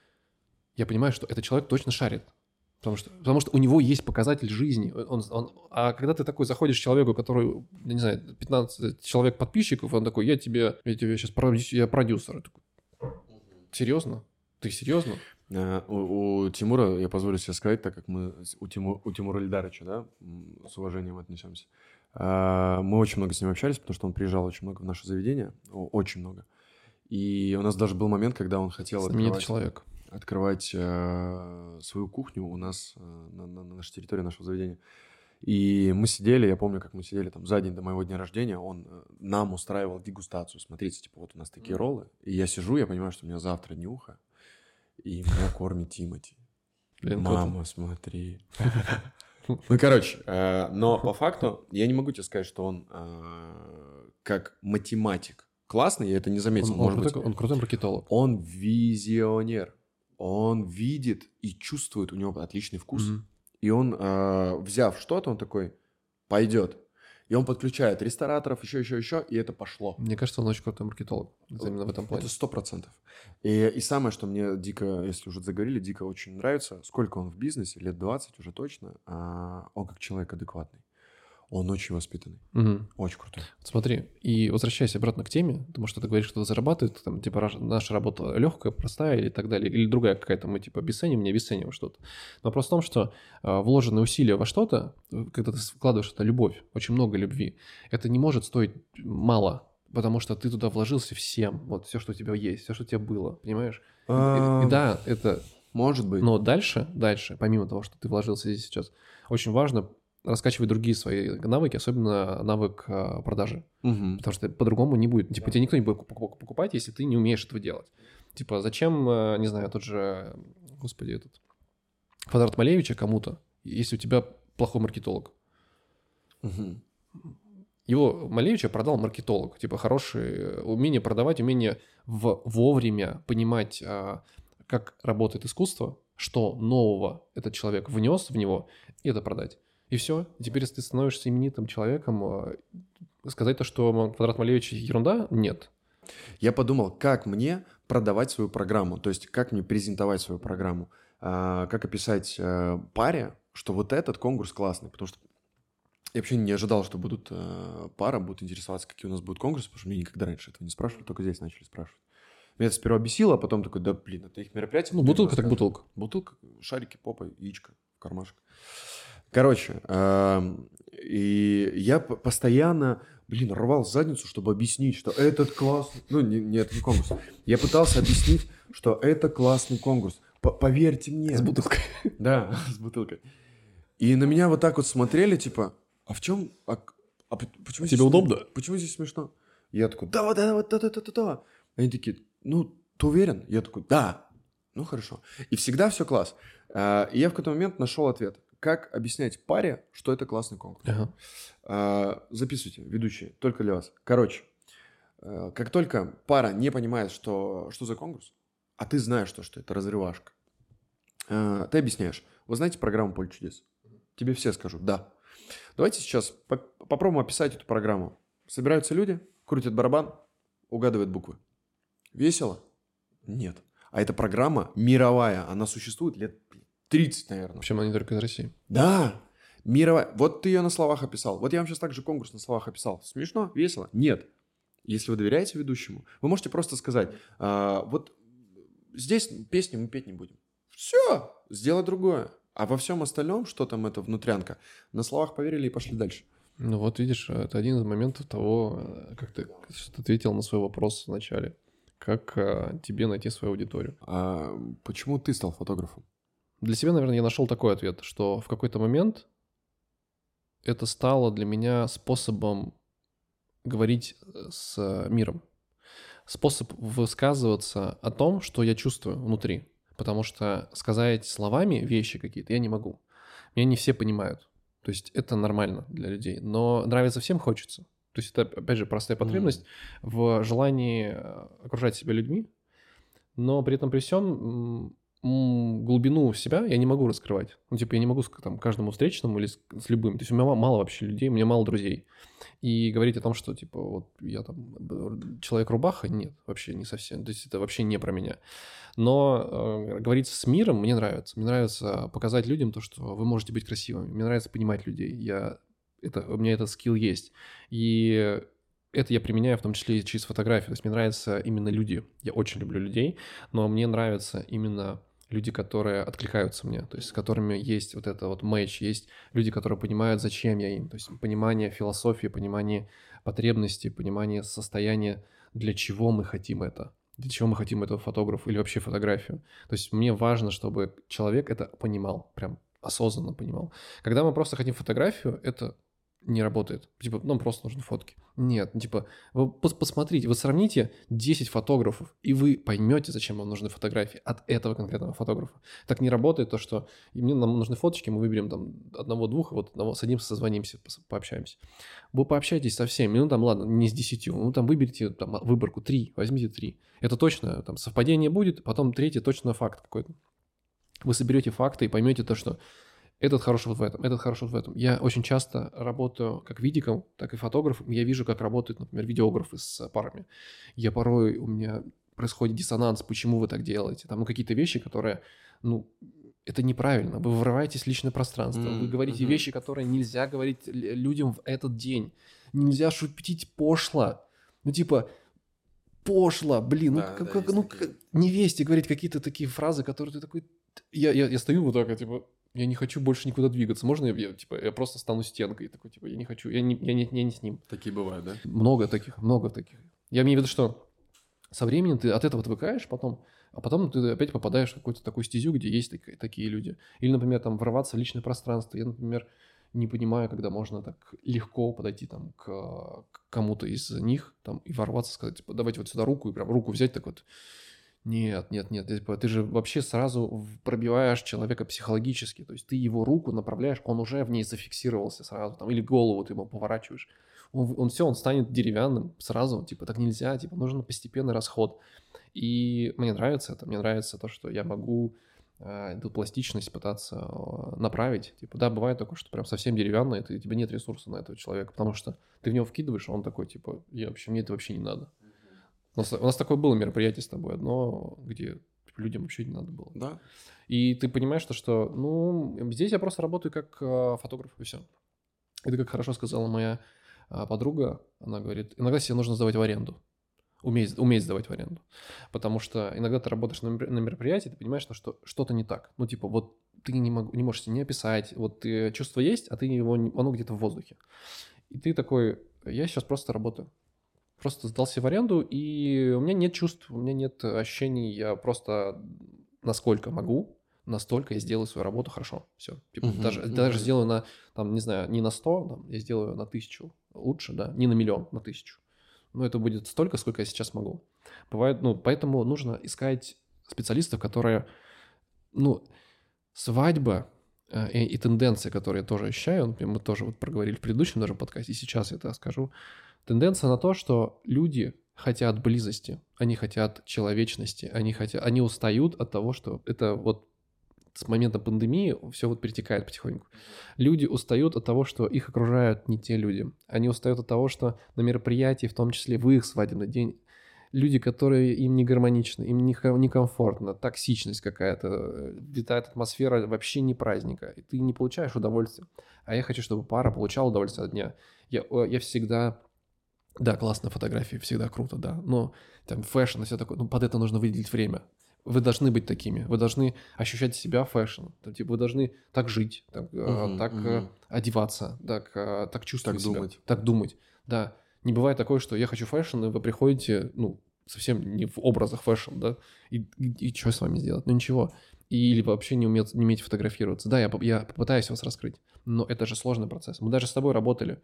Я понимаю, что этот человек точно шарит. Потому что, потому что у него есть показатель жизни. Он, он, а когда ты такой заходишь к человеку, который, я не знаю, пятнадцать человек подписчиков, он такой, я тебе, я тебе сейчас продюсер, я продюсер. Я такой, серьезно? Ты серьезно? Uh, у, у Тимура, я позволю себе сказать, так как мы у, Тиму, у Тимура Ильдаровича, да, с уважением отнесемся, uh, мы очень много с ним общались, потому что он приезжал очень много в наше заведение, очень много. И у нас даже был момент, когда он хотел открывать, человек. открывать uh, свою кухню у нас uh, на, на, на нашей территории нашего заведения. И мы сидели, я помню, как мы сидели там за день до моего дня рождения, он нам устраивал дегустацию. Смотрите, типа, вот у нас такие роллы. И я сижу, я понимаю, что у меня завтра днюха. И меня кормит Тимати. Блин, мама, круто. Смотри. Ну, короче, э, но по факту я не могу тебе сказать, что он э, как математик классный, я это не заметил. Он, может он, быть, крутой, он крутой маркетолог. Он визионер. Он видит и чувствует, у него отличный вкус. Mm-hmm. И он, э, взяв что-то, он такой, пойдет. И он подключает рестораторов, еще, еще, еще, и это пошло. Мне кажется, он очень крутой маркетолог. Это именно в этом плане. Это сто процентов. И, и самое, что мне дико, если уже заговорили, дико очень нравится, сколько он в бизнесе, лет двадцать уже точно, а он как человек адекватный. Он очень воспитанный. Угу. Очень крутой. Смотри, и возвращаясь обратно к теме, потому что ты говоришь, что зарабатывает, там, типа, наша работа легкая, простая или так далее, или другая какая-то, мы, типа, обесценим, не обесцениваем что-то. Но вопрос в том, что э, вложенные усилия во что-то, когда ты вкладываешь это любовь, очень много любви, это не может стоить мало, потому что ты туда вложился всем, вот, все, что у тебя есть, все, что у тебя было, понимаешь? И, и, и да, это... Может быть. Но дальше, дальше, помимо того, что ты вложился здесь сейчас, очень важно раскачивать другие свои навыки, особенно навык а, продажи. Угу. Потому что по-другому не будет. Типа, тебе никто не будет покупать, если ты не умеешь этого делать. Типа, зачем, не знаю, тот же господи, этот, Квадрат Малевича кому-то, если у тебя плохой маркетолог. Угу. Его Малевича продал маркетолог. Типа хорошее умение продавать, умение в, вовремя понимать, а, как работает искусство, что нового этот человек внес в него, и это продать. И все. Теперь, если ты становишься именитым человеком, а, сказать то, что Квадрат Малевича ерунда, нет. Я подумал, как мне продавать свою программу, то есть как мне презентовать свою программу, а, как описать а, паре, что вот этот конкурс классный, потому что я вообще не ожидал, что будут э, пара, будут интересоваться, какие у нас будут конкурсы, потому что мне никогда раньше этого не спрашивали, только здесь начали спрашивать. Меня это сперва бесило, а потом такой, да блин, это их мероприятие. Ну, бутылка так бутылка. Бутылка, шарики, попа, яичко, кармашек. Короче, э, и я постоянно, блин, рвал задницу, чтобы объяснить, что этот классный... Ну, не, не это не конкурс. Я пытался объяснить, что это классный конкурс. Поверьте мне. С бутылкой. Да, с бутылкой. И на меня вот так вот смотрели, типа... А в чем? А, а почему Тебе здесь, удобно? Почему здесь смешно? Я такой, да, да, да, да, да, да, да. Они такие, ну, ты уверен? Я такой, да. Ну, хорошо. И всегда все класс. А, и я в какой-то момент нашел ответ. Как объяснять паре, что это классный конкурс? Ага. А, записывайте, ведущие, только для вас. Короче, а, как только пара не понимает, что, что за конкурс, а ты знаешь, что, что это разрывашка, а, ты объясняешь. Вы знаете программу «Поле чудес»? Тебе все скажут, да. Давайте сейчас по- попробуем описать эту программу. Собираются люди, крутят барабан, угадывают буквы. Весело? Нет. А эта программа мировая, она существует лет тридцать, наверное. Причем она не только из России. Да, мировая. Вот ты ее на словах описал. Вот я вам сейчас также конкурс на словах описал. Смешно? Весело? Нет. Если вы доверяете ведущему, вы можете просто сказать, а, вот здесь песни мы петь не будем. Все, сделай другое. А во всем остальном, что там это внутрянка, на словах поверили и пошли дальше. Ну вот видишь, это один из моментов того, как ты, что ты ответил на свой вопрос в начале. Как а, тебе найти свою аудиторию? А почему ты стал фотографом? Для себя, наверное, я нашел такой ответ, что в какой-то момент это стало для меня способом говорить с миром. Способ высказываться о том, что я чувствую внутри. Потому что сказать словами вещи какие-то я не могу. Меня не все понимают. То есть это нормально для людей. Но нравится всем хочется. То есть это, опять же, простая потребность mm. в желании окружать себя людьми. Но при этом при всем глубину себя я не могу раскрывать. Ну, типа, я не могу там, каждому встречному или с, с любым. То есть у меня мало вообще людей, у меня мало друзей. И говорить о том, что, типа, вот я там человек-рубаха, нет, вообще не совсем. То есть это вообще не про меня. Но э, говорить с миром мне нравится. Мне нравится показать людям то, что вы можете быть красивыми. Мне нравится понимать людей. Я, это, у меня этот скилл есть. И это я применяю в том числе и через фотографию. То есть мне нравятся именно люди. Я очень люблю людей, но мне нравятся именно люди, которые откликаются мне, то есть с которыми есть вот это вот матч, есть люди, которые понимают, зачем я им, то есть понимание философии, понимание потребностей, понимание состояния, для чего мы хотим это, для чего мы хотим этого фотографа или вообще фотографию. То есть мне важно, чтобы человек это понимал, прям осознанно понимал. Когда мы просто хотим фотографию, это не работает. Типа, нам просто нужны фотки. Нет, ну, типа, вы посмотрите, вы сравните десять фотографов, и вы поймете, зачем вам нужны фотографии от этого конкретного фотографа. Так не работает то, что мне нам нужны фоточки, мы выберем там одного-двух, вот одного, садимся, созвонимся, пообщаемся. Вы пообщаетесь со всеми, ну там, ладно, не с десятью, ну там выберите там, выборку три, возьмите три. Это точно, там совпадение будет, потом третий точно факт какой-то. Вы соберете факты и поймете то, что этот хорош вот в этом, этот хорош вот в этом. Я очень часто работаю как видиком, так и фотографом. Я вижу, как работают, например, видеографы с парами. Я порой, у меня происходит диссонанс, почему вы так делаете. Там ну, какие-то вещи, которые, ну, это неправильно. Вы врываетесь в личное пространство. Mm-hmm. Вы говорите mm-hmm. вещи, которые нельзя говорить людям в этот день. Нельзя шутить пошло. Ну, типа, пошло, блин. Да, ну, да, как, ну как, невесте говорить какие-то такие фразы, которые ты такой... Я, я, я стою вот так, типа... Я не хочу больше никуда двигаться. Можно я, я, типа, я просто стану стенкой? Такой, типа, я не хочу, я не, я не, я не с ним. Такие бывают, да? Много таких, много таких. Я имею в виду, что со временем ты от этого отвыкаешь потом, а потом ты опять попадаешь в какую-то такую стезю, где есть такие, такие люди. Или, например, там ворваться в личное пространство. Я, например, не понимаю, когда можно так легко подойти там к, к кому-то из них там, и ворваться, сказать, типа, давайте вот сюда руку, и прям руку взять так вот. Нет, нет, нет, типа, ты же вообще сразу пробиваешь человека психологически, то есть ты его руку направляешь, он уже в ней зафиксировался сразу, там, или голову ты ему поворачиваешь, он, он все, он станет деревянным сразу, типа, так нельзя, типа, нужен постепенный расход. И мне нравится это, мне нравится то, что я могу э, эту пластичность пытаться э, направить. Типа, да, бывает такое, что прям совсем деревянное, и у тебя нет ресурса на этого человека, потому что ты в него вкидываешь, а он такой, типа, я вообще, мне это вообще не надо. У нас, у нас такое было мероприятие с тобой одно, где людям вообще не надо было. Да. И ты понимаешь, что, что ну, здесь я просто работаю как э, фотограф, и все. Это, как хорошо сказала моя э, подруга, она говорит, иногда себе нужно сдавать в аренду. Уметь, уметь сдавать в аренду. Потому что иногда ты работаешь на, на мероприятии, ты понимаешь, что что-то не так. Ну, типа, вот ты не, мог, не можешь себе не описать, вот ты, чувство есть, а ты его, не, оно где-то в воздухе. И ты такой, я сейчас просто работаю. Просто сдался в аренду, и у меня нет чувств, у меня нет ощущений, я просто насколько могу, настолько я сделаю свою работу хорошо. Все. Типа, uh-huh, даже, uh-huh. даже сделаю на, там, не знаю, не на сто, там, я сделаю на тысячу лучше, да, не на миллион, на тысячу. Но это будет столько, сколько я сейчас могу. Бывает, ну, поэтому нужно искать специалистов, которые, ну, свадьба э, и, и тенденции, которые я тоже ощущаю, например, мы тоже вот проговорили в предыдущем даже подкасте, и сейчас я это скажу, тенденция на то, что люди хотят близости, они хотят человечности, они хотят, они устают от того, что это вот с момента пандемии все вот перетекает потихоньку. Люди устают от того, что их окружают не те люди. Они устают от того, что на мероприятии, в том числе в их свадебный день, люди, которые им не гармоничны, им некомфортно, токсичность какая-то, витает атмосфера вообще не праздника, и ты не получаешь удовольствия. А я хочу, чтобы пара получала удовольствие от дня. Я, я всегда... Да, классная фотография, всегда круто, да, но там фэшн и все такое, ну под это нужно выделить время. Вы должны быть такими, вы должны ощущать себя фэшн, там, типа, вы должны так жить, так, uh-huh, так uh-huh. одеваться, так, так чувствовать так себя, думать. так думать. Да, не бывает такое, что я хочу фэшн, и вы приходите, ну, совсем не в образах фэшн, да, и, и, и что с вами сделать? Ну ничего. И, или вообще не, уметь, не уметь фотографироваться. Да, я, я попытаюсь вас раскрыть, но это же сложный процесс. Мы даже с тобой работали.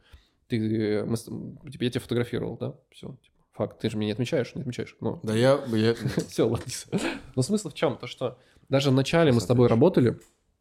Ты, мы, типа, я тебя фотографировал, да, все, типа, факт, ты же меня не отмечаешь, не отмечаешь, ну. Да я... я... Все, ладно. Но смысл в чем? То, что даже в начале мы с тобой работали,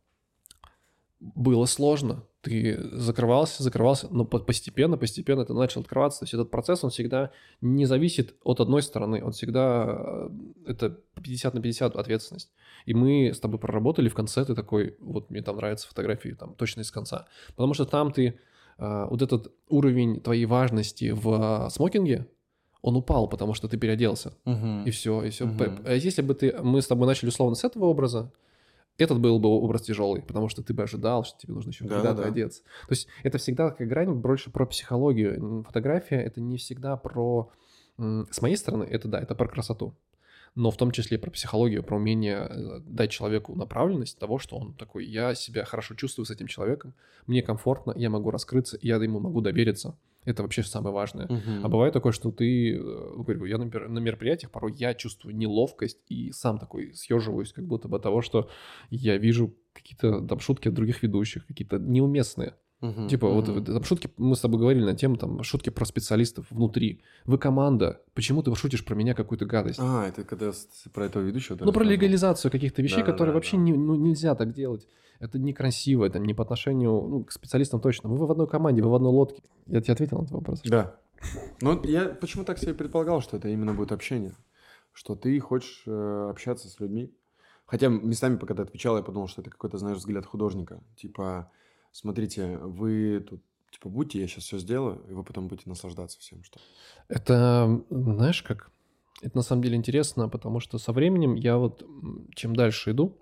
было сложно, ты закрывался, закрывался, но постепенно, постепенно ты начал открываться, то есть этот процесс, он всегда не зависит от одной стороны, он всегда, это пятьдесят на пятьдесят ответственность. И мы с тобой проработали, в конце ты такой, вот мне там нравятся фотографии, там, точно из конца, потому что там ты... вот этот уровень твоей важности в смокинге, он упал, потому что ты переоделся. Uh-huh. И все, и все. Uh-huh. А если бы ты, мы с тобой начали условно с этого образа, этот был бы образ тяжелый, потому что ты бы ожидал, что тебе нужно еще да, когда-то да. одеться. То есть это всегда такая грань больше про психологию. Фотография — это не всегда про... С моей стороны, это да, это про красоту. Но в том числе про психологию, про умение дать человеку направленность того, что он такой, я себя хорошо чувствую с этим человеком, мне комфортно, я могу раскрыться, я ему могу довериться. Это вообще самое важное. Uh-huh. А бывает такое, что ты, говорю, я на мероприятиях порой я чувствую неловкость и сам такой съеживаюсь, как будто бы от того, что я вижу какие-то там шутки от других ведущих, какие-то неуместные. Uh-huh, типа, uh-huh. вот там шутки, мы с тобой говорили на тему, там, шутки про специалистов внутри. Вы команда, почему ты шутишь про меня какую-то гадость? А, это когда про этого ведущего? Ну, про легализацию каких-то вещей, да, которые да, вообще да. Не, ну, нельзя так делать. Это некрасиво, это не по отношению, ну, к специалистам точно. Вы в одной команде, вы в одной лодке. Я тебе ответил на этот вопрос? Да. Ну, я почему так себе предполагал, что это именно будет общение. Что ты хочешь э, общаться с людьми. Хотя местами, пока ты отвечал, я подумал, что это какой-то, знаешь, взгляд художника. Типа... Смотрите, вы тут, типа, будьте, я сейчас все сделаю, и вы потом будете наслаждаться всем, что... Это, знаешь, как... Это на самом деле интересно, потому что со временем я вот, чем дальше иду,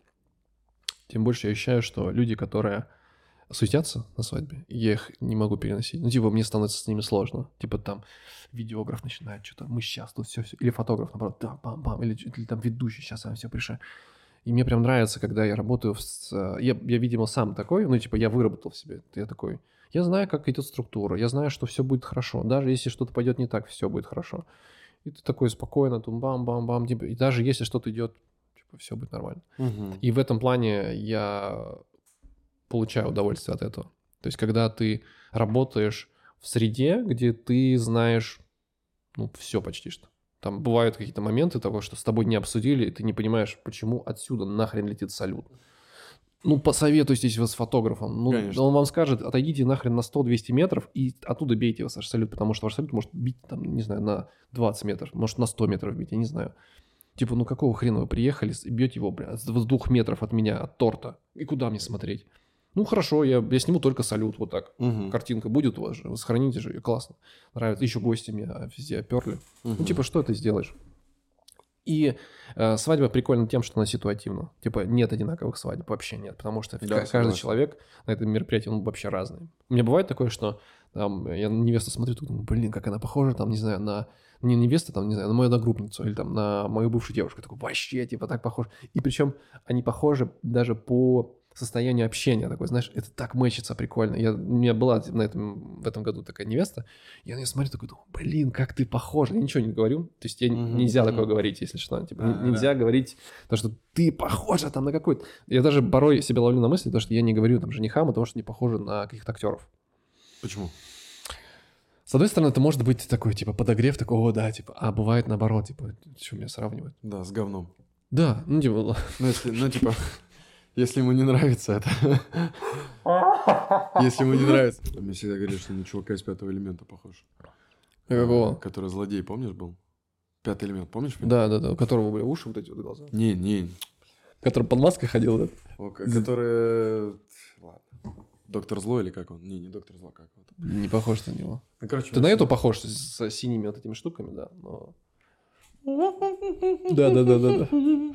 тем больше я ощущаю, что люди, которые суетятся на свадьбе, я их не могу переносить. Ну, типа, мне становится с ними сложно. Типа, там, видеограф начинает что-то, мы сейчас тут все-все... Или фотограф, наоборот, да, бам-бам, или, или там ведущий, сейчас я все пришлю. И мне прям нравится, когда я работаю с... Я, я, видимо, сам такой, ну, типа, я выработал в себе. Я такой, я знаю, как идет структура, я знаю, что все будет хорошо. Даже если что-то пойдет не так, все будет хорошо. И ты такой спокойно, там, бам-бам-бам, типа, и даже если что-то идет, типа, все будет нормально. Угу. И в этом плане я получаю удовольствие от этого. То есть, когда ты работаешь в среде, где ты знаешь, ну, все почти что. Там бывают какие-то моменты того, что с тобой не обсудили, и ты не понимаешь, почему отсюда нахрен летит салют. Ну, посоветуйтесь вы с фотографом. Ну, Конечно. он вам скажет, отойдите нахрен на сто-двести метров и оттуда бейте ваш салют, потому что ваш салют может бить, там, не знаю, на двадцать метров, может на сто метров бить, я не знаю. Типа, ну какого хрена вы приехали и бьете его, бля, с двух метров от меня, от торта? И куда мне смотреть? Ну, хорошо, я, я сниму только салют, вот так. Угу. Картинка будет у вас же, вы сохраните же ее, классно. Нравится. Еще гости меня везде оперли. Угу. Ну, типа, что ты сделаешь? И э, свадьба прикольна тем, что она ситуативна. Типа, нет одинаковых свадеб, вообще нет. Потому что Да, каждый согласен. человек на этом мероприятии, он вообще разный. У меня бывает такое, что там, я на невесту смотрю, думаю, блин, как она похожа, там, не знаю, на... Не невеста, там, не знаю, на мою одногруппницу или там на мою бывшую девушку. Я такой, вообще, типа, так похож. И причем они похожи даже по состоянию общения. Такой, знаешь, это так мэчится прикольно. Я, у меня была на этом, в этом году такая невеста. Я на нее смотрю, такой, думаю, блин, как ты похож. Я ничего не говорю. То есть я, Mm-hmm. нельзя Mm-hmm. такое говорить, если что. Типа, Ah, нельзя да. говорить то, что ты похожа там на какой-то... Я даже порой себя ловлю на мысли, то, что я не говорю там женихам, потому что не похожи на каких-то актеров. Почему? С одной стороны, это может быть такой, типа, подогрев такого, да, типа, а бывает наоборот, типа, что меня сравнивают? Да, с говном. Да, ну, типа... Ну, если, ну, типа, если ему не нравится это. Если ему не нравится. Мне всегда говорили, что на чувака из «Пятого элемента» похож. Какого? Который злодей, помнишь, был? «Пятый элемент», помнишь? Да, да, да, у которого были уши вот эти вот глаза. Не, не. Который под маской ходил, да? О, который... Ладно. Доктор Зло или как он? Не, не Доктор Зло, как он. Не похож на него. Ну, короче, Ты на эту похож с, с синими вот этими штуками, да, но... Да, да, да, да, да.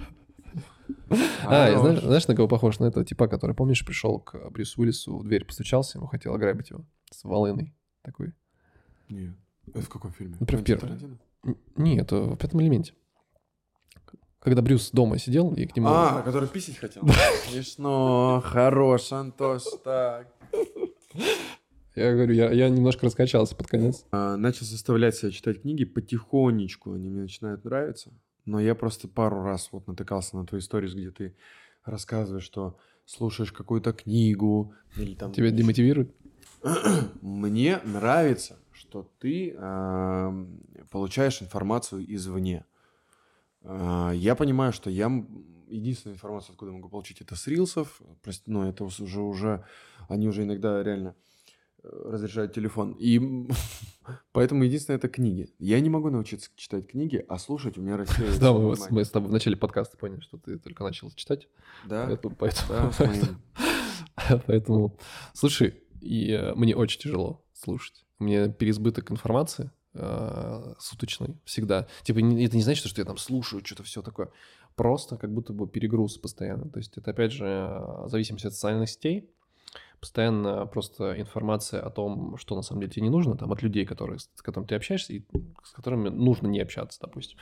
А, знаешь, знаешь, на кого похож? На этого типа, который, помнишь, пришел к Брюсу Уиллису, в дверь постучался, ему хотел ограбить его. С волыной такой. Не. Это в каком фильме? Например, в первом. Не, это в «Пятом элементе». Когда Брюс дома сидел, и к нему... А, который писать хотел? Смешно, хорош, Антош, так. Я говорю, я, я немножко раскачался под конец. А, начал заставлять себя читать книги потихонечку, они мне начинают нравиться. Но я просто пару раз вот натыкался на твои сторис, где ты рассказываешь, что слушаешь какую-то книгу или там... Тебя демотивирует? Мне нравится, что ты э, получаешь информацию извне. Э, я понимаю, что я единственную информацию, откуда могу получить, это с рилсов. Прости, но это уже уже они уже иногда реально разряжают телефон. И поэтому единственное это книги. Я не могу научиться читать книги, а слушать у меня рассеивается. Да, мы, мы с тобой в начале подкаста поняли, что ты только начал читать. Да. Поэтому, поэтому, да, с моим. поэтому, слушай, и э, мне очень тяжело слушать. У меня переизбыток информации э, суточный всегда. Типа, не, это не значит, что я там слушаю что-то все такое. Просто как будто бы перегруз постоянно. То есть это, опять же, зависимость от социальных сетей. Постоянно просто информация о том, что на самом деле тебе не нужно, там, от людей, которые, с которыми ты общаешься, и с которыми нужно не общаться, допустим.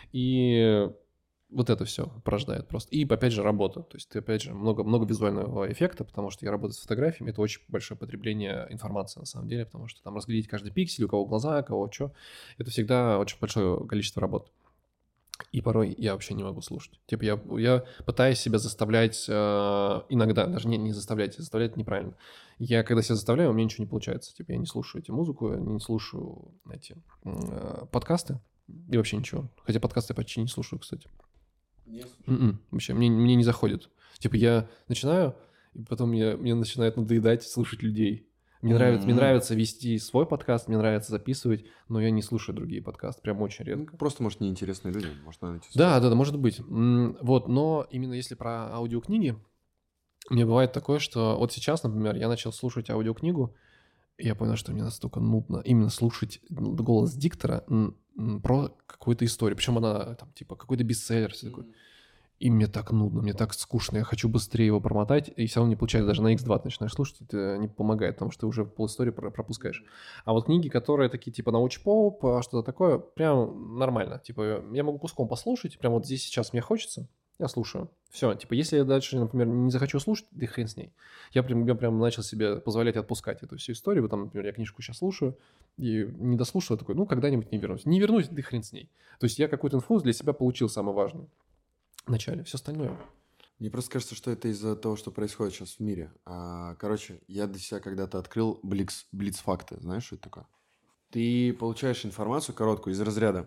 И вот это все порождает просто. И, опять же, работа. То есть ты, опять же, много, много визуального эффекта, потому что я работаю с фотографиями, это очень большое потребление информации на самом деле, потому что там разглядеть каждый пиксель, у кого глаза, у кого что, это всегда очень большое количество работы. И порой я вообще не могу слушать. Типа я, я пытаюсь себя заставлять э, иногда, даже не, не заставлять, заставлять неправильно. Я когда себя заставляю, у меня ничего не получается. Типа я не слушаю эти музыку, я не слушаю эти э, подкасты и вообще ничего. Хотя подкасты я почти не слушаю, кстати. Не слушаю. Mm-mm, вообще, мне, мне не заходит. Типа я начинаю, и потом мне, мне начинает надоедать слушать людей. Мне, mm-hmm. нравится, мне нравится вести свой подкаст, мне нравится записывать, но я не слушаю другие подкасты, прям очень редко. Просто, может, неинтересные люди, может, надо найти. Да, да, да, может быть. Вот, но именно если про аудиокниги, мне бывает такое, что вот сейчас, например, я начал слушать аудиокнигу, и я понял, что мне настолько нудно именно слушать голос диктора про какую-то историю, причем она там типа какой-то бестселлер, все такое. И мне так нудно, мне так скучно, я хочу быстрее его промотать, и все равно не получается, даже на икс два ты начинаешь слушать, это не помогает, потому что ты уже полистории пропускаешь. А вот книги, которые такие типа научпоп, что-то такое, прям нормально. Типа я могу куском послушать, прям вот здесь сейчас мне хочется, я слушаю. Все, типа если я дальше, например, не захочу слушать, да хрен с ней. Я прям, я прям начал себе позволять отпускать эту всю историю, вот там, например, я книжку сейчас слушаю, и не дослушаю, такой, ну когда-нибудь не вернусь. Не вернусь, да хрен с ней. То есть я какую-то инфу для себя получил самое важное. В начале, все остальное. Мне просто кажется, что это из-за того, что происходит сейчас в мире. А, короче, я для себя когда-то открыл блиц, блиц-факты. Знаешь, что это такое? Ты получаешь информацию короткую из разряда.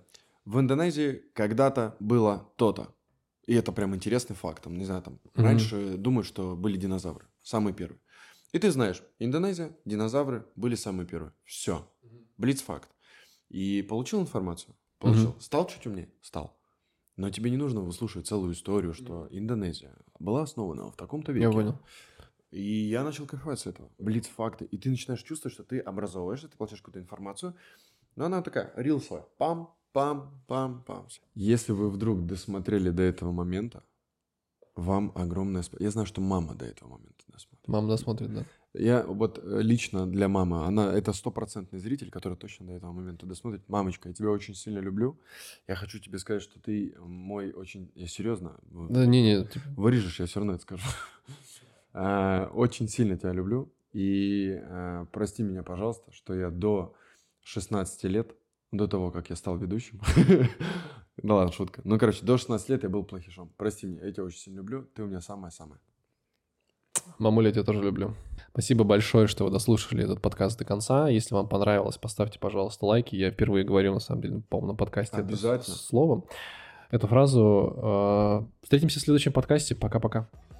В Индонезии когда-то было то-то. И это прям интересный факт. Там, не знаю, там mm-hmm. раньше думают, что были динозавры. Самые первые. И ты знаешь, Индонезия, динозавры были самые первые. Все. Блиц-факт. И получил информацию? Получил. Mm-hmm. Стал чуть умнее? Стал. Но тебе не нужно выслушивать целую историю, что Индонезия была основана в таком-то веке. Я понял. И я начал кайфовать с этого. Блиц-факты. И ты начинаешь чувствовать, что ты образовываешься, ты получаешь какую-то информацию. Но она такая, рилсовая. Пам, пам, пам, пам. Если вы вдруг досмотрели до этого момента, вам огромное спасибо. Я знаю, что мама до этого момента досмотрит. Мама досмотрит, да. Я вот лично для мамы, она это стопроцентный зритель, который точно до этого момента досмотрит. Мамочка, я тебя очень сильно люблю. Я хочу тебе сказать, что ты мой очень... Я серьезно? Да не-не. Типа... Вырежешь, я все равно это скажу. Очень сильно тебя люблю. И прости меня, пожалуйста, что я до шестнадцати лет, до того, как я стал ведущим... Да ладно, шутка. Ну, короче, до шестнадцати лет я был плохишом. Прости меня, я тебя очень сильно люблю. Ты у меня самая-самая. Мамуля, я тебя тоже люблю. Спасибо большое, что вы дослушали этот подкаст до конца. Если вам понравилось, поставьте, пожалуйста, лайки. Я впервые говорю, на самом деле, по-моему, на подкасте это словом. Эту фразу. Встретимся в следующем подкасте. Пока-пока.